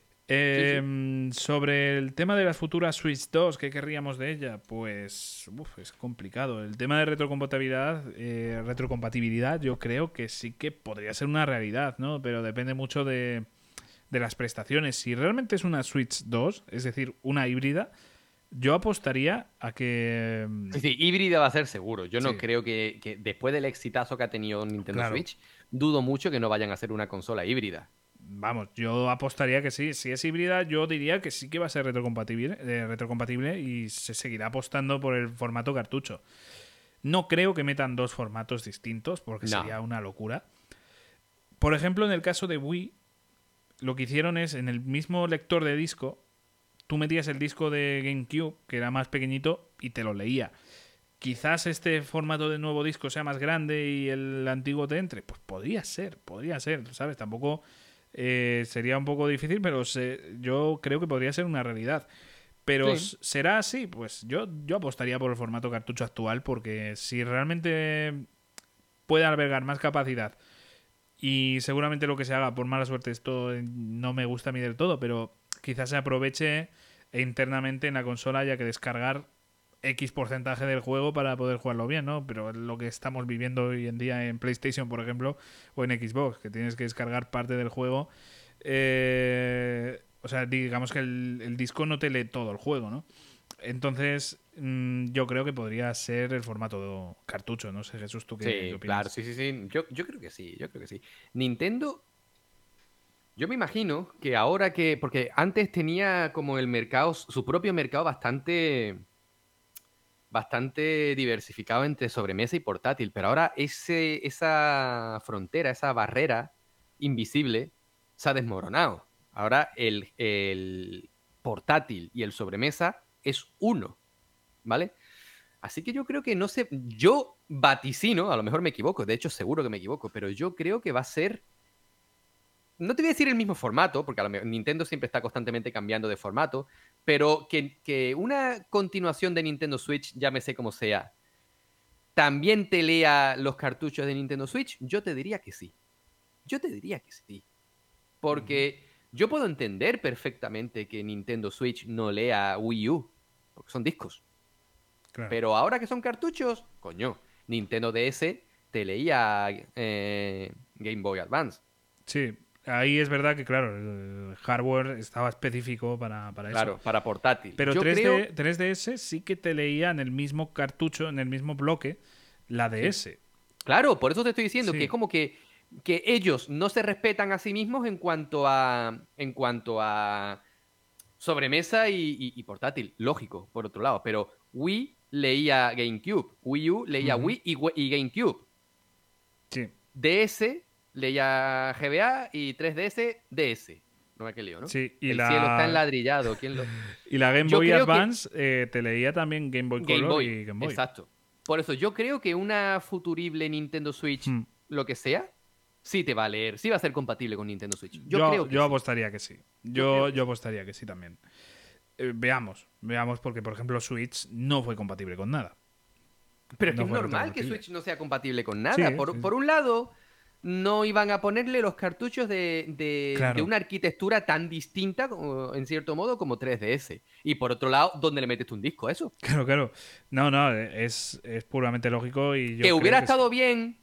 Eh, Sobre el tema de las futuras Switch dos, ¿qué querríamos de ella? Pues uf, es complicado. El tema de retrocompatibilidad, eh, retrocompatibilidad, yo creo que sí que podría ser una realidad, ¿no? Pero depende mucho de, de las prestaciones. Si realmente es una Switch dos, es decir, una híbrida, yo apostaría a que... Sí, sí, híbrida va a ser seguro. Yo no Sí. creo que, que después del exitazo que ha tenido Nintendo Claro. Switch, dudo mucho que no vayan a hacer una consola híbrida. Vamos, yo apostaría que sí. Si es híbrida, yo diría que sí que va a ser retrocompatible, eh, retrocompatible y se seguirá apostando por el formato cartucho. No creo que metan dos formatos distintos porque No. sería una locura. Por ejemplo, en el caso de Wii, lo que hicieron es en el mismo lector de disco, tú metías el disco de GameCube, que era más pequeñito, y te lo leía. quizás este formato de nuevo disco sea más grande y el antiguo te entre. Pues podría ser, podría ser, ¿sabes? Tampoco eh, sería un poco difícil, pero se, yo creo que podría ser una realidad. Pero Sí. ¿será así? Pues yo, yo apostaría por el formato cartucho actual, porque si realmente puede albergar más capacidad, y seguramente lo que se haga, por mala suerte, esto no me gusta a mí del todo, pero quizás se aproveche internamente en la consola, haya que descargar X porcentaje del juego para poder jugarlo bien, ¿no? Pero es lo que estamos viviendo hoy en día en PlayStation, por ejemplo, o en Xbox, que tienes que descargar parte del juego. Eh, o sea, digamos que el, el disco no te lee todo el juego, ¿no? Entonces, mmm, yo creo que podría ser el formato cartucho. No sé, Jesús, ¿tú qué, Sí, qué opinas? claro, sí, sí, sí. Yo, yo creo que sí, yo creo que sí. Nintendo, yo me imagino que ahora que, porque antes tenía como el mercado, su propio mercado bastante, bastante diversificado entre sobremesa y portátil, pero ahora ese, esa frontera, esa barrera invisible se ha desmoronado. Ahora el, el portátil y el sobremesa es uno, ¿vale? Así que yo creo que no sé, yo vaticino, a lo mejor me equivoco, de hecho seguro que me equivoco, pero yo creo que va a ser, no te voy a decir el mismo formato, porque a lo mejor Nintendo siempre está constantemente cambiando de formato, pero que, que una continuación de Nintendo Switch, llámese como sea, también te lea los cartuchos de Nintendo Switch, yo te diría que sí. Yo te diría que sí. Porque yo puedo entender perfectamente que Nintendo Switch no lea Wii U, porque son discos. Claro. Pero ahora que son cartuchos, coño, Nintendo D S te leía eh, Game Boy Advance. Sí, ahí es verdad que, claro, el hardware estaba específico para, para eso. Claro, para portátil. Pero Yo tres D, creo- tres D S sí que te leía en el mismo cartucho, en el mismo bloque, la D S. Claro, por eso te estoy diciendo Sí. que es como que, que ellos no se respetan a sí mismos en cuanto a, en cuanto a sobremesa y, y- y portátil. Lógico, por otro lado. Pero Wii leía GameCube, Wii U leía Ujú. Wii y, we- y GameCube. Sí. D S leía G B A y tres D S D S. No me qué lío, ¿no? Sí, y El la- cielo está enladrillado. ¿Quién lo... Y la Game Yo Boy creo que- Advance eh, te leía también Game Boy Game Color Boy. y Game Boy. Exacto. Por eso yo creo que una futurible Nintendo Switch, Hmm. lo que sea, sí te va a leer, sí va a ser compatible con Nintendo Switch. Yo, Yo, creo que yo sí. apostaría que sí. Yo, yo apostaría que sí también. Eh, veamos, veamos, porque por ejemplo Switch no fue compatible con nada. Pero es que no es fue normal que retrocompatible. Switch no sea compatible con nada. Sí, por, sí, sí. por un lado, no iban a ponerle los cartuchos de, de- Claro. de una arquitectura tan distinta, como- en cierto modo, como tres D S. Y por otro lado, ¿dónde le metes tú un disco a eso? Claro, claro. No, no, es, es puramente lógico y yo que creo hubiera que estado bien,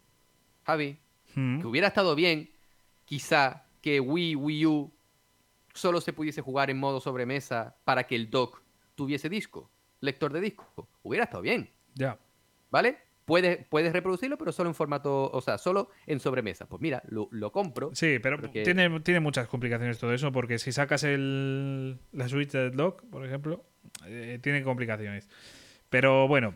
Javi, sí. Mm. que hubiera estado bien, quizá que Wii, Wii U solo se pudiese jugar en modo sobremesa para que el dock tuviese disco, lector de disco. Hubiera estado bien, Ya. ¿vale? Puedes, puedes reproducirlo, pero solo en formato, o sea, solo en sobremesa. Pues mira, lo, lo compro. Sí, pero porque- tiene, tiene muchas complicaciones todo eso, porque si sacas el, la Switch del dock, por ejemplo, eh, tiene complicaciones. Pero bueno,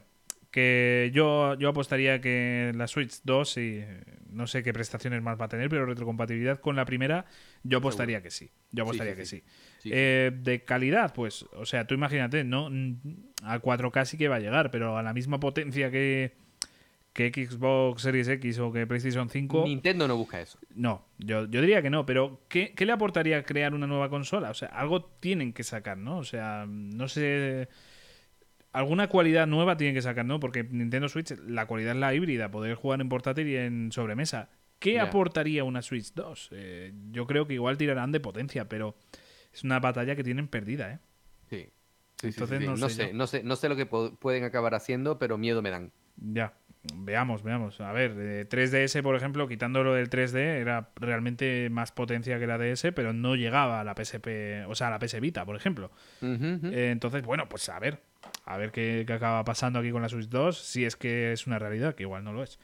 que yo, yo apostaría que la Switch dos, y eh, no sé qué prestaciones más va a tener, pero retrocompatibilidad con la primera, yo apostaría que sí. Yo Sí, apostaría sí, que sí. sí. Sí, sí. Eh, de calidad, pues, o sea, tú imagínate, ¿no? Mm, A cuatro K sí que va a llegar, pero a la misma potencia que, que Xbox Series X o que PlayStation cinco. Nintendo no busca eso. No, yo, yo diría que no, pero ¿qué, ¿qué le aportaría crear una nueva consola? O sea, algo tienen que sacar, ¿no? O sea, no sé. Alguna cualidad nueva tienen que sacar, ¿no? Porque Nintendo Switch, la cualidad es la híbrida, poder jugar en portátil y en sobremesa. ¿Qué Ya. aportaría una Switch dos? Eh, yo creo que igual tirarán de potencia, pero es una batalla que tienen perdida, ¿eh? Sí. Sí, sí, Entonces, sí, sí. no No, sé sé, yo. no sé, no sé lo que po- pueden acabar haciendo, pero miedo me dan. Ya, veamos, veamos. A ver, eh, tres D S, por ejemplo, quitándolo del tres D, era realmente más potencia que la D S, pero no llegaba a la P S P, o sea, a la P S Vita, por ejemplo. Ujú, ujú. Eh, entonces, bueno, pues a ver, a ver qué, qué acaba pasando aquí con la Switch dos, si es que es una realidad, que igual no lo es.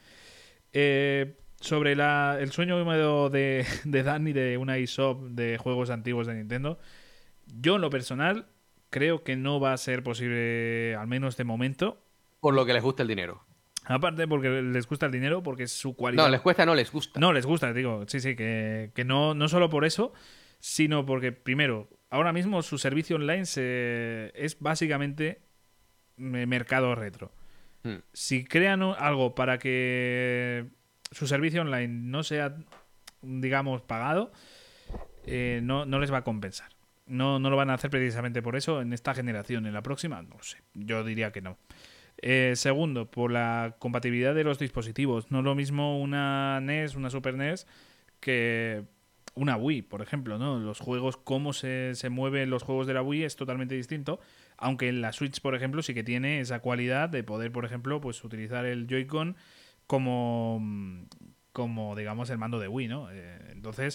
Eh, sobre la, el sueño húmedo de, de Dani de una eShop de juegos antiguos de Nintendo, yo en lo personal creo que no va a ser posible, al menos de momento. Por lo que les gusta el dinero. Aparte porque les gusta el dinero, porque es su cualidad. No, les cuesta, no les gusta. No, les gusta, digo, sí, sí, que, que no, no solo por eso, sino porque, primero, ahora mismo su servicio online se, es básicamente eh, mercado retro. Hmm. Si crean un- algo para que su servicio online no sea, digamos, pagado, eh, no, no les va a compensar. No, no lo van a hacer precisamente por eso en esta generación. En la próxima, no sé. Yo diría que no. Eh, segundo, por la compatibilidad de los dispositivos. No es lo mismo una N E S, una Super N E S, que una Wii, por ejemplo, ¿no? Los juegos, cómo se, se mueven los juegos de la Wii es totalmente distinto. Aunque en la Switch, por ejemplo, sí que tiene esa cualidad de poder, por ejemplo, pues utilizar el Joy-Con como, como, digamos, el mando de Wii, ¿no? Eh, entonces,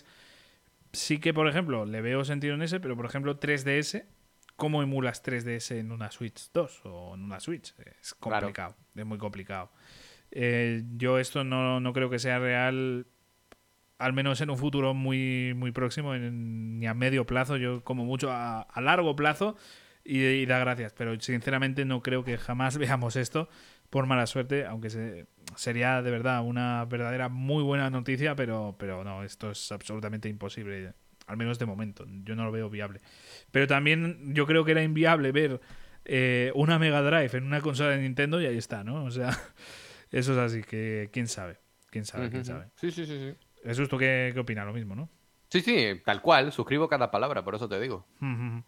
sí que, por ejemplo, le veo sentido en ese, pero, por ejemplo, tres D S, ¿cómo emulas tres D S en una Switch dos o en una Switch? Es complicado, es muy complicado. Eh, yo esto no, no creo que sea real, al menos en un futuro muy, muy próximo, en- ni a medio plazo, yo como mucho a, a largo plazo, y, y da gracias, pero sinceramente no creo que jamás veamos esto por mala suerte, aunque se- sería de verdad una verdadera muy buena noticia, pero, pero no, esto es absolutamente imposible, al menos de momento, yo no lo veo viable. Pero también yo creo que era inviable ver eh, una Mega Drive en una consola de Nintendo y ahí está, ¿no? O sea, eso es así, que quién sabe, quién sabe, quién Ujú, sabe. Sí, sí, sí, sí. Jesús, ¿tú qué, qué opinas? Lo mismo, ¿no? Sí, sí, tal cual. Suscribo cada palabra, por eso te digo. Ujú.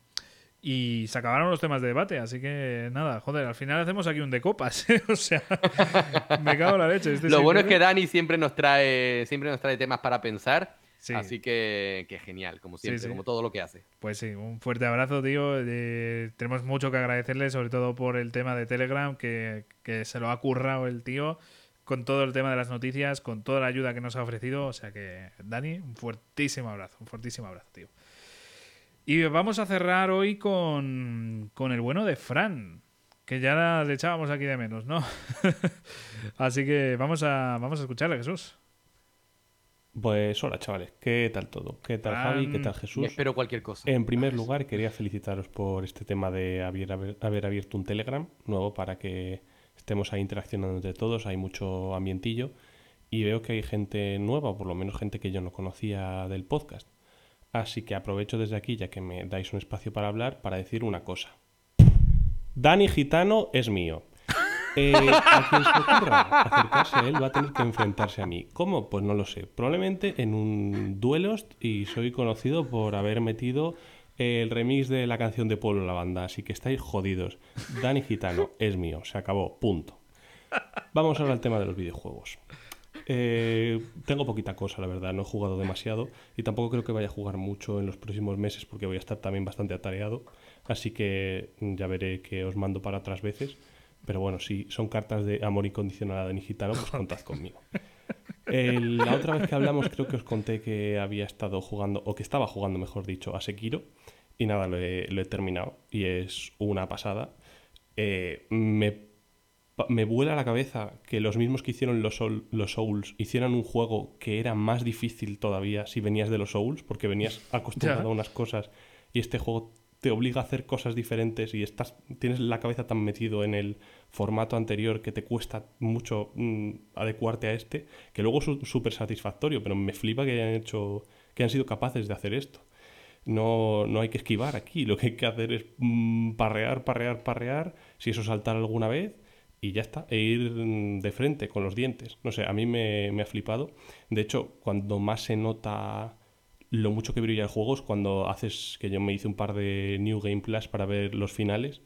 Y se acabaron los temas de debate, así que nada, joder, al final hacemos aquí un de copas, ¿eh? O sea, me cago en la leche. Este Lo sí bueno es que- que Dani siempre nos trae, siempre nos trae temas para pensar. Sí. Así que, que genial, como siempre, Sí, sí. como todo lo que hace. Pues sí, un fuerte abrazo, tío. Eh, tenemos mucho que agradecerle, sobre todo por el tema de Telegram, que, que se lo ha currado el tío con todo el tema de las noticias, con toda la ayuda que nos ha ofrecido. O sea que, Dani, un fuertísimo abrazo, un fuertísimo abrazo, tío. Y vamos a cerrar hoy con, con el bueno de Fran, que ya le echábamos aquí de menos, ¿no? Así que vamos a, vamos a escucharle, Jesús. Pues hola chavales, ¿qué tal todo? ¿Qué tal Javi? ¿Qué tal Jesús? Espero cualquier cosa. En primer lugar quería felicitaros por este tema de haber, haber, haber abierto un Telegram nuevo para que estemos ahí interaccionando entre todos, hay mucho ambientillo y veo que hay gente nueva, o por lo menos gente que yo no conocía del podcast. Así que aprovecho desde aquí, ya que me dais un espacio para hablar, para decir una cosa. Dani Gitano es mío. Eh, a quien se le ocurra acercarse a él va a tener que enfrentarse a mí. ¿Cómo? Pues no lo sé. Probablemente en un duelos, y soy conocido por haber metido el remix de la canción de Pueblo La Banda, así que estáis jodidos. Dani Gitano es mío, se acabó, punto. Vamos ahora al tema de los videojuegos. Eh, tengo poquita cosa, la verdad, no he jugado demasiado y tampoco creo que vaya a jugar mucho en los próximos meses porque voy a estar también bastante atareado, así que ya veré que os mando para otras veces. Pero bueno, si son cartas de amor incondicional a Dani Gitano, pues contad conmigo. El- la otra vez que hablamos creo que os conté que había estado jugando, o que estaba jugando, mejor dicho, a Sekiro. Y nada, lo he, lo he terminado y es una pasada. Eh, me, pa- me vuela la cabeza que los mismos que hicieron los, Soul- los Souls hicieran un juego que era más difícil todavía si venías de los Souls, porque venías acostumbrado Ya. a unas cosas y este juego te obliga a hacer cosas diferentes y estás tienes la cabeza tan metido en el formato anterior que te cuesta mucho mm, adecuarte a este, que luego es su- súper satisfactorio, pero me flipa que hayan hecho, que han sido capaces de hacer esto. No, no hay que esquivar aquí, lo que hay que hacer es mm, parrear, parrear, parrear, si eso saltar alguna vez y ya está, e ir mm, de frente con los dientes. No sé, a mí me, me ha flipado. De hecho, cuando más se nota lo mucho que brilla el juego es cuando haces, que yo me hice un par de New Game Plus para ver los finales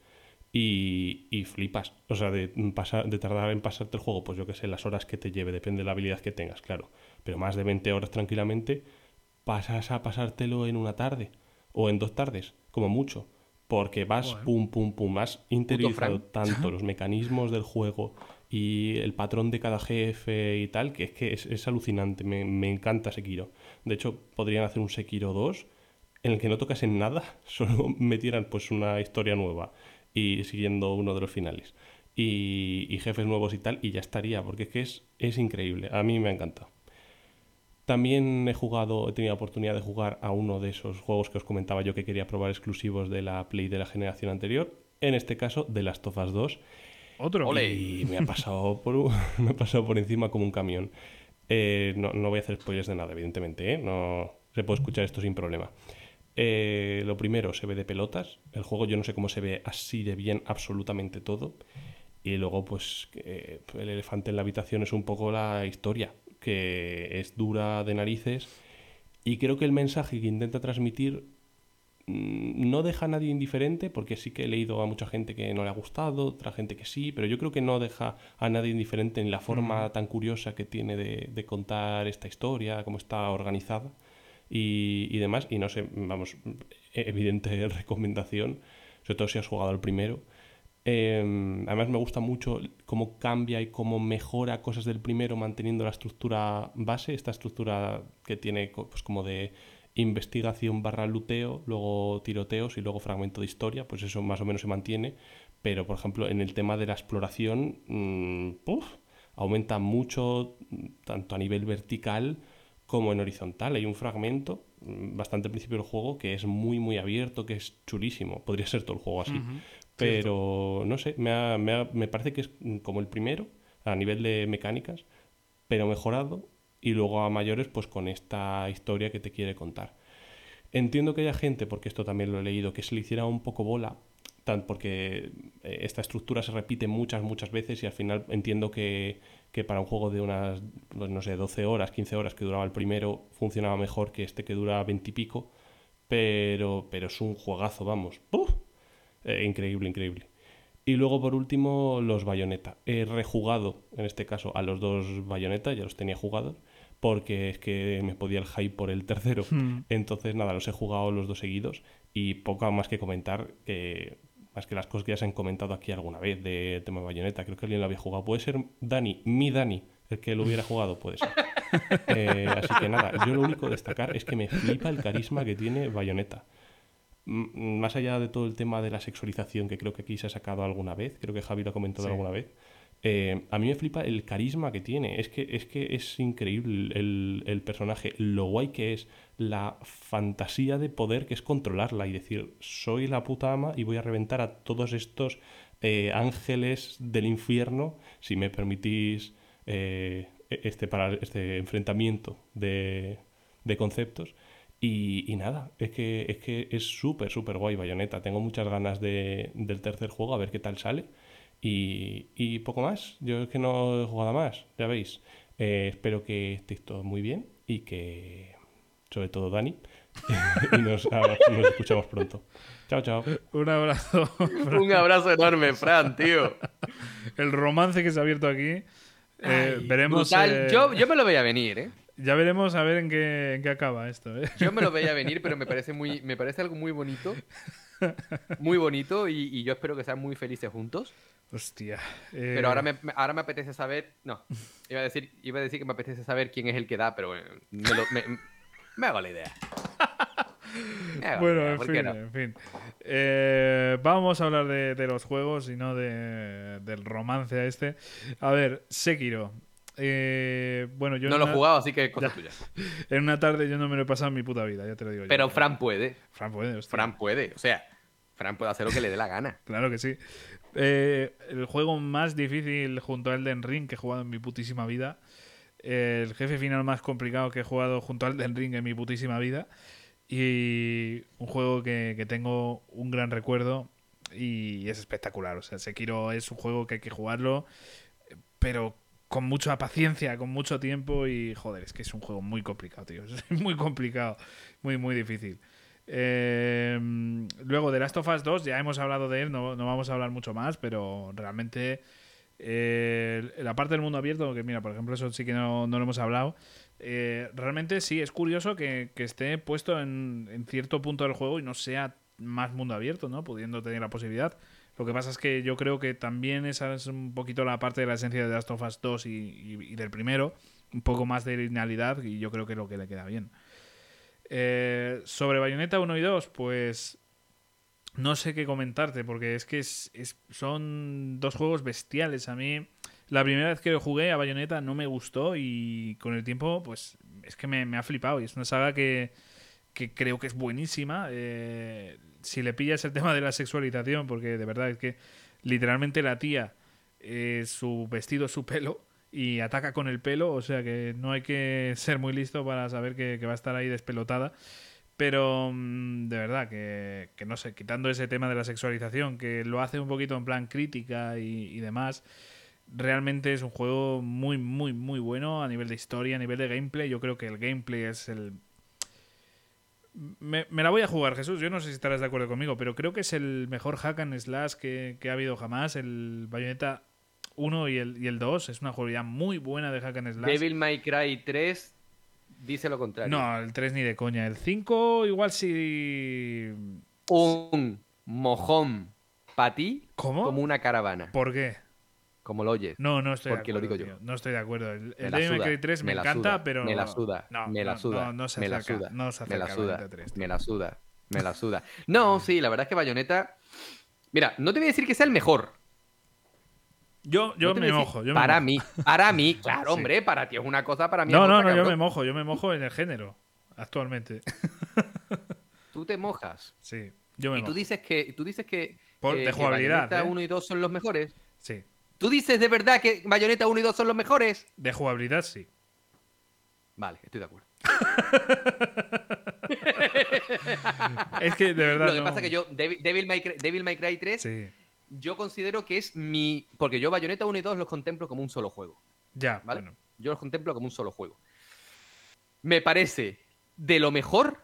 y, y flipas. O sea, de, pasar, de tardar en pasarte el juego, pues yo que sé, las horas que te lleve, depende de la habilidad que tengas, claro. Pero más de veinte horas tranquilamente, pasas a pasártelo en una tarde o en dos tardes, como mucho. Porque vas Joder. pum, pum, pum, has interiorizado Frank. tanto los mecanismos del juego y el patrón de cada jefe y tal, que es que es, es alucinante. Me, me encanta Sekiro. De hecho, podrían hacer un Sekiro dos en el que no tocasen nada, solo metieran pues una historia nueva y siguiendo uno de los finales. Y, y jefes nuevos y tal, y ya estaría, porque es que es, es increíble. A mí me ha encantado. También he jugado, he tenido la oportunidad de jugar a uno de esos juegos que os comentaba yo que quería probar exclusivos de la Play de la generación anterior. En este caso, The Last of Us dos. Otro. Ole. Y me ha pasado por, un- me ha pasado por encima como un camión. Eh, no, no voy a hacer spoilers de nada, evidentemente, ¿eh? No se puede escuchar esto sin problema. Eh, lo primero, se ve de pelotas. El juego yo no sé cómo se ve así de bien absolutamente todo. Y luego, pues, eh, el elefante en la habitación es un poco la historia, que es dura de narices. Y creo que el mensaje que intenta transmitir mmm, no deja a nadie indiferente, porque sí que he leído a mucha gente que no le ha gustado, otra gente que sí, pero yo creo que no deja a nadie indiferente en la forma Mm. tan curiosa que tiene de, de contar esta historia, cómo está organizada y, y demás. Y no sé, vamos, evidente recomendación, sobre todo si has jugado al primero. Eh, además me gusta mucho cómo cambia y cómo mejora cosas del primero manteniendo la estructura base, esta estructura que tiene co- pues como de investigación barra luteo, luego tiroteos y luego fragmento de historia, pues eso más o menos se mantiene, pero por ejemplo en el tema de la exploración, mmm, puf, aumenta mucho tanto a nivel vertical como en horizontal. Hay un fragmento mm, bastante al principio del juego que es muy muy abierto, que es chulísimo, podría ser todo el juego así. Ujú. Cierto. Pero no sé, me, ha- me, ha- me parece que es como el primero a nivel de mecánicas, pero mejorado y luego a mayores pues con esta historia que te quiere contar. Entiendo que haya gente, porque esto también lo he leído, que se le hiciera un poco bola, tan porque eh, esta estructura se repite muchas, muchas veces y al final entiendo que, que para un juego de unas, pues, no sé, doce horas, quince horas que duraba el primero, funcionaba mejor que este que dura veinte y pico, pero, pero es un juegazo, vamos. ¡Puf! Eh, increíble, increíble. Y luego, por último, los Bayonetta. He rejugado, en este caso, a los dos Bayonetta, ya los tenía jugados, porque es que me podía el hype por el tercero. Mm. Entonces, nada, los he jugado los dos seguidos y poco más que comentar, que más que las cosas que ya se han comentado aquí alguna vez de tema de Bayonetta. Creo que alguien lo había jugado. Puede ser Dani, mi Dani, el que lo hubiera jugado, puede ser. Eh, así que nada, yo lo único a destacar es que me flipa el carisma que tiene Bayonetta. M- Más allá de todo el tema de la sexualización, que creo que aquí se ha sacado alguna vez, creo que Javi lo ha comentado Sí. alguna vez, eh, a mí me flipa el carisma que tiene. Es que es, que es increíble el, el personaje, lo guay que es, la fantasía de poder que es controlarla y decir, soy la puta ama y voy a reventar a todos estos eh, ángeles del infierno, si me permitís eh, este, para este enfrentamiento de, de conceptos. Y, y nada, es que es que es súper, súper guay Bayonetta. Tengo muchas ganas de, del tercer juego, a ver qué tal sale. Y, y poco más. Yo es que no he jugado más, ya veis. Eh, espero que estéis todos muy bien y que, sobre todo Dani, y nos, nos escuchamos pronto. Chao, chao. Un abrazo. Fran. Un abrazo enorme, Fran, tío. El romance que se ha abierto aquí. Eh, Ay, veremos. brutal. eh, Yo, yo me lo veía venir, ¿eh? Ya veremos a ver en qué, en qué acaba esto. ¿eh? Yo me lo veía venir, pero me parece muy, me parece algo muy bonito. Muy bonito y, y yo espero que sean muy felices juntos. Hostia. eh, Pero ahora me, me- ahora me apetece saber. No, iba a decir, iba a decir que me apetece saber quién es el que da, pero bueno, me, lo- me- me hago la idea. Me hago la Bueno, idea, en ¿por fin, qué no? en fin. Eh, vamos a hablar de, de los juegos y no de, del romance a este. A ver, Sekiro. Eh, bueno, yo No en lo he una- jugado, así que cosa Ya. tuya. En una tarde yo no me lo he pasado en mi puta vida, ya te lo digo yo. Pero Fran puede. Fran puede, hostia. Fran puede. O sea, Fran puede hacer lo que le dé la gana. Claro que sí. Eh, el juego más difícil junto a Elden Ring que he jugado en mi putísima vida. El jefe final más complicado que he jugado junto a Elden Ring en mi putísima vida. Y un juego que, que tengo un gran recuerdo y es espectacular. O sea, Sekiro es un juego que hay que jugarlo, pero con mucha paciencia, con mucho tiempo y joder, es que es un juego muy complicado, tío. Es muy complicado, muy, muy difícil. Eh, luego de Last of Us dos ya hemos hablado de él, no, no vamos a hablar mucho más, pero realmente eh, la parte del mundo abierto, que mira, por ejemplo, eso sí que no, no lo hemos hablado, eh, realmente sí, es curioso que, que esté puesto en, en cierto punto del juego y no sea más mundo abierto, ¿no? Pudiendo tener la posibilidad. Lo que pasa es que yo creo que también esa es un poquito la parte de la esencia de Last of Us dos y, y, y del primero, un poco más de linealidad y yo creo que es lo que le queda bien. Eh, sobre Bayonetta uno y dos, pues no sé qué comentarte, porque es que es, es- son dos juegos bestiales. A mí, la primera vez que jugué a Bayonetta no me gustó y con el tiempo, pues es que me, me ha flipado. Y es una saga que, que creo que es buenísima. Eh, si le pillas el tema de la sexualización, porque de verdad es que literalmente la tía, eh, su vestido es su pelo y ataca con el pelo, o sea que no hay que ser muy listo para saber que, que va a estar ahí despelotada. Pero mm, de verdad que, que no sé, quitando ese tema de la sexualización, que lo hace un poquito en plan crítica y, y demás, realmente es un juego muy, muy, muy bueno a nivel de historia, a nivel de gameplay. Yo creo que el gameplay es el... Me, me la voy a jugar, Jesús. Yo no sé si estarás de acuerdo conmigo, pero creo que es el mejor hack and slash que, que ha habido jamás. El Bayonetta uno y el, y el dos. Es una jugabilidad muy buena de hack and slash. Devil May Cry tres dice lo contrario. No, el tres ni de coña. El cinco igual sí... Un mojón para ti. ¿Cómo? Como una caravana. ¿Por qué? Como lo oyes. No, no estoy Porque de acuerdo. lo digo yo. Tío. No estoy de acuerdo. El, Me el la Devil May suda, Cry tres me, me la encanta, suda, pero... Me la suda, no, me la no, suda, no, no se me la acerca, suda, no se me la acerca a suda, Bayonetta tres, tío. me la suda, me la suda. No, sí, la verdad es que Bayonetta... Mira, no te voy a decir que sea el mejor. Yo, yo No te me voy a decir- mojo. Yo me para mojo. mí, para mí, claro, Sí. hombre, para ti es una cosa, para mí No, es no, otra, no, yo me cabrón. mojo. Yo me mojo en el género actualmente. Tú te mojas. Sí, yo me Y tú mojo. dices que, tú dices que, Por- eh, de que jugabilidad, Bayonetta ¿eh? uno y dos son los mejores. Sí. ¿Tú dices de verdad que Bayonetta uno y dos son los mejores? De jugabilidad, sí. Vale, estoy de acuerdo. Es que, de verdad, Lo que no. pasa es que yo, Devil, Devil May Cry, Devil May Cry tres, Sí. yo considero que es mi... Porque yo Bayonetta uno y dos los contemplo como un solo juego. Ya, ¿Vale? bueno. Yo los contemplo como un solo juego. Me parece de lo mejor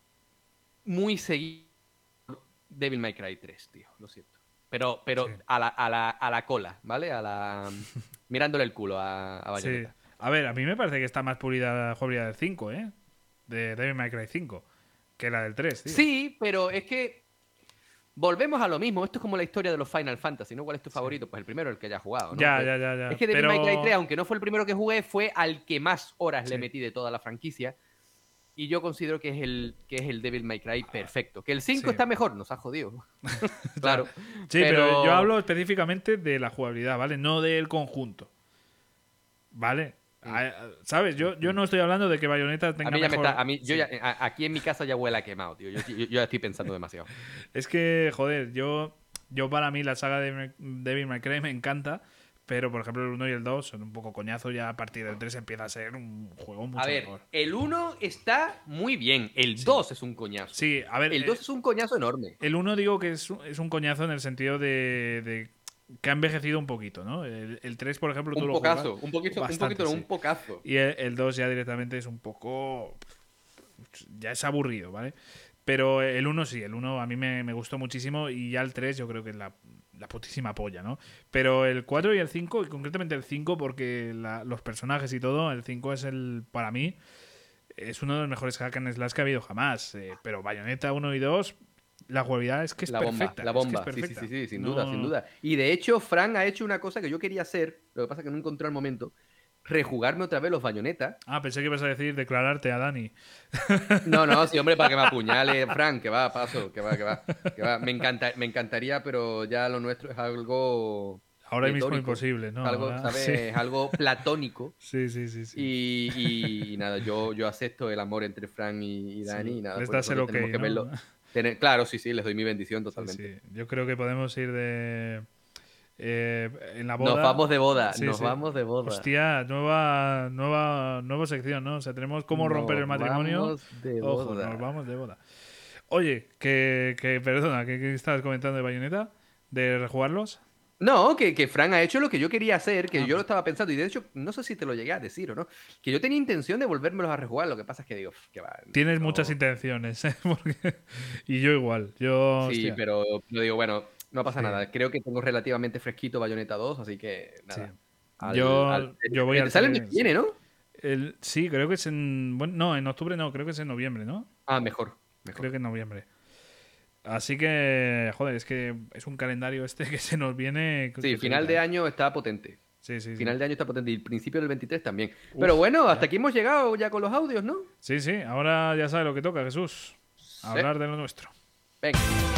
muy seguido Devil May Cry tres, tío. Lo siento. Pero, pero Sí. a, la, a, la, a la cola, ¿vale? A la... Mirándole el culo a, a Sí. Bayonetta. A ver, a mí me parece que está más pulida la jugabilidad del cinco, ¿eh? De Devil May Cry cinco. Que la del tres, tío. Sí, pero es que volvemos a lo mismo. Esto es como la historia de los Final Fantasy, ¿no? ¿Cuál es tu favorito? Pues el primero, el que haya jugado, ¿no? Ya, Pues- ya, ya, ya. Es que Devil Pero- May Cry tres, aunque no fue el primero que jugué, fue al que más horas le Sí. metí de toda la franquicia. Y yo considero que es el, que es el Devil May Cry perfecto. Que el cinco Sí. está mejor, nos ha jodido. Claro. Sí, pero... yo hablo específicamente de la jugabilidad, ¿vale? No del conjunto. ¿Vale? A- ¿Sabes? Yo, yo no estoy hablando de que Bayonetta tenga A mí ya me mejor... está. A mí, yo Sí. ya, a- aquí en mi casa ya huele a quemado, tío. Yo, yo- yo ya estoy pensando demasiado. Es que, joder, yo, yo para mí la saga de Devil May Cry me encanta, pero por ejemplo el uno y el dos son un poco coñazo, ya a partir del tres empieza a ser un juego mucho A ver, mejor. el uno está muy bien. El dos es un coñazo. Sí, a ver, El eh, dos es un coñazo enorme. el uno digo que es, un- es un coñazo en el sentido de, de que ha envejecido un poquito, ¿no? El, el tres, por ejemplo, tú Un lo pocazo. juegas Un poquito, un bastante, poquito, no, sí. un pocazo. Y el, el dos ya directamente es un poco... Ya es aburrido, ¿vale? Pero el uno sí, el uno a mí me, me gustó muchísimo y ya el tres yo creo que es la, la putísima polla, ¿no? Pero el cuatro y el cinco, y concretamente el cinco porque la- los personajes y todo, el cinco es el, para mí, es uno de los mejores hack and slash que ha habido jamás. eh, pero Bayonetta uno y dos, la jugabilidad es que es La bomba, perfecta. la es que es bomba. Sí, sí, perfecta. sí, sí, sin No- duda, sin duda. Y de hecho, Fran ha hecho una cosa que yo quería hacer, lo que pasa es que no encontré el momento, rejugarme otra vez los Bayonetta. Ah, pensé que ibas a decir declararte a Dani. No, no, sí, hombre, para que me apuñale, Fran, que va, paso, que va, que va, que va. Me, encanta, me encantaría, pero ya lo nuestro es algo... Ahora mismo pletórico. imposible, ¿no? Algo, Ahora- ¿sabes? sí. Es algo platónico. Sí, sí, sí. sí. Y, y- y nada, yo, yo acepto el amor entre Fran y, y Dani. Sí, y nada, les por das eso el que ok, tenemos que ¿no? verlo. Tener- claro, sí, sí, les doy mi bendición Sí, totalmente. sí. Yo creo que podemos ir de... eh, en la boda. Nos vamos de boda, Sí, nos sí. vamos de boda. Hostia, nueva, nueva, nueva sección, ¿no? O sea, tenemos cómo romper el Nos matrimonio. vamos de Ojo, boda. nos vamos de boda. Oye, que, que perdona, ¿qué, qué estabas comentando de Bayonetta? ¿De rejugarlos? No, que, que Fran ha hecho lo que yo quería hacer, que Ah. yo lo estaba pensando, y de hecho, no sé si te lo llegué a decir o no, que yo tenía intención de volvérmelos a rejugar, lo que pasa es que digo, que va. Tienes no- muchas intenciones, ¿eh? Porque- y yo igual. Yo, Sí, hostia. pero yo digo, bueno, no pasa Sí. nada. Creo que tengo relativamente fresquito Bayonetta dos, así que nada. Sí. Al- Yo- al- yo voy te al sale el mes tres. que viene, ¿no? El, sí, creo que es en... Bueno, no, en octubre no, creo que es en noviembre, ¿no? Ah, mejor. mejor. Creo que en noviembre. Así que, joder, es que es un calendario este que se nos viene... Sí, que final flipa, de ¿eh? año está potente. Sí, sí, sí. Final de año está potente y el principio del veintitrés también. Uf, Pero bueno, ya. hasta aquí hemos llegado ya con los audios, ¿no? Sí, sí, ahora ya sabes lo que toca, Jesús. Hablar de lo nuestro. Venga.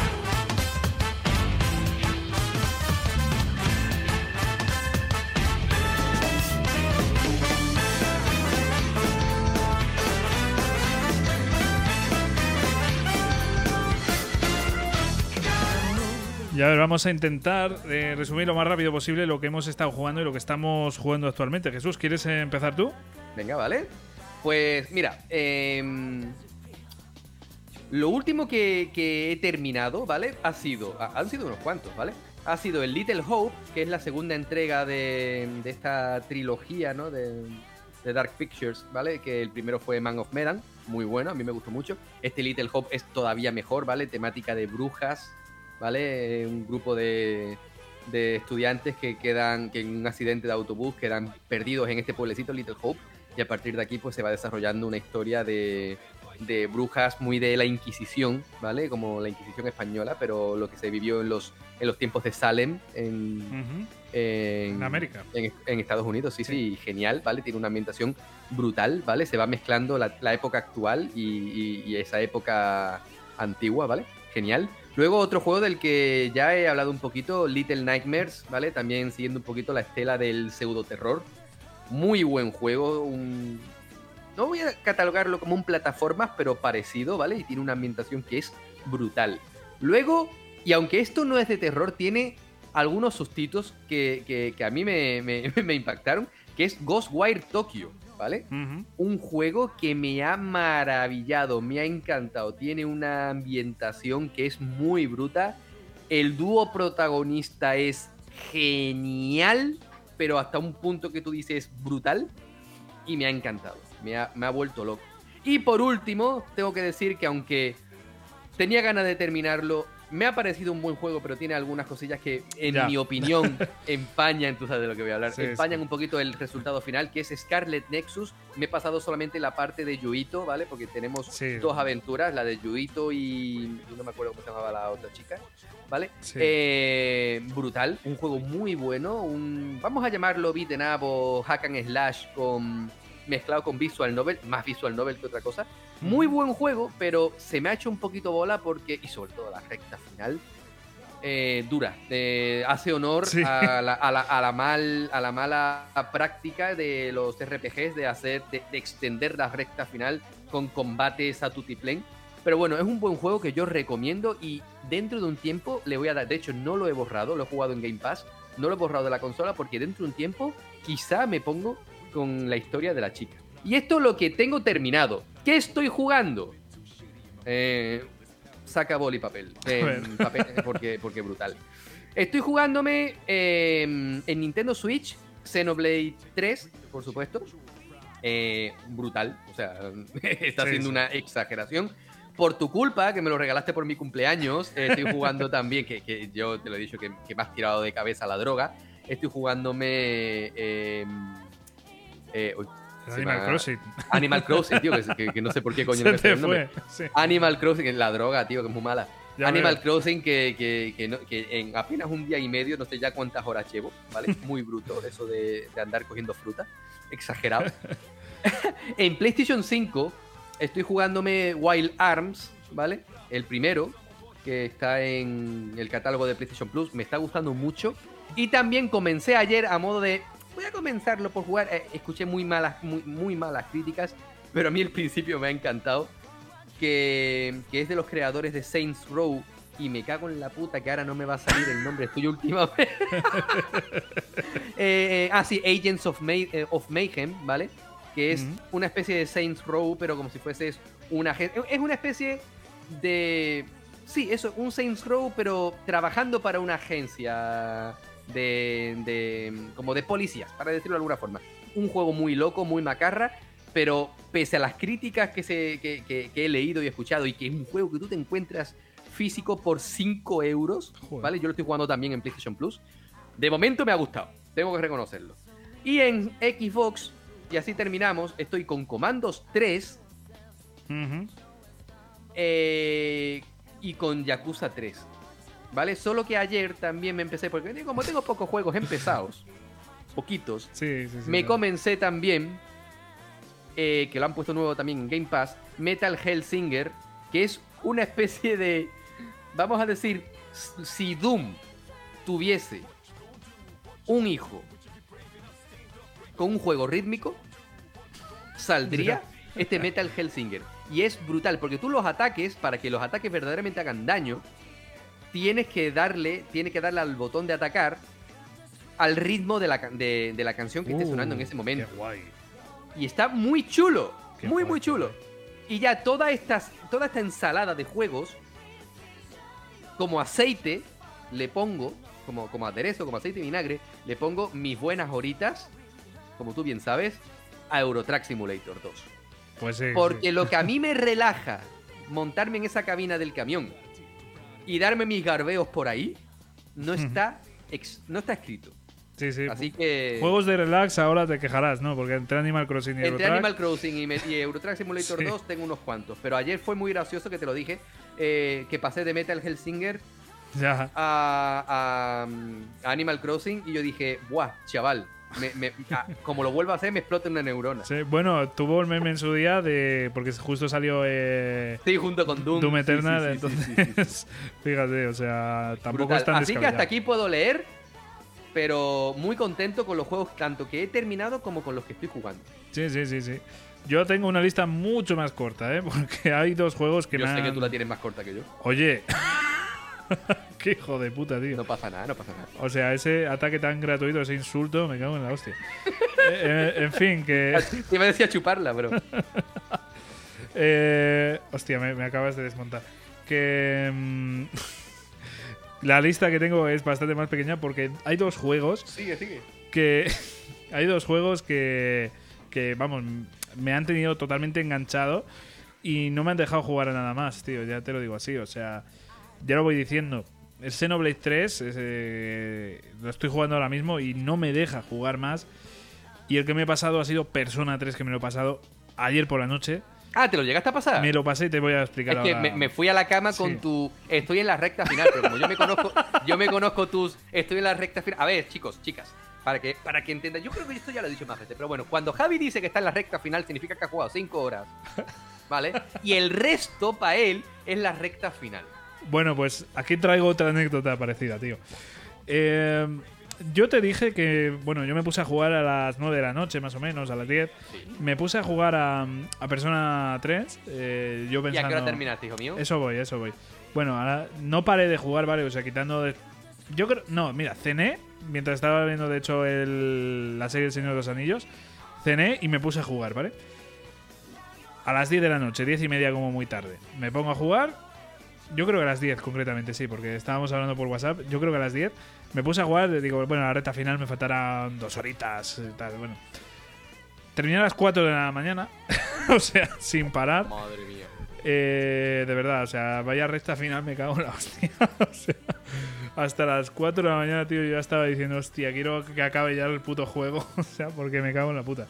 Y a ver, vamos a intentar eh, resumir lo más rápido posible lo que hemos estado jugando y lo que estamos jugando actualmente. Jesús, ¿quieres eh, empezar tú? Venga, ¿vale? Pues mira, em, Lo último que, que he terminado, ¿vale? Ha sido, ha- han sido unos cuantos, ¿vale? Ha sido el Little Hope, que es la segunda entrega de, de esta trilogía, ¿no? De, de Dark Pictures, ¿vale? Que el primero fue Man of Medan, muy bueno, a mí me gustó mucho. Este Little Hope es todavía mejor, ¿vale? Temática de brujas, ¿vale? Un grupo de, de estudiantes que quedan, que en un accidente de autobús quedan perdidos en este pueblecito Little Hope, y a partir de aquí pues se va desarrollando una historia de, de brujas muy de la Inquisición, ¿vale? Como la Inquisición española, pero lo que se vivió en los, en los tiempos de Salem en, Ujú. en, En América. En, en Estados Unidos, sí, sí, genial, ¿vale? Tiene una ambientación brutal, ¿vale? Se va mezclando la, la época actual y, y- y esa época antigua, ¿vale? Genial. Luego otro juego del que ya he hablado un poquito, Little Nightmares, ¿vale? También siguiendo un poquito la estela del pseudo-terror. Muy buen juego, un... no voy a catalogarlo como un plataformas, pero parecido, ¿vale? Y tiene una ambientación que es brutal. Luego, y aunque esto no es de terror, tiene algunos sustitos que, que- que a mí me, me- me impactaron, que es Ghostwire Tokyo, ¿vale? Ujú. Un juego que me ha maravillado, me ha encantado. Tiene una ambientación que es muy bruta. El dúo protagonista es genial, pero hasta un punto que tú dices brutal. Y me ha encantado, me ha, me ha vuelto loco. Y por último, tengo que decir que aunque tenía ganas de terminarlo, me ha parecido un buen juego, pero tiene algunas cosillas que, en Ya. mi opinión, empañan, tú sabes de lo que voy a hablar, Sí, empañan sí. un poquito el resultado final, que es Scarlet Nexus. Me he pasado solamente la parte de Yuito, ¿vale? Porque tenemos Sí. dos aventuras, la de Yuito y... no me acuerdo cómo se llamaba la otra chica, ¿vale? Sí. Eh, brutal, un juego muy bueno, un... vamos a llamarlo beat'em up o hack and slash con... mezclado con visual novel, más visual novel que otra cosa. Muy buen juego, pero se me ha hecho un poquito bola porque, y sobre todo la recta final, eh, dura. Eh, hace honor Sí. a, la, a, la, a, la mal, a la mala práctica de los R P Gs de hacer, de, de extender la recta final con combates a tutiplén. Pero bueno, es un buen juego que yo recomiendo y dentro de un tiempo le voy a dar. De hecho, no lo he borrado, lo he jugado en Game Pass, no lo he borrado de la consola porque dentro de un tiempo quizá me pongo con la historia de la chica. Y esto es lo que tengo terminado. ¿Qué estoy jugando? Eh, saca boli y papel. Eh, A ver. papel porque, porque brutal. Estoy jugándome eh, en Nintendo Switch Xenoblade tres, por supuesto. Eh, brutal. O sea, está Sí, siendo sí. una exageración. Por tu culpa, que me lo regalaste por mi cumpleaños, eh, estoy jugando también, que, que yo te lo he dicho, que, que me has tirado de cabeza la droga. Estoy jugándome... eh, eh, uy, se Animal me ha- Crossing. Animal Crossing, tío, que, que- que no sé por qué coño Se no me te sale el nombre. fue, sí. Animal Crossing, que la droga, tío, que es muy mala. Ya Animal veo. Crossing, que, que, que, no- que en apenas un día y medio, no sé ya cuántas horas llevo, ¿vale? Muy bruto eso de, de andar cogiendo fruta. Exagerado. En PlayStation cinco estoy jugándome Wild Arms, ¿vale? El primero, que está en el catálogo de PlayStation Plus. Me está gustando mucho. Y también comencé ayer a modo de... voy a comenzarlo por jugar. Eh, escuché muy malas, muy, muy malas críticas, pero a mí el principio me ha encantado. Que, que es de los creadores de Saints Row. Y me cago en la puta que ahora no me va a salir el nombre. Estoy últimamente. eh, eh, ah, sí, Agents of, May- eh, of Mayhem, ¿vale? Que es Ujú. una especie de Saints Row, pero como si fuese una agencia. Es una especie de. Sí, eso, un Saints Row, pero trabajando para una agencia de, de. como de policías, para decirlo de alguna forma. Un juego muy loco, muy macarra, pero pese a las críticas que, se, que, que- que he leído y escuchado, y que es un juego que tú te encuentras físico por cinco euros, Joder. ¿vale? Yo lo estoy jugando también en PlayStation Plus. De momento me ha gustado, tengo que reconocerlo. Y en Xbox, y así terminamos, estoy con Commandos tres Ujú. eh, y con Yakuza tres, ¿vale? Solo que ayer también me empecé, porque como tengo pocos juegos empezados, poquitos, Sí, sí, sí. me no. comencé también, eh, que lo han puesto nuevo también en Game Pass, Metal Hellsinger, que es una especie de, vamos a decir, s- si Doom tuviese un hijo con un juego rítmico, saldría este Metal Hellsinger. Y es brutal, porque tú los ataques, para que los ataques verdaderamente hagan daño, tienes que darle, tienes que darle al botón de atacar al ritmo de la, ca- de, de la canción que esté sonando en ese momento. Qué guay. Y está muy chulo, Qué muy, guay, muy qué chulo. guay. Y ya toda esta, toda esta ensalada de juegos, como aceite, le pongo, como, como aderezo, como aceite y vinagre, le pongo mis buenas horitas, como tú bien sabes, a Euro Truck Simulator dos. Pues sí. Porque sí. lo que a mí me relaja montarme en esa cabina del camión y darme mis garbeos por ahí, no está, ex, no está escrito. Sí, sí. Así que... Juegos de relax ahora te quejarás, ¿no? Porque entre Animal Crossing y Entre Euro Truck... Animal Crossing y, me, y Euro Truck Simulator Sí. dos tengo unos cuantos. Pero ayer fue muy gracioso, que te lo dije, eh, que pasé de Metal Hellsinger Ya. a, a, a Animal Crossing y yo dije, ¡buah, chaval! Me, me, a, como lo vuelvo a hacer, me explota una neurona. Sí, bueno, tuvo el meme en su día de... Porque justo salió... Eh, Sí, junto con Doom. Doom Sí, Eternal, sí, sí, entonces... sí, sí, sí. Fíjate, o sea, tampoco Brutal. es tan Así que descabellado. hasta aquí puedo leer, pero muy contento con los juegos tanto que he terminado como con los que estoy jugando. Sí, sí, sí, sí. Yo tengo una lista mucho más corta, ¿eh? Porque hay dos juegos que Yo me sé han... que tú la tienes más corta que yo. Oye... Qué hijo de puta, tío. No pasa nada, no pasa nada. O sea, ese ataque tan gratuito, ese insulto, me cago en la hostia. eh, eh, en fin, que... Te iba a decir a chuparla, bro. eh, hostia, me, me acabas de desmontar. Que... mm, la lista que tengo es bastante más pequeña porque hay dos juegos Sigue, sigue. que... hay dos juegos que... Que, vamos, me han tenido totalmente enganchado y no me han dejado jugar a nada más, tío. Ya te lo digo así, o sea... Ya lo voy diciendo. El Xenoblade tres es, eh, lo estoy jugando ahora mismo y no me deja jugar más. Y el que me he pasado ha sido Persona tres, que me lo he pasado ayer por la noche. Ah, ¿te lo llegaste a pasar? Me lo pasé y te voy a explicar Es que ahora. me, me fui a la cama con Sí. tu... Estoy en la recta final, pero como yo me conozco, yo me conozco tus... Estoy en la recta final. A ver, chicos, chicas, para que, para que entiendan. Yo creo que esto ya lo he dicho más veces, pero bueno, cuando Javi dice que está en la recta final, significa que ha jugado cinco horas. ¿Vale? Y el resto, para él, es la recta final. Bueno, pues aquí traigo otra anécdota parecida, tío. Eh, yo te dije que, bueno, yo me puse a jugar a las nueve de la noche, más o menos, a las diez. Sí. Me puse a jugar a, a Persona tres. Eh, yo ¿Y pensando, a qué hora terminaste, hijo mío? Eso voy, eso voy. Bueno, ahora no paré de jugar, ¿vale? O sea, quitando... De... Yo creo... No, mira, cené, mientras estaba viendo, de hecho, el... la serie El Señor de los Anillos. Cené y me puse a jugar, ¿vale? A las diez de la noche, diez y media como muy tarde. Me pongo a jugar... Yo creo que a las diez, concretamente, sí, porque estábamos hablando por WhatsApp. Yo creo que a las diez me puse a jugar. Digo, bueno, a la recta final me faltarán dos horitas y tal. Bueno, terminé a las cuatro de la mañana, o sea, sin parar. Madre mía. Eh, de verdad, o sea, vaya recta final, me cago en la hostia. O sea, hasta las cuatro de la mañana, tío, yo ya estaba diciendo, hostia, quiero que acabe ya el puto juego. O sea, porque me cago en la puta.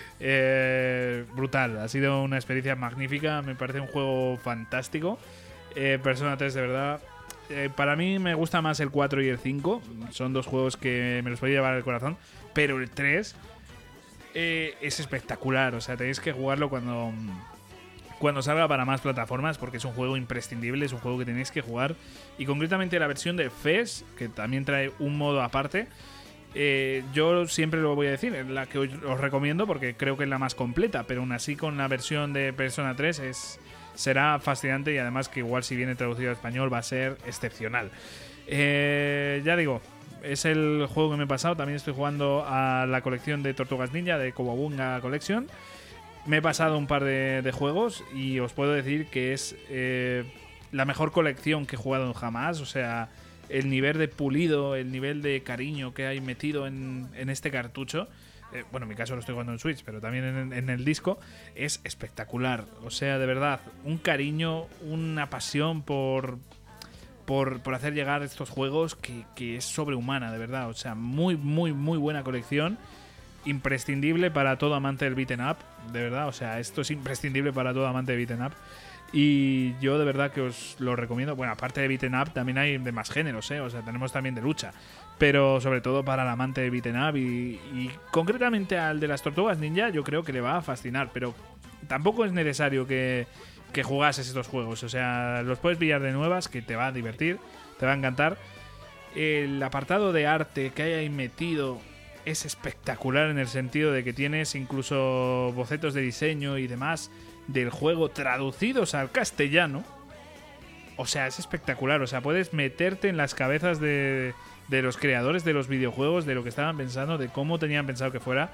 Eh, brutal, ha sido una experiencia magnífica. Me parece un juego fantástico. Eh, Persona tres, de verdad. Eh, para mí me gusta más el cuatro y el cinco. Son dos juegos que me los podía llevar al corazón. Pero el tres eh, es espectacular. O sea, tenéis que jugarlo cuando, cuando salga para más plataformas, porque es un juego imprescindible. Es un juego que tenéis que jugar. Y concretamente la versión de F E S, que también trae un modo aparte. Eh, yo siempre lo voy a decir, es la que os, os recomiendo porque creo que es la más completa. Pero aún así, con la versión de Persona tres es... será fascinante y además que igual si viene traducido al español va a ser excepcional. Eh, ya digo, es el juego que me he pasado. También estoy jugando a la colección de Tortugas Ninja, de Cowabunga Collection. Me he pasado un par de, de juegos y os puedo decir que es eh, la mejor colección que he jugado jamás. O sea, el nivel de pulido, el nivel de cariño que hay metido en, en este cartucho. Eh, bueno, en mi caso lo estoy jugando en Switch, pero también en, en el disco, es espectacular. O sea, de verdad, un cariño, una pasión por, por, por hacer llegar estos juegos que, que es sobrehumana, de verdad. O sea, muy, muy, muy buena colección. Imprescindible para todo amante del beat'em up, de verdad. O sea, esto es imprescindible para todo amante de beat'em up. Y yo de verdad que os lo recomiendo. Bueno, aparte de beat'em up, también hay de más géneros, ¿eh? O sea, tenemos también de lucha. Pero sobre todo para el amante de beat'em up y, y concretamente al de las Tortugas Ninja, yo creo que le va a fascinar. Pero tampoco es necesario que, que jugases estos juegos. O sea, los puedes pillar de nuevas, que te va a divertir, te va a encantar. El apartado de arte que hay ahí metido es espectacular en el sentido de que tienes incluso bocetos de diseño y demás del juego traducidos al castellano. O sea, es espectacular. O sea, puedes meterte en las cabezas de, de los creadores de los videojuegos, de lo que estaban pensando, de cómo tenían pensado que fuera.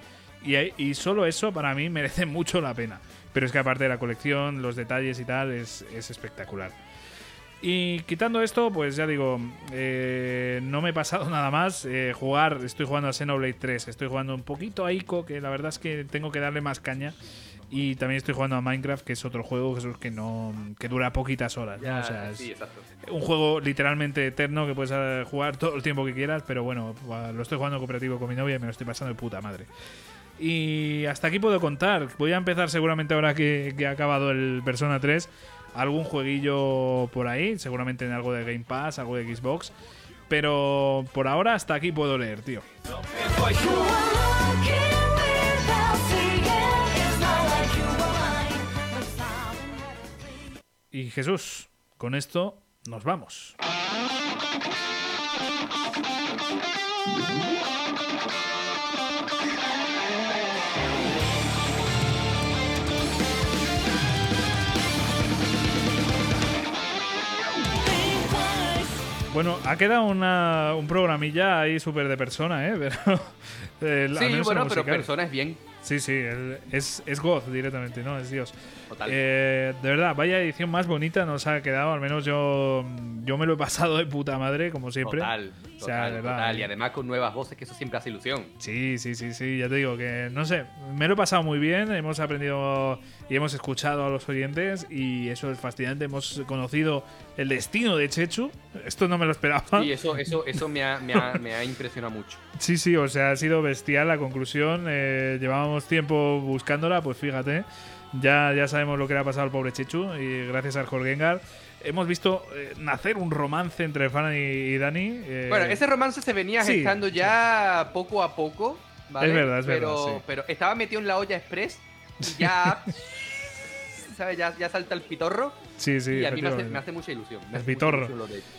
Y, y solo eso para mí merece mucho la pena. Pero es que aparte de la colección, los detalles y tal, es, es espectacular. Y quitando esto, pues ya digo, eh, no me he pasado nada más. Eh, jugar, estoy jugando a Xenoblade tres, estoy jugando un poquito a Ico, que la verdad es que tengo que darle más caña. Y también estoy jugando a Minecraft, que es otro juego, Jesús, que no que dura poquitas horas, ¿no? Ya, O sea, es sí, exacto. un juego literalmente eterno que puedes eh, jugar todo el tiempo que quieras, pero bueno, lo estoy jugando cooperativo con mi novia y me lo estoy pasando de puta madre. Y hasta aquí puedo contar. Voy a empezar seguramente ahora que, que ha acabado el Persona tres, algún jueguillo por ahí, seguramente en algo de Game Pass, algo de Xbox, pero por ahora hasta aquí puedo leer, tío. Y Jesús, con esto nos vamos. Bueno, ha quedado una, un programilla ahí súper de Persona, ¿eh? Pero, eh, al Sí, menos bueno, en pero musical. Persona es bien. Sí, sí, el- es, es God directamente, ¿no? Es Dios. Total. Eh, de verdad, vaya edición más bonita nos ha quedado. Al menos yo, yo me lo he pasado de puta madre, como siempre. Total, O sea, total, de verdad. total. Y además con nuevas voces, que eso siempre hace ilusión. Sí, sí, sí, sí, ya te digo que, no sé, me lo he pasado muy bien, hemos aprendido y hemos escuchado a los oyentes y eso es fascinante, hemos conocido el destino de Chechu, esto no me lo esperaba. Y eso, eso, eso me, ha, me, ha, me ha impresionado mucho. Sí, sí, o sea, ha sido bestial la conclusión, eh, llevábamos tiempo buscándola, pues fíjate, ya, ya sabemos lo que le ha pasado al pobre Chechu y gracias al Jorgengar hemos visto eh, nacer un romance entre Fran y, y Dani. eh, Bueno, ese romance se venía sí, gestando ya poco a poco, ¿vale? Es verdad, es pero, verdad, sí. Pero estaba metido en la olla express y ya, ¿sabes? Ya, ya salta el pitorro. Sí, sí, y a mí me hace, efectivamente. me hace mucha ilusión. me El hace mucha pitorro. ilusión lo de ello.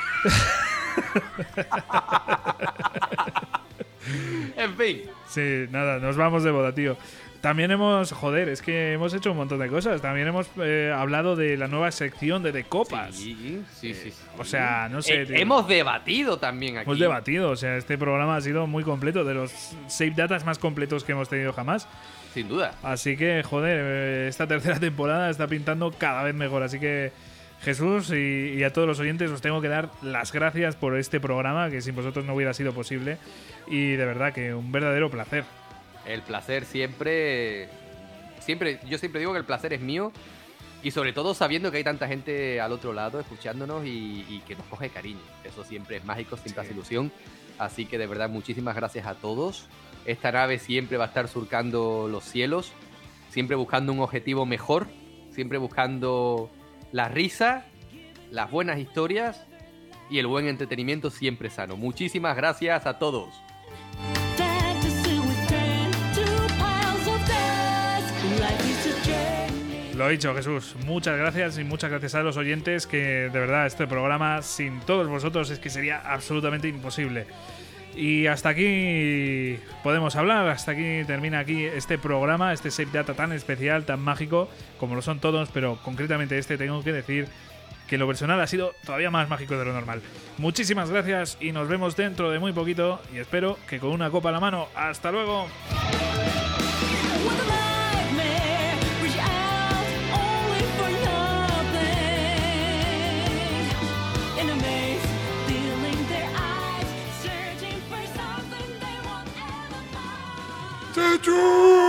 En fin. Sí, nada, nos vamos de boda, tío. También hemos, joder, es que hemos hecho un montón de cosas. También hemos eh, hablado de la nueva sección de, de copas. Sí, sí, sí. O sea, no sé, Eh, tío. hemos debatido también aquí. Hemos debatido, o sea, este programa ha sido muy completo, de los save datas más completos que hemos tenido jamás. Sin duda. Así que, joder, eh, esta tercera temporada está pintando cada vez mejor. Así que, Jesús y, y a todos los oyentes os tengo que dar las gracias por este programa, que sin vosotros no hubiera sido posible. Y de verdad que un verdadero placer. El placer siempre, siempre, yo siempre digo que el placer es mío y sobre todo sabiendo que hay tanta gente al otro lado escuchándonos y, y que nos coge cariño. Eso siempre es mágico, siempre hace ilusión. Así que de verdad muchísimas gracias a todos. Esta nave siempre va a estar surcando los cielos, siempre buscando un objetivo mejor, siempre buscando la risa, las buenas historias y el buen entretenimiento siempre sano. Muchísimas gracias a todos. Lo dicho, Jesús, muchas gracias y muchas gracias a los oyentes, que de verdad este programa sin todos vosotros es que sería absolutamente imposible. Y hasta aquí podemos hablar, hasta aquí termina aquí este programa, este Save Data tan especial, tan mágico, como lo son todos, pero concretamente este tengo que decir que lo personal ha sido todavía más mágico de lo normal. Muchísimas gracias y nos vemos dentro de muy poquito y espero que con una copa a la mano. ¡Hasta luego! Chechu!